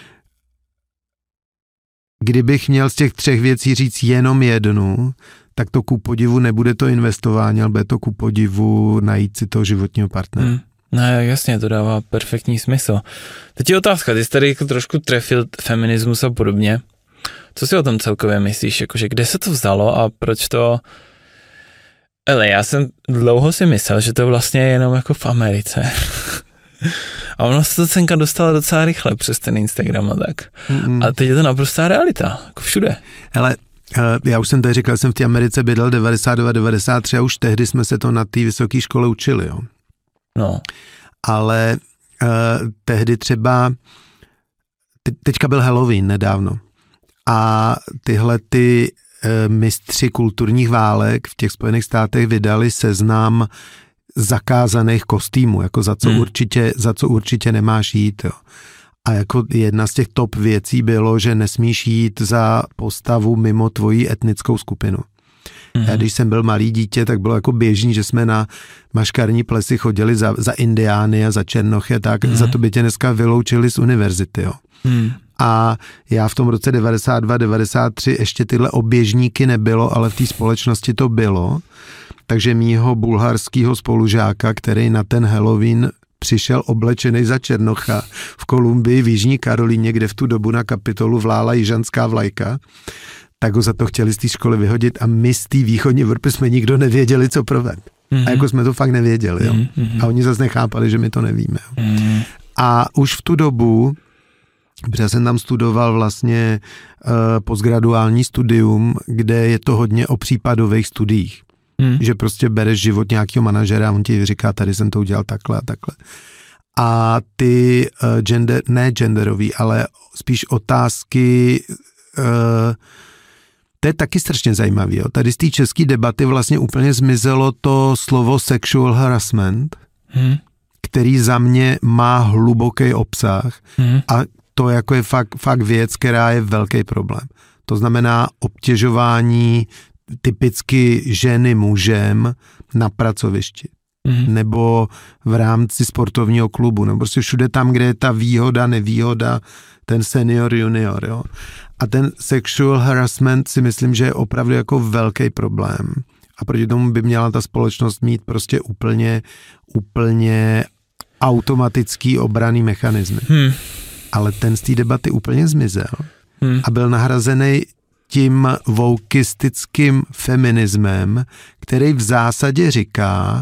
kdybych měl z těch 3 věcí říct jenom jednu, tak to ku podivu nebude to investování, ale bude to ku podivu najít si toho životního partnera.
Ne, jasně, to dává perfektní smysl. Teď je otázka, ty jsi tady jako trošku trefil feminismus a podobně. Co si o tom celkově myslíš, jakože kde se to vzalo a proč to... Ale já jsem dlouho si myslel, že to vlastně je jenom jako v Americe. A ono se to cenka dostala docela rychle přes ten Instagram a tak. A teď je to naprostá realita, jako všude.
Hele, já už jsem tady říkal, jsem v té Americe bydlel 92, 93 a už tehdy jsme se to na té vysoké škole učili, jo.
No.
Ale tehdy třeba, teďka byl Halloween nedávno a tyhle ty mistři kulturních válek v těch Spojených státech vydali seznam zakázaných kostýmů, jako za co určitě nemáš jít, jo. A jako jedna z těch top věcí bylo, že nesmíš jít za postavu mimo tvoji etnickou skupinu. Já když jsem byl malý dítě, tak bylo jako běžný, že jsme na maškarní plesy chodili za indiány a za černochy a tak, za to by tě dneska vyloučili z univerzity, jo. A já v tom roce 92, 93 ještě tyhle oběžníky nebylo, ale v té společnosti to bylo. Takže mýho bulharského spolužáka, který na ten Halloween přišel oblečený za černocha v Kolumbii, v Jižní Karolíně, kde v tu dobu na Kapitolu vlála jižanská vlajka, tak ho za to chtěli z té školy vyhodit a my z té východní Evropy jsme nikdo nevěděli, co provést. A jako jsme to fakt nevěděli, jo. A oni zase nechápali, že my to nevíme. Jo. A už v tu dobu, protože jsem tam studoval vlastně postgraduální studium, kde je to hodně o případových studiích. Že prostě bereš život nějakého manažera a on ti říká, tady jsem to udělal takhle a takhle. A ty ne genderový, ale spíš otázky, to je taky strašně zajímavé. Tady z té české debaty vlastně úplně zmizelo to slovo sexual harassment, který za mě má hluboký obsah a to jako je fakt věc, která je velký problém. To znamená obtěžování typicky ženy mužem na pracovišti. Nebo v rámci sportovního klubu. Nebo prostě všude tam, kde je ta výhoda, nevýhoda, ten senior, junior. Jo. A ten sexual harassment si myslím, že je opravdu jako velký problém. A proti tomu by měla ta společnost mít prostě úplně automatický obranný mechanismy. Ale ten z té debaty úplně zmizel a byl nahrazený tím wokistickým feminismem, který v zásadě říká,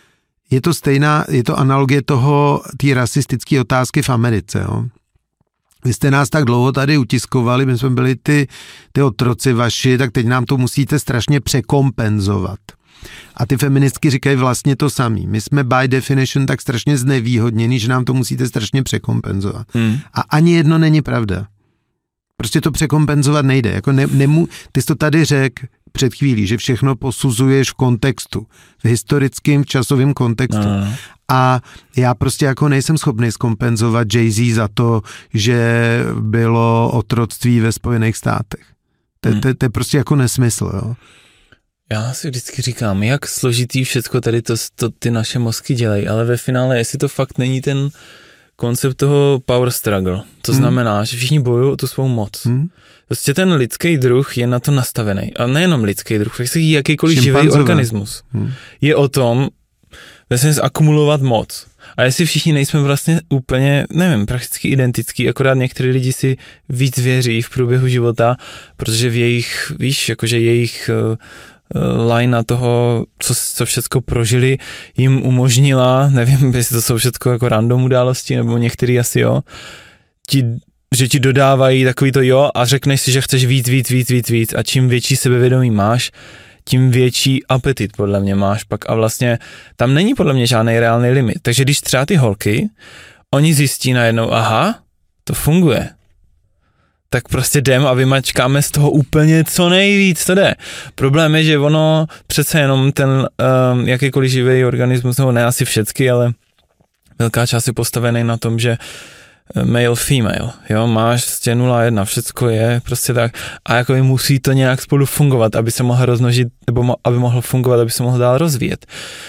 je to analogie té rasistické otázky v Americe. Jo? Vy jste nás tak dlouho tady utiskovali, my jsme byli ty otroci vaši, tak teď nám to musíte strašně překompenzovat. A ty feministky říkají vlastně to samý. My jsme by definition tak strašně znevýhodnění, že nám to musíte strašně překompenzovat. A ani jedno není pravda. Prostě to překompenzovat nejde. Jako ty jsi to tady řekl před chvílí, že všechno posuzuješ v kontextu. V historickém, v časovém kontextu. A já prostě jako nejsem schopný zkompenzovat Jay-Z za to, že bylo otroctví ve Spojených státech. To je prostě jako nesmysl, jo.
Já si vždycky říkám, jak složitý všecko tady to ty naše mozky dělají, ale ve finále, jestli to fakt není ten koncept toho power struggle, to znamená, že všichni bojují o tu svou moc. Prostě ten lidský druh je na to nastavený. A nejenom lidský druh, jakýkoliv živý organismus. Je o tom, vlastně akumulovat moc. A jestli všichni nejsme vlastně úplně, nevím, prakticky identický, akorát některý lidi si víc věří v průběhu života, protože v jejich, víš, jakože jejich lajna toho, co všecko prožili, jim umožnila, nevím, jestli to jsou všecko jako random události, nebo některý asi jo, že ti dodávají takový to jo a řekneš si, že chceš víc a čím větší sebevědomí máš, tím větší apetit podle mě máš pak a vlastně tam není podle mě žádný reálný limit. Takže když třeba ty holky, oni zjistí najednou, aha, to funguje, tak prostě jdem a vymačkáme z toho úplně co nejvíc, to jde. Problém je, že ono přece jenom ten jakýkoliv živý organismus, nebo ne asi všecky, ale velká část je postavený na tom, že male, female, jo, máš prostě 0,1, všecko je prostě tak a jako musí to nějak spolu fungovat, aby se mohl rozmnožit, nebo aby mohl fungovat, aby se mohl dál rozvíjet.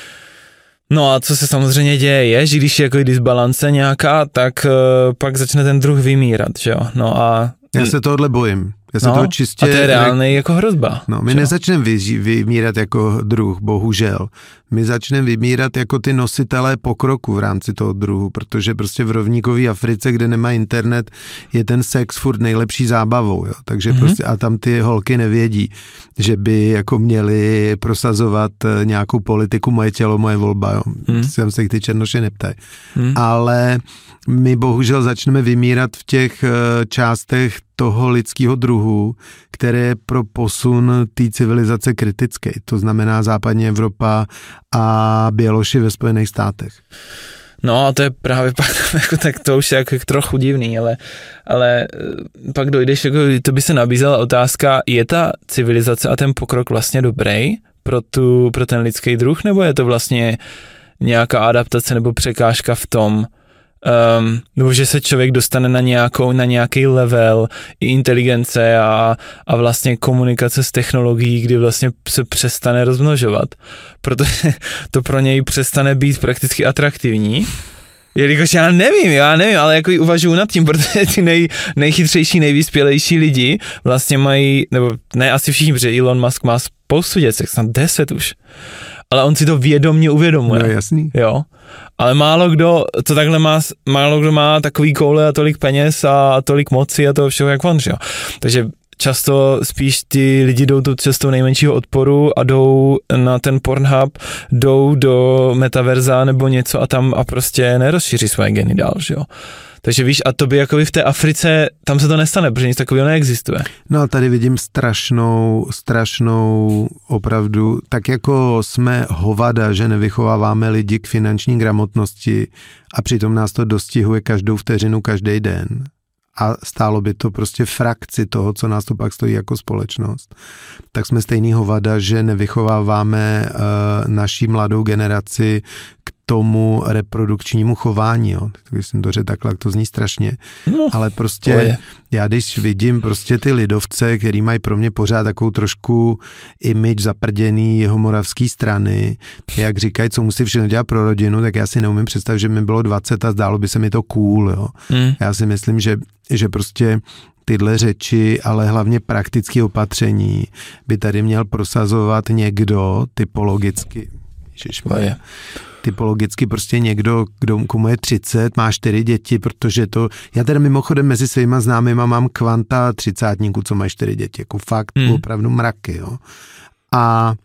No a co se samozřejmě děje je, že když je jako disbalance nějaká, tak pak začne ten druh vymírat, že jo, no a
já se tohle bojím. Já se toho čistě...
A to je reálnej jako hrozba.
No, my nezačneme vymírat jako druh, bohužel. My začneme vymírat jako ty nositelé pokroku v rámci toho druhu, protože prostě v rovníkové Africe, kde nemá internet, je ten sex furt nejlepší zábavou, jo. Takže prostě a tam ty holky nevědí, že by jako měli prosazovat nějakou politiku moje tělo, moje volba, jo. Jsem se ty černoši neptají. Ale my bohužel začneme vymírat v těch částech toho lidského druhu, které je pro posun té civilizace kritický. To znamená západní Evropa a Běloši ve Spojených státech.
No a to je právě pak, jako, tak to už je jako trochu divný, ale pak dojdeš, jako, to by se nabízela otázka, je ta civilizace a ten pokrok vlastně dobrý pro ten lidský druh, nebo je to vlastně nějaká adaptace nebo překážka v tom, nebo že se člověk dostane na nějaký level i inteligence a vlastně komunikace s technologií, kdy vlastně se přestane rozmnožovat, protože to pro něj přestane být prakticky atraktivní. Jelikož já nevím, ale jako uvažuji nad tím, protože ty nejchytřejší, nejvyspělejší lidi vlastně mají, nebo ne asi všichni, protože Elon Musk má spoustu děcek, snad 10 už. ale on si to vědomě uvědomuje.
No jasný.
Jo, ale málo kdo má takový koule a tolik peněz a tolik moci a toho všeho jak on, jo. Takže často spíš ty lidi jdou tu cestou nejmenšího odporu a jdou na ten Pornhub, jdou do metaverza nebo něco a tam a prostě nerozšíří svoje geny dál, že jo. Takže víš, a to by jakoby v té Africe, tam se to nestane, protože nic takového neexistuje.
No a tady vidím strašnou opravdu, tak jako jsme hovada, že nevychováváme lidi k finanční gramotnosti a přitom nás to dostihuje každou vteřinu, každý den. A stálo by to prostě frakci toho, co nás to pak stojí jako společnost. Tak jsme stejný hovada, že nevychováváme naší mladou generaci k tomu reprodukčnímu chování. Jo. Když jsem to řekl takhle, to zní strašně. No, ale prostě já když vidím prostě ty lidovce, který mají pro mě pořád takovou trošku image zaprděný jeho moravský strany, jak říkají, co musí všechno dělat pro rodinu, tak já si neumím představit, že mi bylo 20 a zdálo by se mi to cool. Jo. Já si myslím, že prostě tyhle řeči, ale hlavně praktické opatření by tady měl prosazovat někdo typologicky prostě někdo, komu je 30, má 4 děti, protože to, já teda mimochodem mezi svýma známýma mám kvanta 30, co mají 4 děti, jako fakt opravdu mraky, jo. A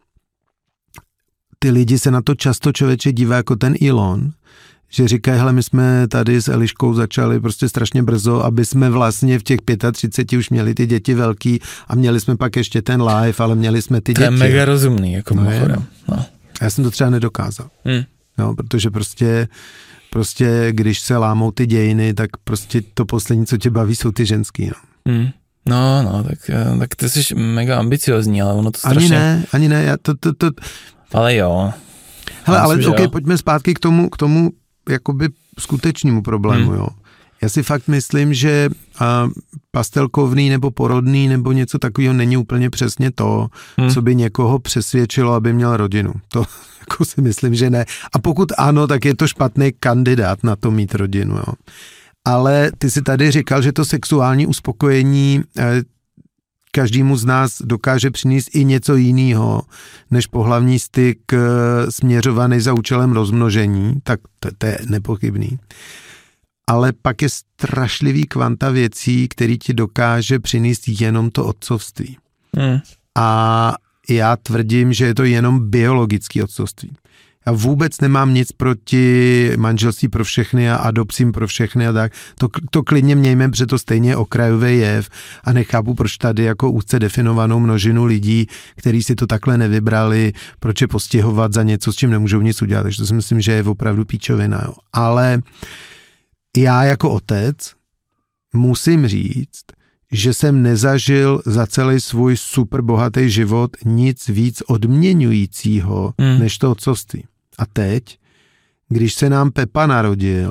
ty lidi se na to často člověče dívá jako ten Elon, že říkají, hele, my jsme tady s Eliškou začali prostě strašně brzo, aby jsme vlastně v těch 35 už měli ty děti velký a měli jsme pak ještě ten live, ale měli jsme ty děti.
To je mega rozumný, jako mimochodem. No.
Já jsem to třeba nedokázal. No, protože prostě když se lámou ty dějiny, tak prostě to poslední, co tě baví, jsou ty ženský. No.
No, tak ty jsi mega ambiciozní, ale ono to strašně...
Ani ne, já to...
Ale jo.
Hele, ale okej, pojďme zpátky k tomu jakoby skutečnému problému, jo. Já si fakt myslím, že pastelkovný nebo porodný nebo něco takového není úplně přesně to, co by někoho přesvědčilo, aby měl rodinu. To jako si myslím, že ne. A pokud ano, tak je to špatný kandidát na to mít rodinu, jo. Ale ty si tady říkal, že to sexuální uspokojení každému z nás dokáže přinést i něco jiného, než pohlavní styk směřovaný za účelem rozmnožení, tak to je nepochybný. Ale pak je strašlivý kvanta věcí, který ti dokáže přinést jenom to otcovství. A já tvrdím, že je to jenom biologický otcovství. Já vůbec nemám nic proti manželství pro všechny a adopcím pro všechny a tak. To klidně mějme, protože to stejně je okrajový jev a nechápu, proč tady jako úzce definovanou množinu lidí, kteří si to takhle nevybrali, proč je postihovat za něco, s čím nemůžou nic udělat. Takže to si myslím, že je opravdu píčovina. Jo. Ale já jako otec musím říct, že jsem nezažil za celý svůj super bohatý život nic víc odměňujícího než to otcovství. A teď, když se nám Pepa narodil,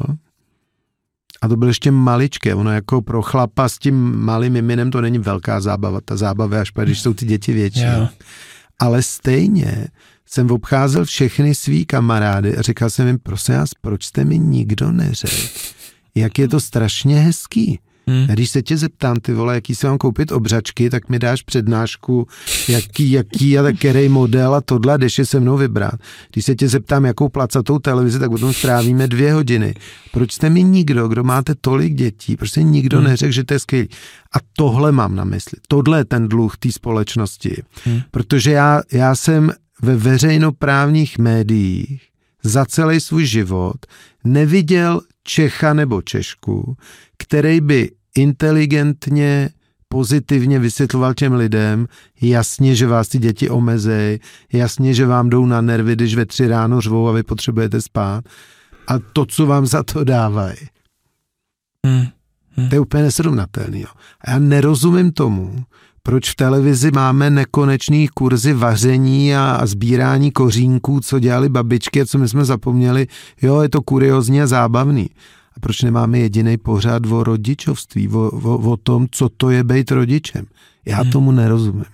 a to byl ještě maličké, ono jako pro chlapa s tím malým miminem to není velká zábava, ta zábava je až když jsou ty děti větší. Yeah. Ale stejně jsem obcházel všechny svý kamarády a říkal jsem jim, prosím vás, proč jste mi nikdo neřekl, jak je to strašně hezký. A když se tě zeptám, ty vole, jaký si mám koupit obřačky, tak mi dáš přednášku, jaký a tak který model a tohle, jdeš je se mnou vybrat. Když se tě zeptám, jakou placatou televizi, tak o tom strávíme 2 hodiny. Proč jste mi nikdo, kdo máte tolik dětí, proč se nikdo neřekl, že to je skvělý? A tohle mám na mysli. Tohle je ten dluh té společnosti. Protože já jsem ve veřejnoprávních médiích za celý svůj život neviděl Čecha nebo Češku, který by inteligentně, pozitivně vysvětloval těm lidem, jasně, že vás ty děti omezej, jasně, že vám jdou na nervy, když ve 3 ráno řvou a vy potřebujete spát. A to, co vám za to dávají, to je úplně nesrovnatelný. Jo. A já nerozumím tomu, proč v televizi máme nekonečný kurzy vaření a sbírání kořínků, co dělali babičky a co my jsme zapomněli. Jo, je to kuriózní a zábavný. A proč nemáme jediný pořád o rodičovství, o tom, co to je být rodičem? Já tomu nerozumím.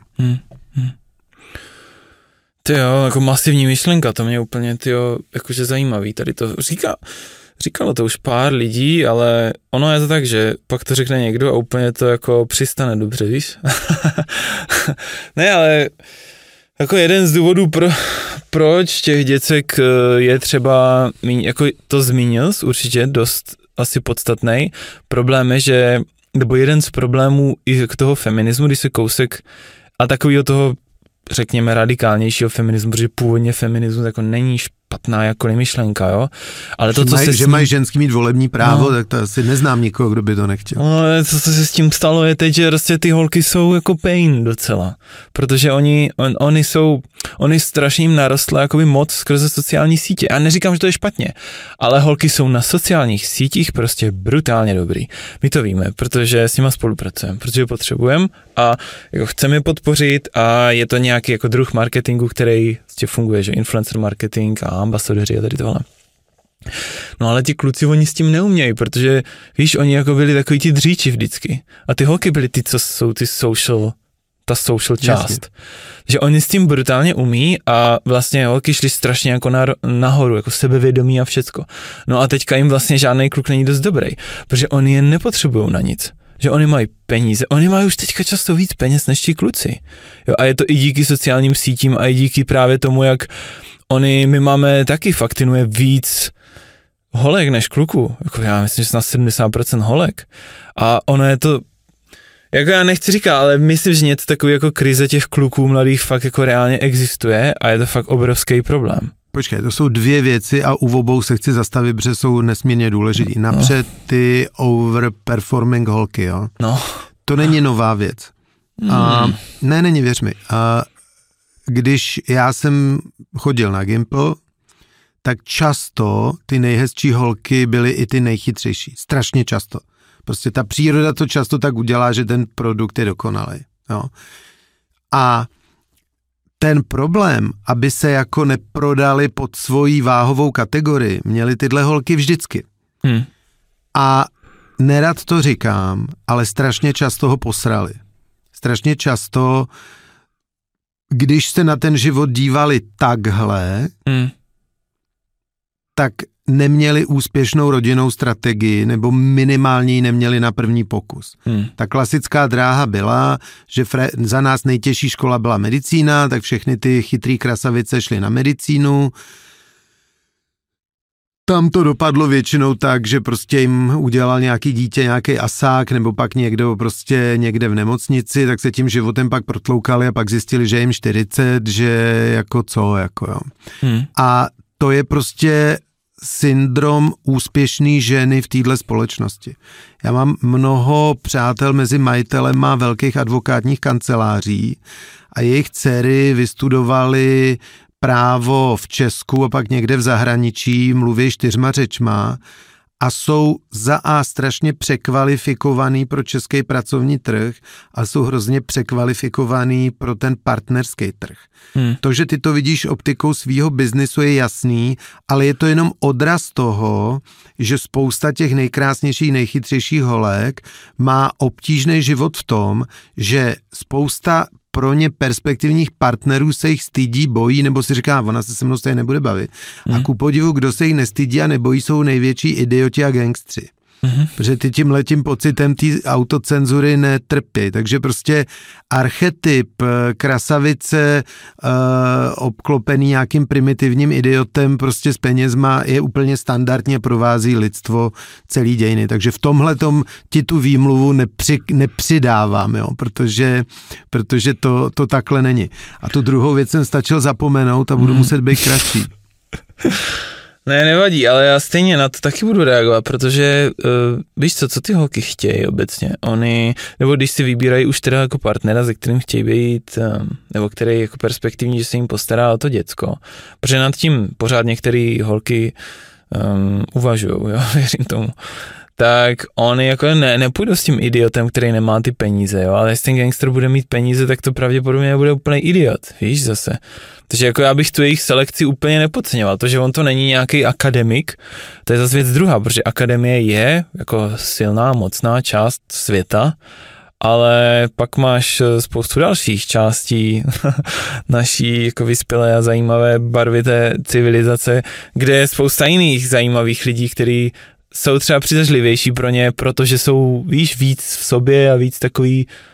Ty jo, jako masivní myšlenka, to mě úplně, jakože zajímavý. Tady to říkalo to už pár lidí, ale ono je to tak, že pak to řekne někdo a úplně to jako přistane dobře, víš? Ne, ale jako jeden z důvodů, proč těch děcek je třeba, jako to zmínil určitě dost asi podstatný. Problém je, že, nebo jeden z problémů i k toho feminismu, když se kousek a takového toho, řekněme, radikálnějšího feminismu, protože původně feminismus jako není špatná jakkoliv myšlenka, jo. Ale to,
že mají ženský mít volební právo, tak to asi neznám nikoho, kdo by to nechtěl.
No, ale co se s tím stalo je teď, že prostě ty holky jsou jako pain docela, protože oni strašně jim narostla jakoby moc skrze sociální sítě. Já neříkám, že to je špatně, ale holky jsou na sociálních sítích prostě brutálně dobrý. My to víme, protože s nima spolupracujeme, protože je potřebujeme a jako chceme je podpořit a je to nějaký jako druh marketingu, který funguje, že influencer marketing a ambasadoři a tady tohle. No ale ti kluci, oni s tím neumějí, protože víš, oni jako byli takový ti dříči vždycky. A ty holky byly ty, co jsou ty ta social část. Jasně. Že oni s tím brutálně umí a vlastně holky šly strašně jako nahoru, jako sebevědomí a všecko. No a teďka jim vlastně žádný kluk není dost dobrý, protože oni je nepotřebují na nic. Že oni mají peníze, oni mají už teďka často víc peněz než ti kluci. Jo, a je to i díky sociálním sítím a i díky právě tomu, jak my máme taky faktinuje víc holek než kluků. Jako já myslím, že snad 70% holek. A ono je to, jako já nechci říkat, ale myslím, že něco takový jako krize těch kluků mladých fakt jako reálně existuje a je to fakt obrovský problém.
Počkej, to jsou dvě věci a u obou se chci zastavit, protože jsou nesmírně důležitý. Napřed ty overperforming holky, jo?
No.
To není nová věc. Není, věř mi. Když já jsem chodil na Gimple, tak často ty nejhezčí holky byly i ty nejchytřejší. Strašně často. Prostě ta příroda to často tak udělá, že ten produkt je dokonalý. Jo? A ten problém, aby se jako neprodali pod svojí váhovou kategorii, měly tyhle holky vždycky. A nerad to říkám, ale strašně často ho posrali. Strašně často, když se na ten život dívali takhle, tak neměli úspěšnou rodinnou strategii, nebo minimálně ji neměli na první pokus. Ta klasická dráha byla, že za nás nejtěžší škola byla medicína, tak všechny ty chytrý krasavice šly na medicínu. Tam to dopadlo většinou tak, že prostě jim udělal nějaký dítě, nějaký asák, nebo pak někdo prostě někde v nemocnici, tak se tím životem pak protloukali a pak zjistili, že jim 40, že jako co, jako jo. A to je prostě syndrom úspěšný ženy v téhle společnosti. Já mám mnoho přátel mezi majitelema velkých advokátních kanceláří a jejich dcery vystudovaly právo v Česku a pak někde v zahraničí, mluví 4 řečma a jsou za A strašně překvalifikovaný pro český pracovní trh a jsou hrozně překvalifikovaný pro ten partnerský trh. To, že ty to vidíš optikou svýho biznisu, je jasný, ale je to jenom odraz toho, že spousta těch nejkrásnějších, nejchytřejších holek má obtížný život v tom, že spousta pro ně perspektivních partnerů se jich stydí, bojí, nebo si říká, ona se mnou stejně nebude bavit. A ku podivu, kdo se jich nestydí a nebojí, jsou největší idioti a gangstři. Protože ty tímhletím pocitem té autocenzury netrpějí. Takže prostě archetyp krasavice obklopený nějakým primitivním idiotem prostě s penězma je úplně standardně provází lidstvo celý dějiny. Takže v tomhletom ti tu výmluvu nepřidávám, jo, protože to takhle není. A tu druhou věc jsem stačil zapomenout a budu muset být kratší.
Ne, nevadí, ale já stejně na to taky budu reagovat, protože víš co ty holky chtějí obecně, nebo když si vybírají už teda jako partnera, se kterým chtějí být, nebo který je jako perspektivní, že se jim postará o to děcko, protože nad tím pořád některé holky uvažujou, jo, věřím tomu, tak oni jako nepůjdou s tím idiotem, který nemá ty peníze, jo, ale jestli ten gangster bude mít peníze, tak to pravděpodobně bude úplný idiot, víš zase. Takže jako já bych tu jejich selekci úplně nepodceňoval. To, že on to není nějaký akademik, to je zase věc druhá, protože akademie je jako silná, mocná část světa, ale pak máš spoustu dalších částí naší jako vyspělé a zajímavé barvité civilizace, kde je spousta jiných zajímavých lidí, kteří jsou třeba přitažlivější pro ně, protože jsou, víš, víc v sobě a víc takový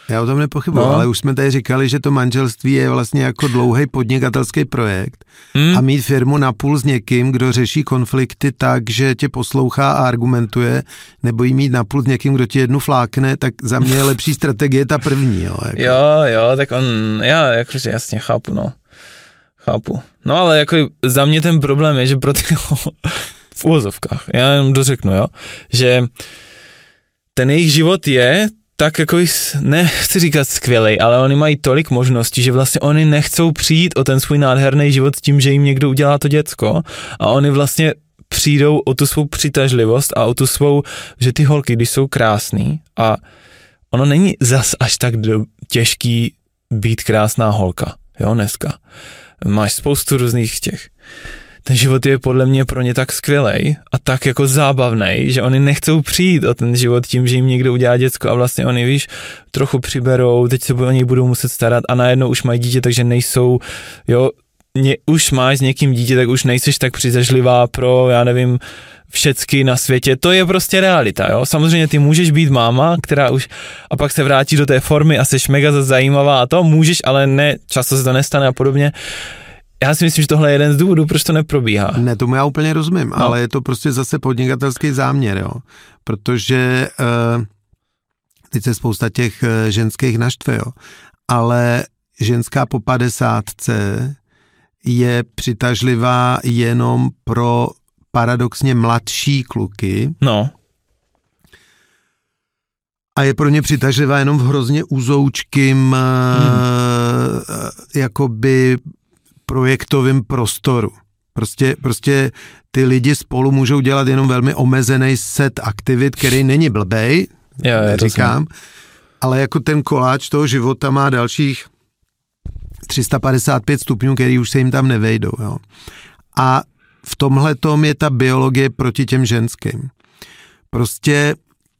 Já o tom nepochybuji, ale už jsme tady říkali, že to manželství je vlastně jako dlouhý podnikatelský projekt a mít firmu napůl s někým, kdo řeší konflikty tak, že tě poslouchá a argumentuje, nebo jí mít napůl s někým, kdo ti jednu flákne, tak za mě je lepší strategie ta první. Jo, jako.
Jo, tak já jakože jasně chápu. No ale jako za mě ten problém je, že pro ty v uvozovkách, já jenom dořeknu, jo, že ten jejich život je tak jako, nechci říkat skvělej, ale oni mají tolik možností, že vlastně oni nechcou přijít o ten svůj nádherný život s tím, že jim někdo udělá to děcko a oni vlastně přijdou o tu svou přitažlivost a o tu svou, že ty holky, když jsou krásný a ono není zas až tak těžký být krásná holka, jo, dneska. Máš spoustu různých těch. Ten život je podle mě pro ně tak skvělej a tak jako zábavnej, že oni nechcou přijít o ten život tím, že jim někdo udělá děcko a vlastně oni, víš, trochu přiberou, teď se o něj budou muset starat a najednou už mají dítě, takže nejsou, jo, už máš s někým dítě, tak už nejseš tak přitažlivá pro, já nevím, všecky na světě, to je prostě realita, jo. Samozřejmě ty můžeš být máma, která už a pak se vrátí do té formy a seš mega zajímavá a to můžeš, ale ne, často se to nestane a podobně. Já si myslím, že tohle je jeden z důvodů, proč to neprobíhá.
Ne, tomu já úplně rozumím, ale je to prostě zase podnikatelský záměr, jo. Protože teď se spousta těch ženských naštve, jo. Ale ženská po 50 je přitažlivá jenom pro paradoxně mladší kluky.
No.
A je pro ně přitažlivá jenom v hrozně uzoučkým jakoby projektovém prostoru. Prostě ty lidi spolu můžou dělat jenom velmi omezený set aktivit, který není blbej, říkám, ale jako ten koláč toho života má dalších 355 stupňů, který už se jim tam nevejdou. Jo. A v tomhletom je ta biologie proti těm ženským. Prostě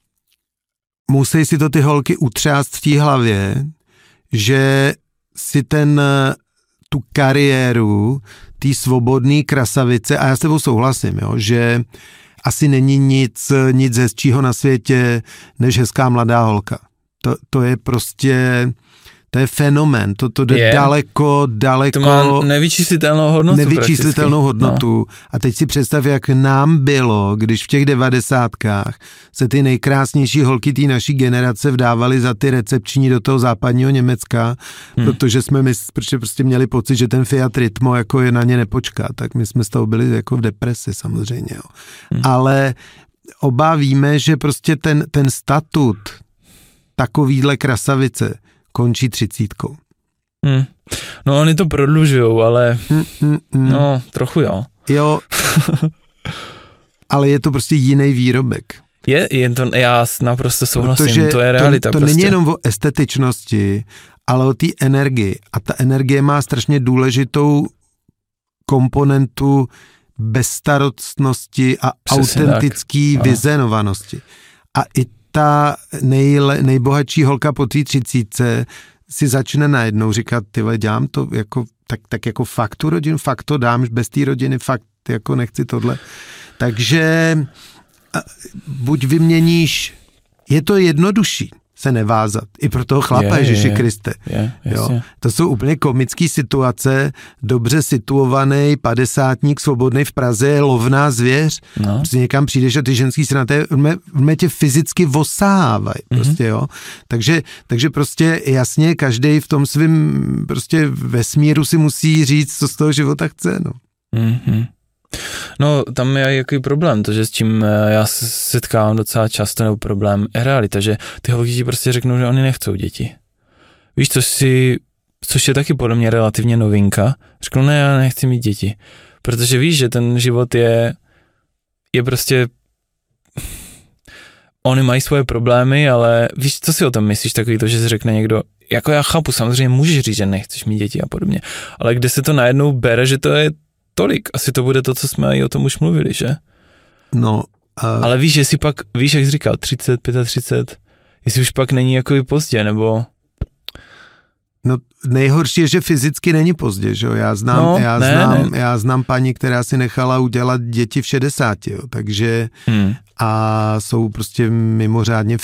musí si to ty holky utřást v té hlavě, že si tu kariéru té svobodné krasavice, a já s tebou souhlasím, jo, že asi není nic hezčího na světě, než hezká mladá holka. To je prostě, to je fenomén, to jde daleko. To má
nevyčíslitelnou
hodnotu. No. A teď si představ, jak nám bylo, když v těch 90kách se ty nejkrásnější holky té naší generace vdávaly za ty recepční do toho západního Německa, protože protože prostě měli pocit, že ten Fiat Ritmo jako je na ně nepočká, tak my jsme z toho byli jako v depresi samozřejmě. Jo. Ale oba víme, že prostě ten statut takovýhle krasavice končí 30.
No oni to prodlužujou, ale no trochu jo.
Jo, ale je to prostě jiný výrobek.
Je to, já naprosto souhlasím, protože to je realita.
To
prostě.
Není jenom o estetičnosti, ale o té energii. A ta energie má strašně důležitou komponentu bezstarostnosti a autentický vyzenovanosti. A i ta nejbohatší holka po té 30 si začne najednou říkat, tyhle, dělám to jako, tak jako fakt tu rodinu, fakt to dám, bez té rodiny, fakt jako nechci tohle. Takže buď vyměníš, je to jednodušší se nevázat. I pro toho chlapa, Ježiši Kriste. Jo. To jsou úplně komické situace, dobře situovaný padesátník svobodný v Praze je lovná zvěř. No. Prostě někam přijdeš a ty ženský se na té tě fyzicky osahávají. Prostě, jo. Takže prostě jasně každej v tom svým prostě vesmíru si musí říct, co z toho života chce. No.
No, tam je jaký problém, to, že s tím já se setkávám docela často, nebo problém je realita, že ty holky ti prostě řeknou, že oni nechcou děti. Víš, což je taky podle mě relativně novinka. Řeknou, ne, já nechci mít děti. Protože víš, že ten život je prostě oni mají svoje problémy, ale víš, co si o tom myslíš, takový to, že si řekne někdo, jako já chápu, samozřejmě můžeš říct, že nechceš mít děti a podobně, ale kde se to najednou bere, že to je tolik, asi to bude to, co jsme i o tom už mluvili, že?
No.
Ale víš, jestli pak, víš, jak jsi říkal, 30, 35, jestli už pak není jako i pozdě, nebo...
No nejhorší je, že fyzicky není pozdě, že jo, já znám paní, která si nechala udělat děti v 60, jo, takže a jsou prostě mimořádně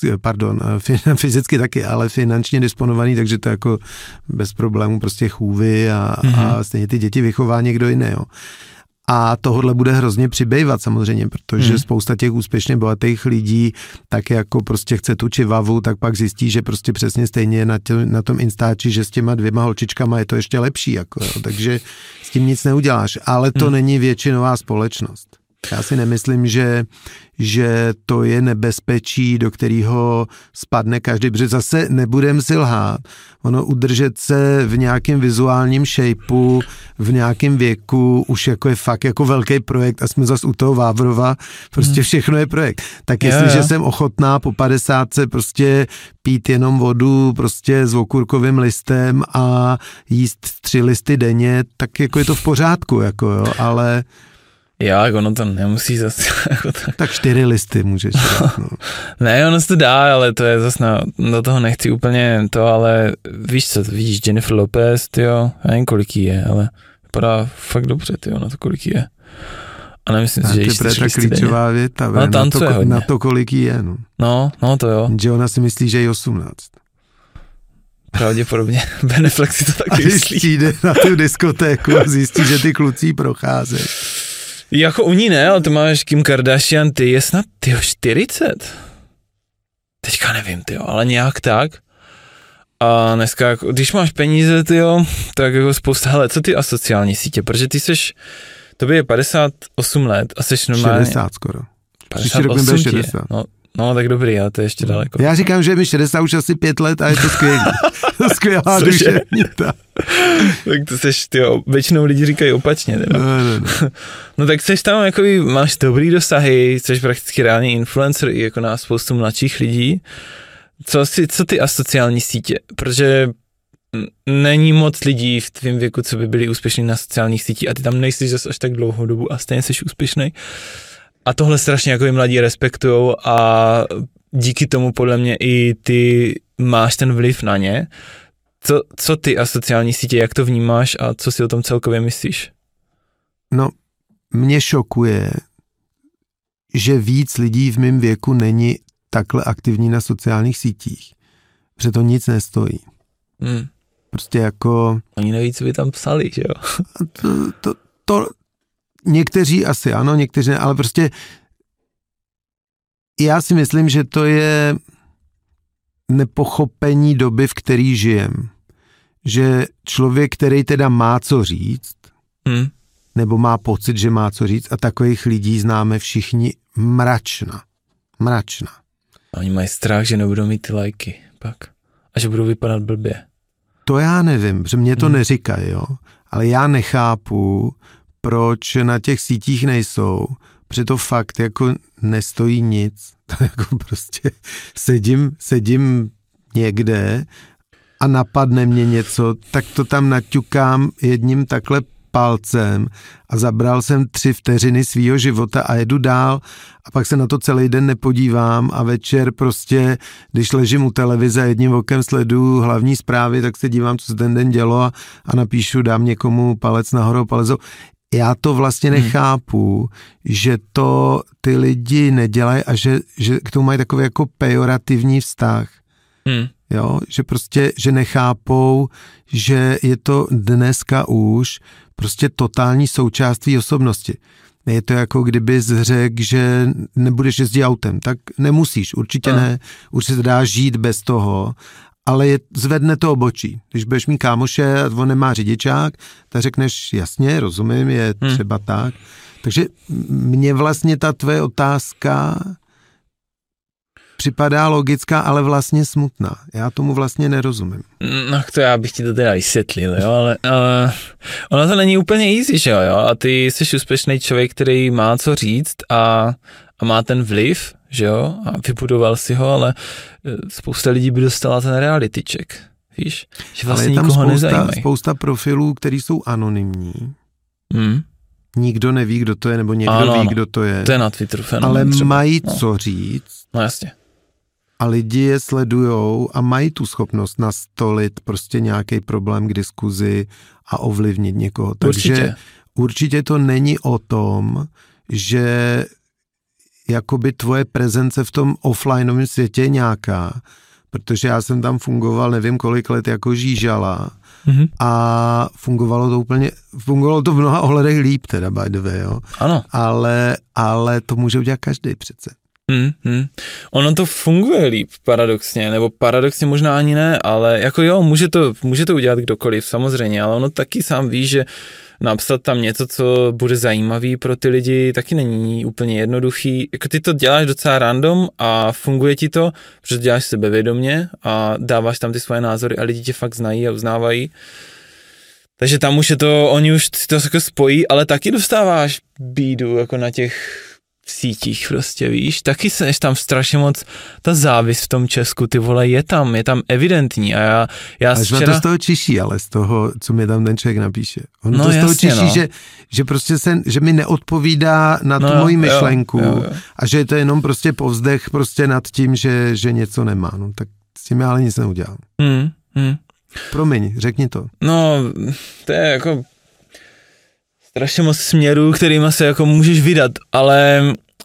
fyzicky taky, ale finančně disponovaný, takže to jako bez problémů prostě chůvy a stejně ty děti vychová někdo jiný, jo. A tohle bude hrozně přibývat samozřejmě, protože spousta těch úspěšně bohatých lidí tak jako prostě chce tu čivavu, tak pak zjistí, že prostě přesně stejně na tom Instači, že s těma 2 holčičkama je to ještě lepší, jako, jo. Takže s tím nic neuděláš, ale to není většinová společnost. Já si nemyslím, že to je nebezpečí, do kterého spadne každý, protože zase nebudem si lhát. Ono udržet se v nějakém vizuálním shapeu, v nějakém věku, už jako je fakt jako velký projekt a jsme zase u toho Vávrova, prostě všechno je projekt. Tak jestliže jsem ochotná po 50 prostě pít jenom vodu prostě s okurkovým listem a jíst 3 listy denně, tak jako je to v pořádku, jako jo, ale...
Jak ono to nemusí zase jako tak.
Tak 4 listy můžeš dát, no.
Ne, ono se to dá, ale to je zase do toho nechci úplně to, ale víš co, vidíš Jennifer Lopez, tyjo, já nevím kolik jí je, ale vypadá fakt dobře, tyjo, na to kolik jí je. A nemyslím si, že jí 4 listy denně.
Klíčová věta, na to kolik jí je, no.
No to jo.
Že ona si myslí, že je 18.
Pravděpodobně Beneflex si to taky myslí.
A když jde na tu diskotéku a zjistí, že ty kluci procházejí.
Jako u ní ne, ale to máš Kim Kardashian, ty je snad 40. Teďka nevím, ale nějak tak. A dneska, jako, když máš peníze, tak jako spousta, hele, co ty asociální sítě, protože ty seš, tobě je 58 let a seš normálně.
60 skoro.
58 60. No, tak dobrý, ale to je ještě daleko.
Já říkám, že mi 60 už asi 5 let a je to skvělý. Skvělá duševníta.
Tak to seš, většinou lidi říkají opačně.
No.
No tak seš tam, jako máš dobrý dosahy, jsi prakticky reálně influencer i jako na spoustu mladších lidí. Co ty asociální sítě? Protože není moc lidí v tvém věku, co by byli úspěšní na sociálních sítích a ty tam nejsi zase až tak dlouhou dobu a stejně jsi úspěšný. A tohle strašně jako mladí respektujou a díky tomu podle mě i ty máš ten vliv na ně. Co ty asociální sítě, jak to vnímáš a co si o tom celkově myslíš?
No, mě šokuje, že víc lidí v mém věku není takhle aktivní na sociálních sítích. Protože to nic nestojí. Prostě jako...
Oni neví, co by tam psali, že jo?
To někteří asi ano, někteří ne, ale prostě já si myslím, že to je nepochopení doby, v který žijem. Že člověk, který teda má co říct, nebo má pocit, že má co říct, a takových lidí známe všichni mračna.
A oni mají strach, že nebudou mít ty lajky pak a že budou vypadat blbě.
To já nevím, protože mě to neříkají, jo. Ale já nechápu, proč na těch sítích nejsou, protože to fakt jako nestojí nic. To jako prostě sedím někde a napadne mě něco, tak to tam naťukám jedním takhle palcem a zabral jsem 3 vteřiny svýho života a jedu dál a pak se na to celý den nepodívám a večer prostě, když ležím u televize a jedním okem sleduju hlavní zprávy, tak se dívám, co se ten den dělo a napíšu, dám někomu palec nahoru, palec dolů. Já to vlastně nechápu, že to ty lidi nedělají a že k tomu mají takový jako pejorativní vztah. Jo, že prostě, že nechápou, že je to dneska už prostě totální součást tvý osobnosti. Je to jako kdyby řekl, že nebudeš jezdit autem, tak nemusíš, určitě ne, už se dá žít bez toho, ale zvedne to obočí. Když budeš mít kámoše a on nemá řidičák, tak řekneš, jasně, rozumím, je třeba tak. Takže mně vlastně ta tvoje otázka připadá logická, ale vlastně smutná. Já tomu vlastně nerozumím.
No to já bych ti to teda vysvětlil, jo, ale ono to není úplně easy, že jo, a ty jsi úspěšný člověk, který má co říct a má ten vliv, že jo, a vybudoval si ho, ale spousta lidí by dostala ten reality check, víš, že vlastně nikoho nezajímají.
Spousta profilů, který jsou anonymní. Nikdo neví, kdo to je, nebo někdo ví, kdo to je.
To je na Twitteru fenomén.
Ale mají co říct.
No jasně.
a lidi je sledujou a mají tu schopnost nastolit prostě nějaký problém k diskuzi a ovlivnit někoho. Takže určitě to není o tom, že jakoby tvoje prezence v tom offlineovém světě je nějaká, protože já jsem tam fungoval nevím kolik let jako žížala a fungovalo to v mnoha ohledech líp teda by the way, jo.
Ano.
Ale to může udělat každý přece.
Ono to funguje líp paradoxně, nebo paradoxně možná ani ne, ale jako jo, může to udělat kdokoliv samozřejmě, ale ono taky sám ví, že napsat tam něco, co bude zajímavý pro ty lidi, taky není úplně jednoduchý. Jako ty to děláš docela random a funguje ti to, protože děláš sebevědomě a dáváš tam ty svoje názory a lidi tě fakt znají a uznávají. Takže tam už je to, oni už si to jako spojí, ale taky dostáváš bídu jako na těch sítích prostě, víš, taky seš tam strašně moc, ta závis v tom Česku, ty vole, je tam evidentní a já
až včera... to z toho čiší, ale z toho, co mi tam ten člověk napíše. On to z toho čiší, že prostě že mi neodpovídá na tu moji myšlenku a že je to jenom prostě povzdech prostě nad tím, že něco nemá, no tak s tím já ale nic neudělám. Promiň, řekni to.
No, to je jako strašně moc směrů, kterýma se jako můžeš vydat, ale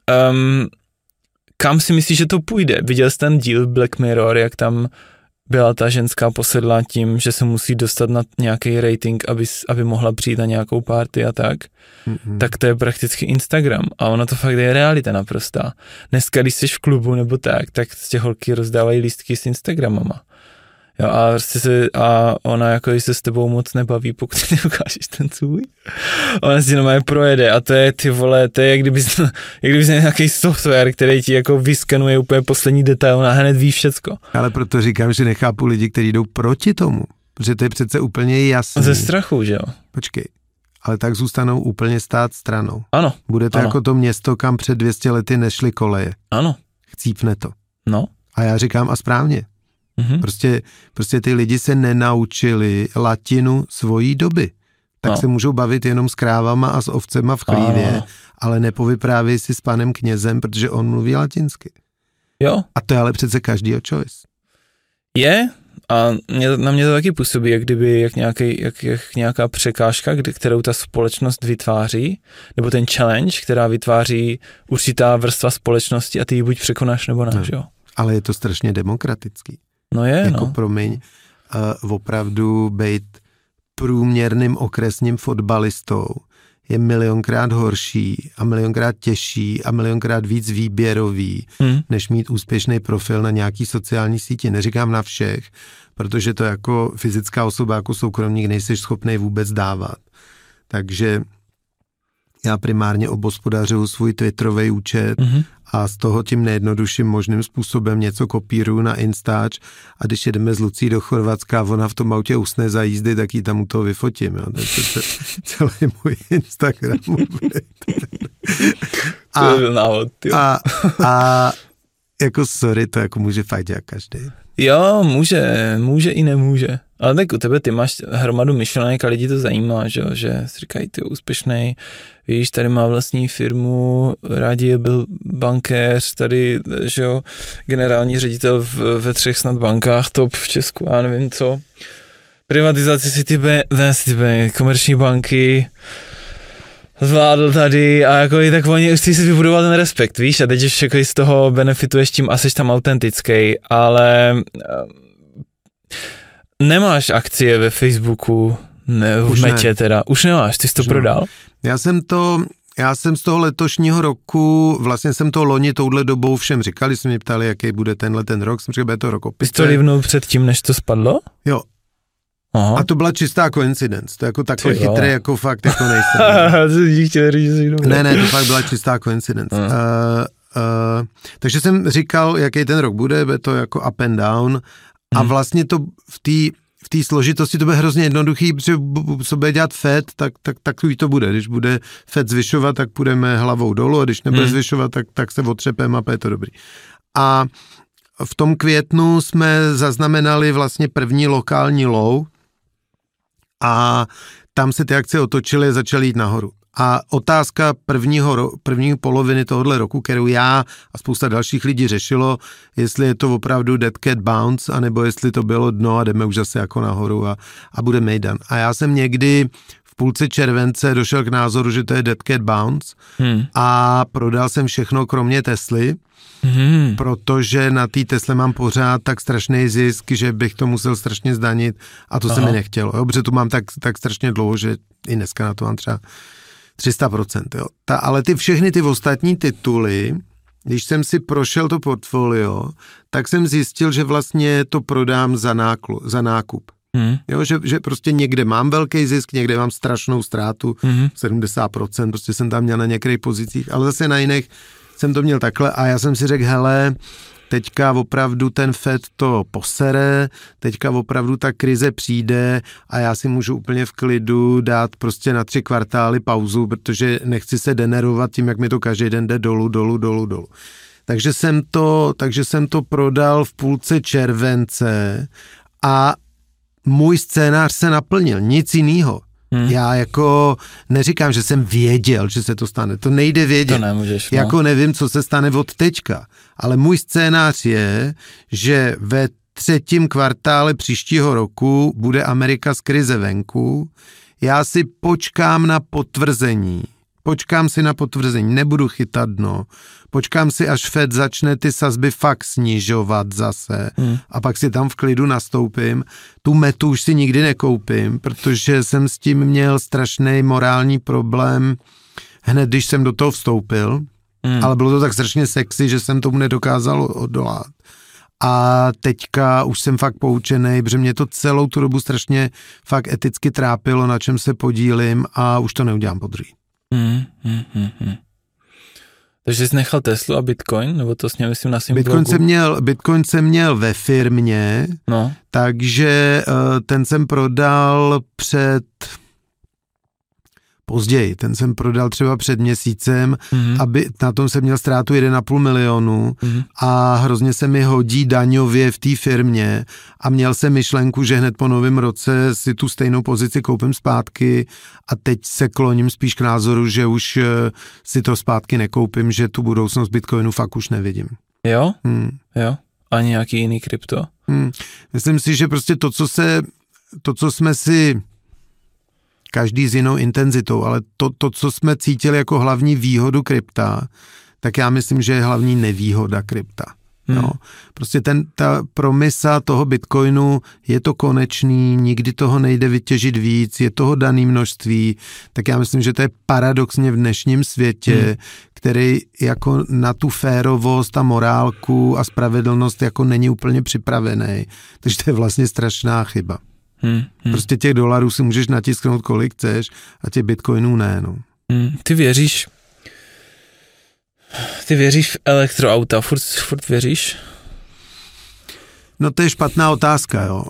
kam si myslíš, že to půjde? Viděl jsi ten díl Black Mirror, jak tam byla ta ženská posedlá tím, že se musí dostat na nějaký rating, aby mohla přijít na nějakou party a tak? Tak to je prakticky Instagram a ono to fakt je realita naprostá. Dneska, když jsi v klubu nebo tak ty holky rozdávají lístky s Instagramama. Jo, a ona jako se s tebou moc nebaví, pokud neukážeš ten svůj. Ona si normálně projede a to je, ty vole, to je jak kdyby nějaký software, který ti jako vyskanuje úplně poslední detail a hned ví všecko.
Ale proto říkám, že nechápu lidi, kteří jdou proti tomu, protože to je přece úplně jasný.
Ze strachu, že jo?
Počkej, ale tak zůstanou úplně stát stranou.
Ano.
Bude to jako to město, kam před 200 lety nešly koleje.
Ano.
Chcípne to.
No.
A já říkám a správně. Prostě ty lidi se nenaučili latinu svojí doby. Tak se můžou bavit jenom s krávama a s ovcema v chlívě, ale nepovyprávěj si s panem knězem, protože on mluví latinsky.
Jo.
A to je ale přece každýho choice.
Je a na mě to taky působí, jak nějaká překážka, kterou ta společnost vytváří, nebo ten challenge, která vytváří určitá vrstva společnosti a ty ji buď překonáš, nebo ne, jo.
Ale je to strašně demokratický.
No je,
jako promiň, opravdu být průměrným okresním fotbalistou je milionkrát horší a milionkrát těžší a milionkrát víc výběrový, než mít úspěšný profil na nějaký sociální síti. Neříkám na všech, protože to jako fyzická osoba, jako soukromník nejseš schopný vůbec dávat. Takže já primárně obhospodařuju svůj Twitterový účet a z toho tím nejjednodušším možným způsobem něco kopíruju na Instač a když jedeme z Lucí do Chorvatska a ona v tom autě usne za jízdy, tak ji tam u toho vyfotím. Jo. To je celý můj Instagram. A jako sorry, to jako může fakt dělat každý.
Jo, může i nemůže. Ale tak u tebe ty máš hromadu myšlenek a lidi to zajímá, že si říkají, ty úspěšnej, víš, tady má vlastní firmu, rádi byl bankéř, tady, že jo, generální ředitel ve 3 snad bankách, top v Česku, já nevím co. Privatizaci Citibank, komerční banky, zvládl tady a jako i tak oni chci si vybudovat ten respekt, víš, a teď už jako z toho benefituješ tím a jsi tam autentický, ale nemáš akcie ve Facebooku, ne, v Metě teda, už nemáš, ty jsi to prodal?
Já jsem z toho letošního roku, vlastně jsem to loni touhle dobou všem říkal, když jsme mě ptali, jaký bude tenhle ten rok, jsem říkal, bude to rokopis.
Jsi to livnul před tím, než to spadlo?
Jo. Aha. A to byla čistá coincidence, to jako takhle chytrý, jako fakt jako nejsem. Ne, to fakt byla čistá coincidence. Takže jsem říkal, jaký ten rok bude to jako up and down a vlastně to v té složitosti to bude hrozně jednoduchý, protože co bude dělat Fed, tak to bude. Když bude Fed zvyšovat, tak půjdeme hlavou dolů a když nebude zvyšovat, tak se otřepeme a je to dobrý. A v tom květnu jsme zaznamenali vlastně první lokální low a tam se ty akcie otočily a začaly jít nahoru. A otázka první poloviny tohohle roku, kterou já a spousta dalších lidí řešilo, jestli je to opravdu dead cat bounce, anebo jestli to bylo dno a jdeme už zase jako nahoru a bude mejdan. A já jsem někdy v půlce července došel k názoru, že to je dead cat bounce a prodal jsem všechno kromě Tesly, protože na té Tesle mám pořád tak strašný zisk, že bych to musel strašně zdanit a to se mi nechtělo. Jo? Protože tu mám tak strašně dlouho, že i dneska na to mám třeba 300%. Jo. Ale všechny ty ostatní tituly, když jsem si prošel to portfolio, tak jsem zjistil, že vlastně to prodám za nákup. Jo, že prostě někde mám velký zisk, někde mám strašnou ztrátu, 70%, prostě jsem tam měl na některých pozicích, ale zase na jiných jsem to měl takhle a já jsem si řekl, hele, teďka opravdu ten Fed to posere, teďka opravdu ta krize přijde a já si můžu úplně v klidu dát prostě na 3 kvartály pauzu, protože nechci se denervovat tím, jak mi to každý den jde dolů. Takže jsem to prodal v půlce července a můj scénář se naplnil, nic jinýho. Já jako neříkám, že jsem věděl, že se to stane, to nejde vědět.
To nemůžeš, no.
Jako nevím, co se stane od teďka, ale můj scénář je, že ve 3. kvartále příštího roku bude Amerika z krize venku, já si počkám si na potvrzení, nebudu chytat dno, počkám si, až Fed začne ty sazby fakt snižovat zase a pak si tam v klidu nastoupím. Tu metu už si nikdy nekoupím, protože jsem s tím měl strašný morální problém hned, když jsem do toho vstoupil, ale bylo to tak strašně sexy, že jsem tomu nedokázal odolat. A teďka už jsem fakt poučený, protože mě to celou tu dobu strašně fakt eticky trápilo, na čem se podílím a už to neudělám podruhý.
Takže jsi nechal Teslu a Bitcoin, nebo to sněl myslím na svým
Bitcoin jsem měl ve firmě, takže ten jsem prodal později, ten jsem prodal třeba před měsícem, aby na tom jsem měl ztrátu 1,5 milionu a hrozně se mi hodí daňově v té firmě a měl jsem myšlenku, že hned po novém roce si tu stejnou pozici koupím zpátky a teď se kloním spíš k názoru, že už si to zpátky nekoupím, že tu budoucnost Bitcoinu fakt už nevidím.
Jo? Jo? A nějaký jiný krypto?
Myslím si, že prostě to, co jsme si každý s jinou intenzitou, ale to, co jsme cítili jako hlavní výhodu krypta, tak já myslím, že je hlavní nevýhoda krypta. No. Prostě ta promisa toho Bitcoinu je to konečný, nikdy toho nejde vytěžit víc, je toho daný množství, tak já myslím, že to je paradoxně v dnešním světě, který jako na tu férovost a morálku a spravedlnost jako není úplně připravený. Takže to je vlastně strašná chyba. Prostě těch dolarů si můžeš natisknout kolik chceš a těch bitcoinů ne, no.
Ty věříš v elektroauta, furt věříš?
No to je špatná otázka, jo.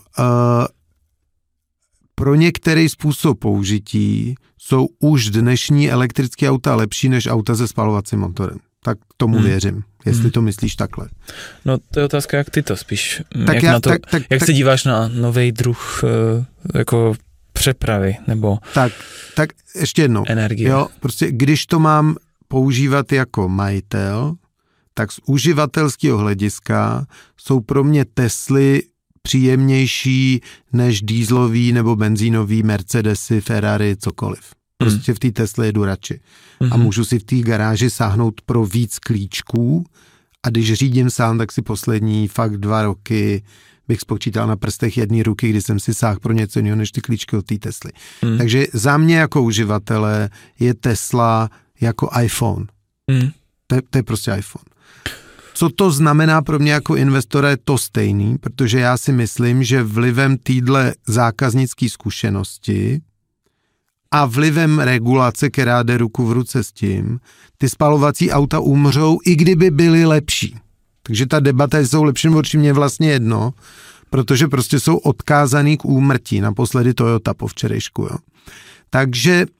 Pro některý způsob použití jsou už dnešní elektrické auta lepší než auta se spalovacím motorem. Tak tomu věřím, jestli to myslíš takhle.
No to je otázka, jak ty to spíš. Jak se díváš na nový druh jako přepravy, nebo
tak ještě jednou.
Energie.
Jo, prostě když to mám používat jako majitel, tak z uživatelského hlediska jsou pro mě Tesly příjemnější než dieselový nebo benzínový Mercedesy, Ferrari, cokoliv. Prostě v té Tesle jedu radši. A můžu si v té garáži sáhnout pro víc klíčků a když řídím sám, tak si poslední fakt 2 roky bych spočítal na prstech jedné ruky, kdy jsem si sáhl pro něco jiného než ty klíčky od té Tesly. Takže za mě jako uživatele je Tesla jako iPhone. To je prostě iPhone. Co to znamená pro mě jako investora je to stejný, protože já si myslím, že vlivem týdle zákaznické zkušenosti a vlivem regulace, která jde ruku v ruce s tím, ty spalovací auta umřou, i kdyby byly lepší. Takže ta debata, jestli jsou lepší nebo mě vlastně jedno, protože prostě jsou odkázaný k úmrtí, naposledy Toyota po včerejšku. Jo. Takže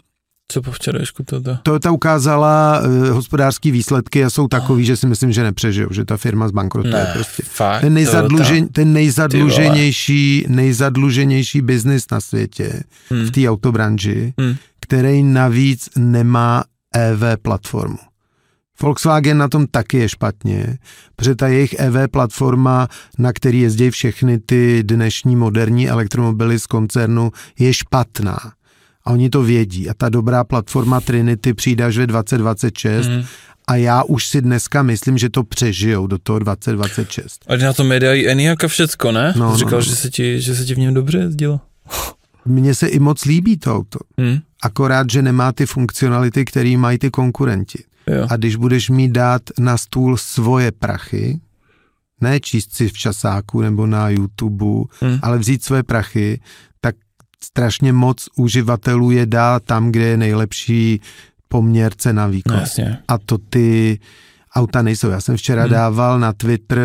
Co po včerejšku toto?
Toyota ukázala hospodářský výsledky a jsou takový, že si myslím, že nepřežijou, že ta firma zbankrotuje.
Ne,
prostě.
Fakt,
Ten nejzadluženější biznis na světě v té autobranži, který navíc nemá EV platformu. Volkswagen na tom taky je špatně, protože ta jejich EV platforma, na který jezdí všechny ty dnešní moderní elektromobily z koncernu, je špatná. A oni to vědí. A ta dobrá platforma Trinity přijde až ve 2026 a já už si dneska myslím, že to přežijou do toho 2026.
A na tom jedají Enyaq a všecko, ne? No, říkal, no. Že se ti v něm dobře jezdilo.
Mně se i moc líbí to auto. Akorát, že nemá ty funkcionality, které mají ty konkurenti. Jo. A když budeš mít dát na stůl svoje prachy, ne číst si v časáku nebo na YouTube, ale vzít svoje prachy, tak strašně moc uživatelů je dá tam, kde je nejlepší poměr cena výkon.
No,
a to ty auta nejsou. Já jsem včera dával na Twitter,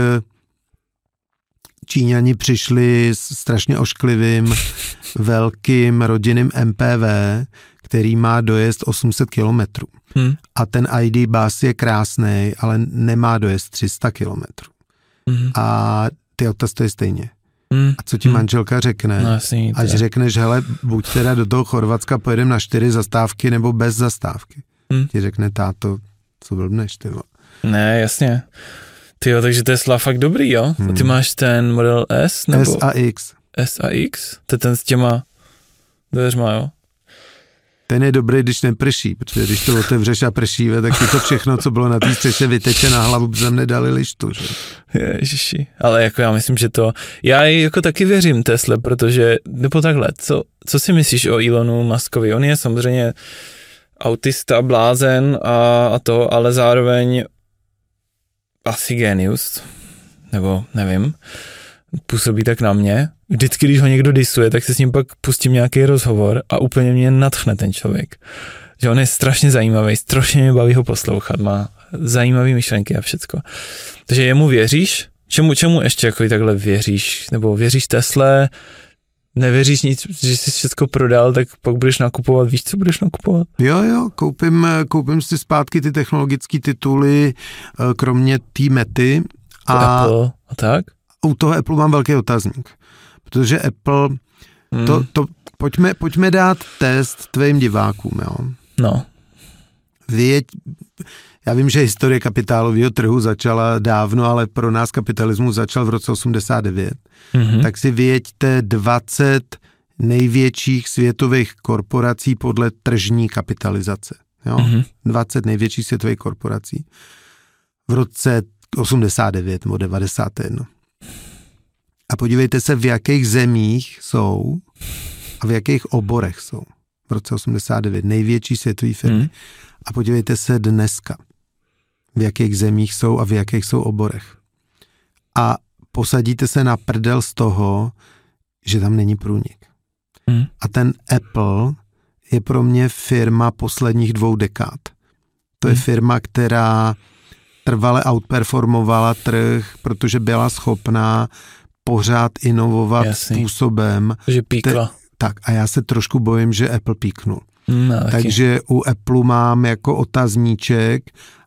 Číňani přišli s strašně ošklivým velkým rodinným MPV, který má dojezd 800 kilometrů. A ten ID Bus je krásný, ale nemá dojezd 300 kilometrů. A ty auta stojí stejně. A co ti manželka řekne?
No, jasný,
až řekneš, hele, buď teda do toho Chorvatska pojedem na 4 zastávky nebo bez zastávky. Ti řekne, táto, co blbneš, ty.
Ne, jasně. Tyjo, takže to je fakt dobrý, jo? A ty máš ten model S? Nebo
S a X.
S a X? To je ten s těma dveřma, jo?
Ten je dobrý, když neprší, protože když to otevřeš a prší, tak ti to všechno, co bylo na té střeše, vyteče na hlavu, protože tam nedali lištu, že?
Ježiši, ale jako já myslím, že to, já jako taky věřím Tesle, protože, nebo takhle, co si myslíš o Elonu Muskovi? On je samozřejmě autista, blázen a to, ale zároveň asi genius, nebo nevím, působí tak na mě. Vždycky, když ho někdo disuje, tak se s ním pak pustím nějaký rozhovor a úplně mě nadchne ten člověk. Že on je strašně zajímavý, strašně mě baví ho poslouchat, má zajímavý myšlenky a všecko. Takže jemu věříš? Čemu ještě jako takhle věříš? Nebo věříš Tesle? Nevěříš nic, že jsi všechno prodal, tak pak budeš nakupovat. Víš, co budeš nakupovat?
Jo, koupím si zpátky ty technologické tituly, kromě té Mety.
Apple a tak?
U toho Apple mám velký otazník. Protože Apple, pojďme dát test tvým divákům, jo?
No.
Já vím, že historie kapitálového trhu začala dávno, ale pro nás kapitalismus začal v roce 89. Tak si věďte 20 největších světových korporací podle tržní kapitalizace. Jo? 20 největších světových korporací v roce 89 nebo 91. A podívejte se, v jakých zemích jsou a v jakých oborech jsou. V roce 89 největší světové firmy. A podívejte se dneska, v jakých zemích jsou a v jakých jsou oborech. A posadíte se na prdel z toho, že tam není průnik. A ten Apple je pro mě firma posledních 2 dekád. To je firma, která trvale outperformovala trh, protože byla schopná pořád inovovat způsobem.
Že píkla.
Tak a já se trošku bojím, že Apple píknul. Takže u Apple mám jako otazníček,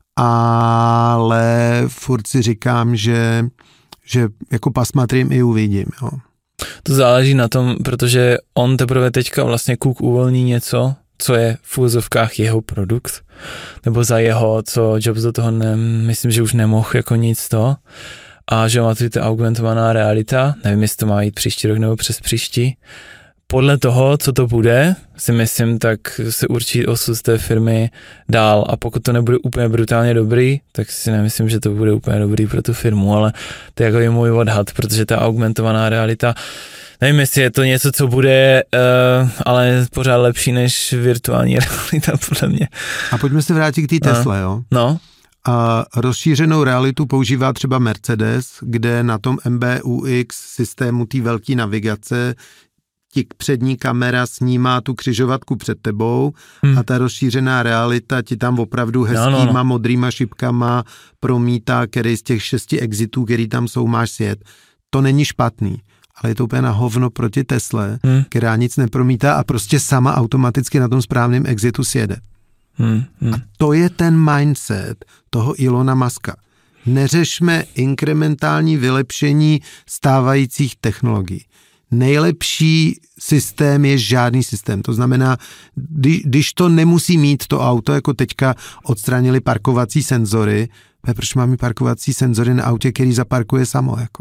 ale furt si říkám, že jako pasmatrím i uvidím. Jo.
To záleží na tom, protože on teprve teďka vlastně Cook uvolní něco, co je v úvozovkách jeho produkt, nebo za jeho, co Jobs do toho myslím, že už nemohl jako nic to. A že má tady ta augmentovaná realita, nevím, jestli to má jít příští rok nebo přes příští. Podle toho, co to bude, si myslím, tak se určí osud té firmy dál a pokud to nebude úplně brutálně dobrý, tak si nemyslím, že to bude úplně dobrý pro tu firmu, ale to je jako je můj odhad, protože ta augmentovaná realita, nevím, jestli je to něco, co bude, ale pořád lepší než virtuální realita, podle mě. A
pojďme se vrátit k té Tesle, jo?
No.
A rozšířenou realitu používá třeba Mercedes, kde na tom MBUX systému té velké navigace ti přední kamera snímá tu křižovatku před tebou a ta rozšířená realita ti tam opravdu hezkýma modrýma šipkama promítá, který z těch 6 exitů, který tam jsou, máš sjet. To není špatný, ale je to úplně na hovno proti Tesle, která nic nepromítá a prostě sama automaticky na tom správném exitu sjede. A to je ten mindset toho Ilona Muska. Neřešme inkrementální vylepšení stávajících technologií. Nejlepší systém je žádný systém. To znamená, když to nemusí mít to auto, jako teďka odstranili parkovací senzory, proč máme parkovací senzory na autě, který zaparkuje samo, jako.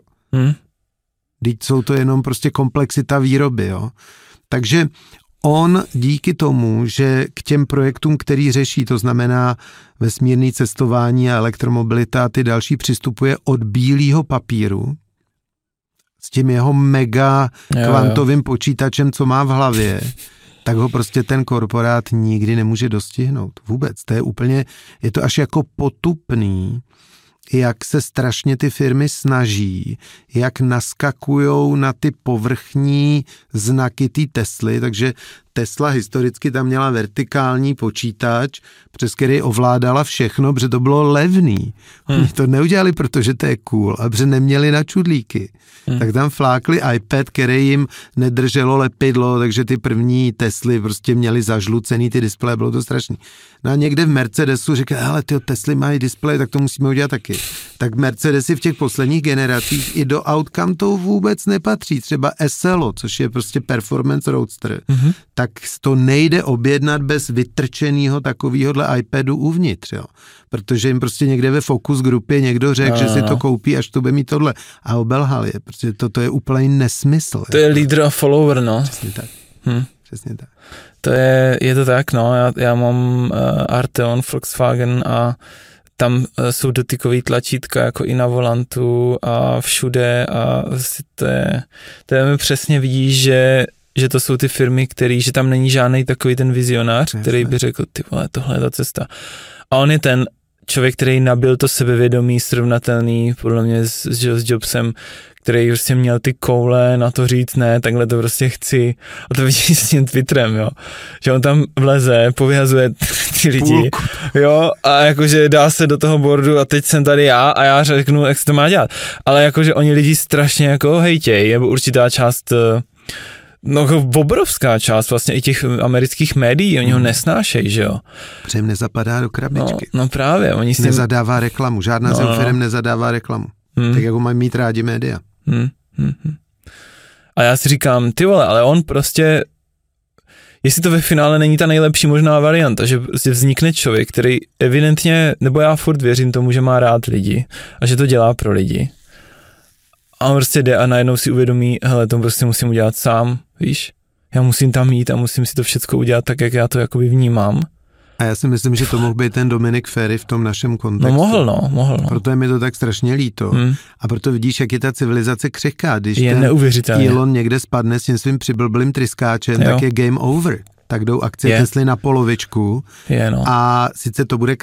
Teď jsou to jenom prostě komplexita výroby, jo. Takže on díky tomu, že k těm projektům, který řeší, to znamená vesmírné cestování a elektromobilita a ty další, přistupuje od bílého papíru s tím jeho mega kvantovým počítačem, co má v hlavě, tak ho prostě ten korporát nikdy nemůže dostihnout. Vůbec. To je úplně, je to až jako potupný, jak se strašně ty firmy snaží, jak naskakujou na ty povrchní znaky té Tesly, takže Tesla historicky tam měla vertikální počítač, přes který ovládala všechno, protože to bylo levný. Oni to neudělali, protože to je cool, a protože neměli na čudlíky. Tak tam flákli iPad, který jim nedrželo lepidlo, takže ty první Tesly prostě měli zažlucený ty displeje, bylo to strašný. No a někde v Mercedesu říká, ale ty Tesly mají displeje, tak to musíme udělat taky. Tak Mercedesy v těch posledních generacích i do aut, kam to vůbec nepatří, třeba SLO, což je prostě performance roadster, tak to nejde objednat bez vytrčenýho takovýhodle iPadu uvnitř, jo. Protože jim prostě někde ve focus grupě někdo řekl, že si to koupí, až to bude mít tohle, a obelhal je, protože toto je úplný nesmysl.
To je leader a follower, no.
Přesně tak. Přesně tak.
To je to tak, no, já mám Arteon Volkswagen a tam jsou dotykové tlačítka jako i na volantu a všude a to mi přesně vidíš, že to jsou ty firmy, že tam není žádný takový ten vizionář, který by řekl, ty vole, tohle je ta cesta. A on je ten člověk, který nabil to sebevědomí srovnatelný podle mě s Jobsem, který prostě měl ty koule na to říct, ne, takhle to prostě chci. A to vidíš s tím Twitterem, jo. Že on tam vleze, povyhazuje ty lidi, jo, a jakože dá se do toho boardu a teď jsem tady já a já řeknu, jak se to má dělat. Ale jakože oni lidi strašně jako hejtěj, nebo určitá část, no obrovská část vlastně i těch amerických médií, oni ho nesnášejí, že jo.
Protože jim nezapadá do krabičky.
No právě. Oni si
nezadává reklamu, žádná z firm nezadává reklamu. Tak jako mají mít rádi média.
A já si říkám, ty vole, ale on prostě, jestli to ve finále není ta nejlepší možná varianta, že prostě vznikne člověk, který evidentně, nebo já furt věřím tomu, že má rád lidi a že to dělá pro lidi. A on prostě jde a najednou si uvědomí, hele, to prostě musím udělat sám, víš? Já musím tam jít a musím si to všechno udělat tak, jak já to jakoby vnímám.
A já si myslím, že to mohl být ten Dominik Ferry v tom našem kontextu.
No mohl.
Proto je mi to tak strašně líto. A proto vidíš, jak je ta civilizace křehká. Když
je neuvěřitelný.
Elon někde spadne s tím svým přiblblým tryskáčem, tak je game over. Tak jdou akcie Tesly na polovičku. A sice to bude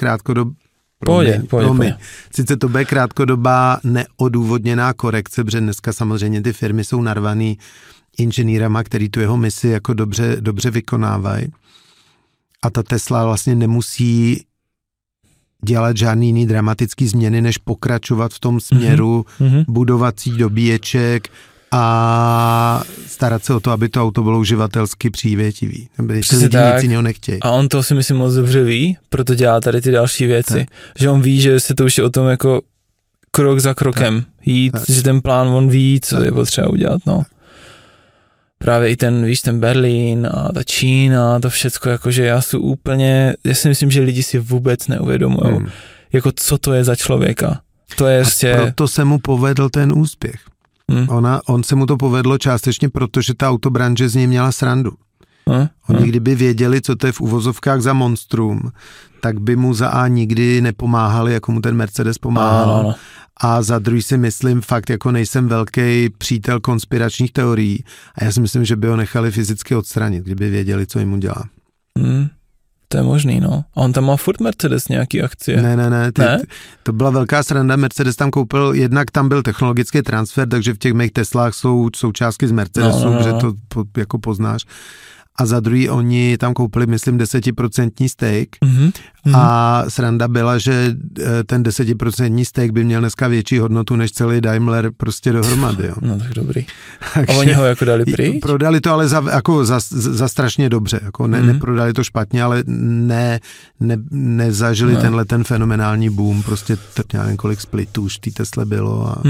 Sice to bude krátkodobá neodůvodněná korekce, protože dneska samozřejmě ty firmy jsou narvaný inženýrama, který tu jeho misi jako dobře vykonávají. A ta Tesla vlastně nemusí dělat žádný jiný dramatický změny, než pokračovat v tom směru budovacích dobíječek a starat se o to, aby to auto bylo uživatelsky přívětivý. Ty lidi nic jiného nechtějí.
A on to si myslím moc dobře ví, proto dělá tady ty další věci. Tak. Že on ví, že se to už je o tom jako krok za krokem jít, že ten plán on ví, co je potřeba udělat, no. Právě i ten Berlín a ta Čína, to všecko, jakože já si myslím, že lidi si vůbec neuvědomujou, jako co to je za člověka. To je
proto se mu povedl ten úspěch. On se mu to povedlo částečně, protože ta autobranže z něj měla srandu. Oni kdyby věděli, co to je v uvozovkách za monstrum, tak by mu za A nikdy nepomáhali, jako mu ten Mercedes pomáhal. A za druhý si myslím, fakt jako nejsem velký přítel konspiračních teorií a já si myslím, že by ho nechali fyzicky odstranit, kdyby věděli, co jim udělá.
To je možný, no. A on tam má furt Mercedes nějaký akcie.
Ne? To byla velká sranda, Mercedes tam koupil, jednak tam byl technologický transfer, takže v těch mých Teslách jsou součástky z Mercedesu, že to jako poznáš. a za druhý oni tam koupili, myslím, 10% steak a sranda byla, že ten 10% steak by měl dneska větší hodnotu než celý Daimler prostě dohromady. Jo.
No tak dobrý. A oni ho jako dali pryč?
Prodali to ale za strašně dobře, jako neprodali to špatně, ale nezažili tenhle ten fenomenální boom, prostě nevím, kolik splitů už v té Tesle bylo. A...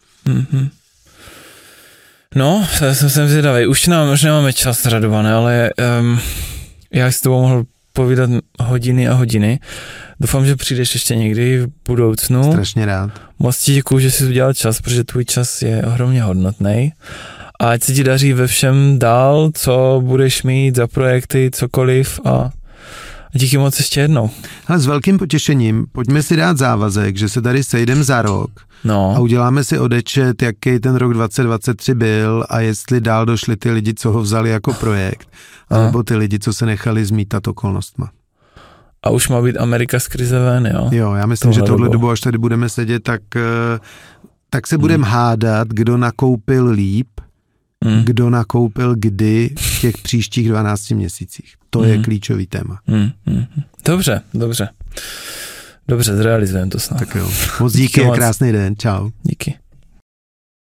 No, jsem zvědavý. Už nemáme čas, Radované, ale já s tebou mohl povídat hodiny a hodiny. Doufám, že přijdeš ještě někdy v budoucnu.
Strašně rád.
Moc ti děkuju, že jsi udělal čas, protože tvůj čas je ohromně hodnotný. A ať se ti daří ve všem dál, co budeš mít za projekty, cokoliv a díky moc ještě jednou.
Ale s velkým potěšením, pojďme si dát závazek, že se tady sejdem za rok a uděláme si odečet, jaký ten rok 2023 byl a jestli dál došli ty lidi, co ho vzali jako projekt, nebo ty lidi, co se nechali zmítat okolnostma.
A už má být Amerika z krize ven, jo?
Jo, já myslím, že tohle dobu, až tady budeme sedět, tak se budeme hádat, kdo nakoupil líp, kdo nakoupil kdy v těch příštích 12 měsících. To je klíčový téma.
Dobře, zrealizujeme to snad.
Tak jo. Moc díky a krásný den. Čau.
Díky.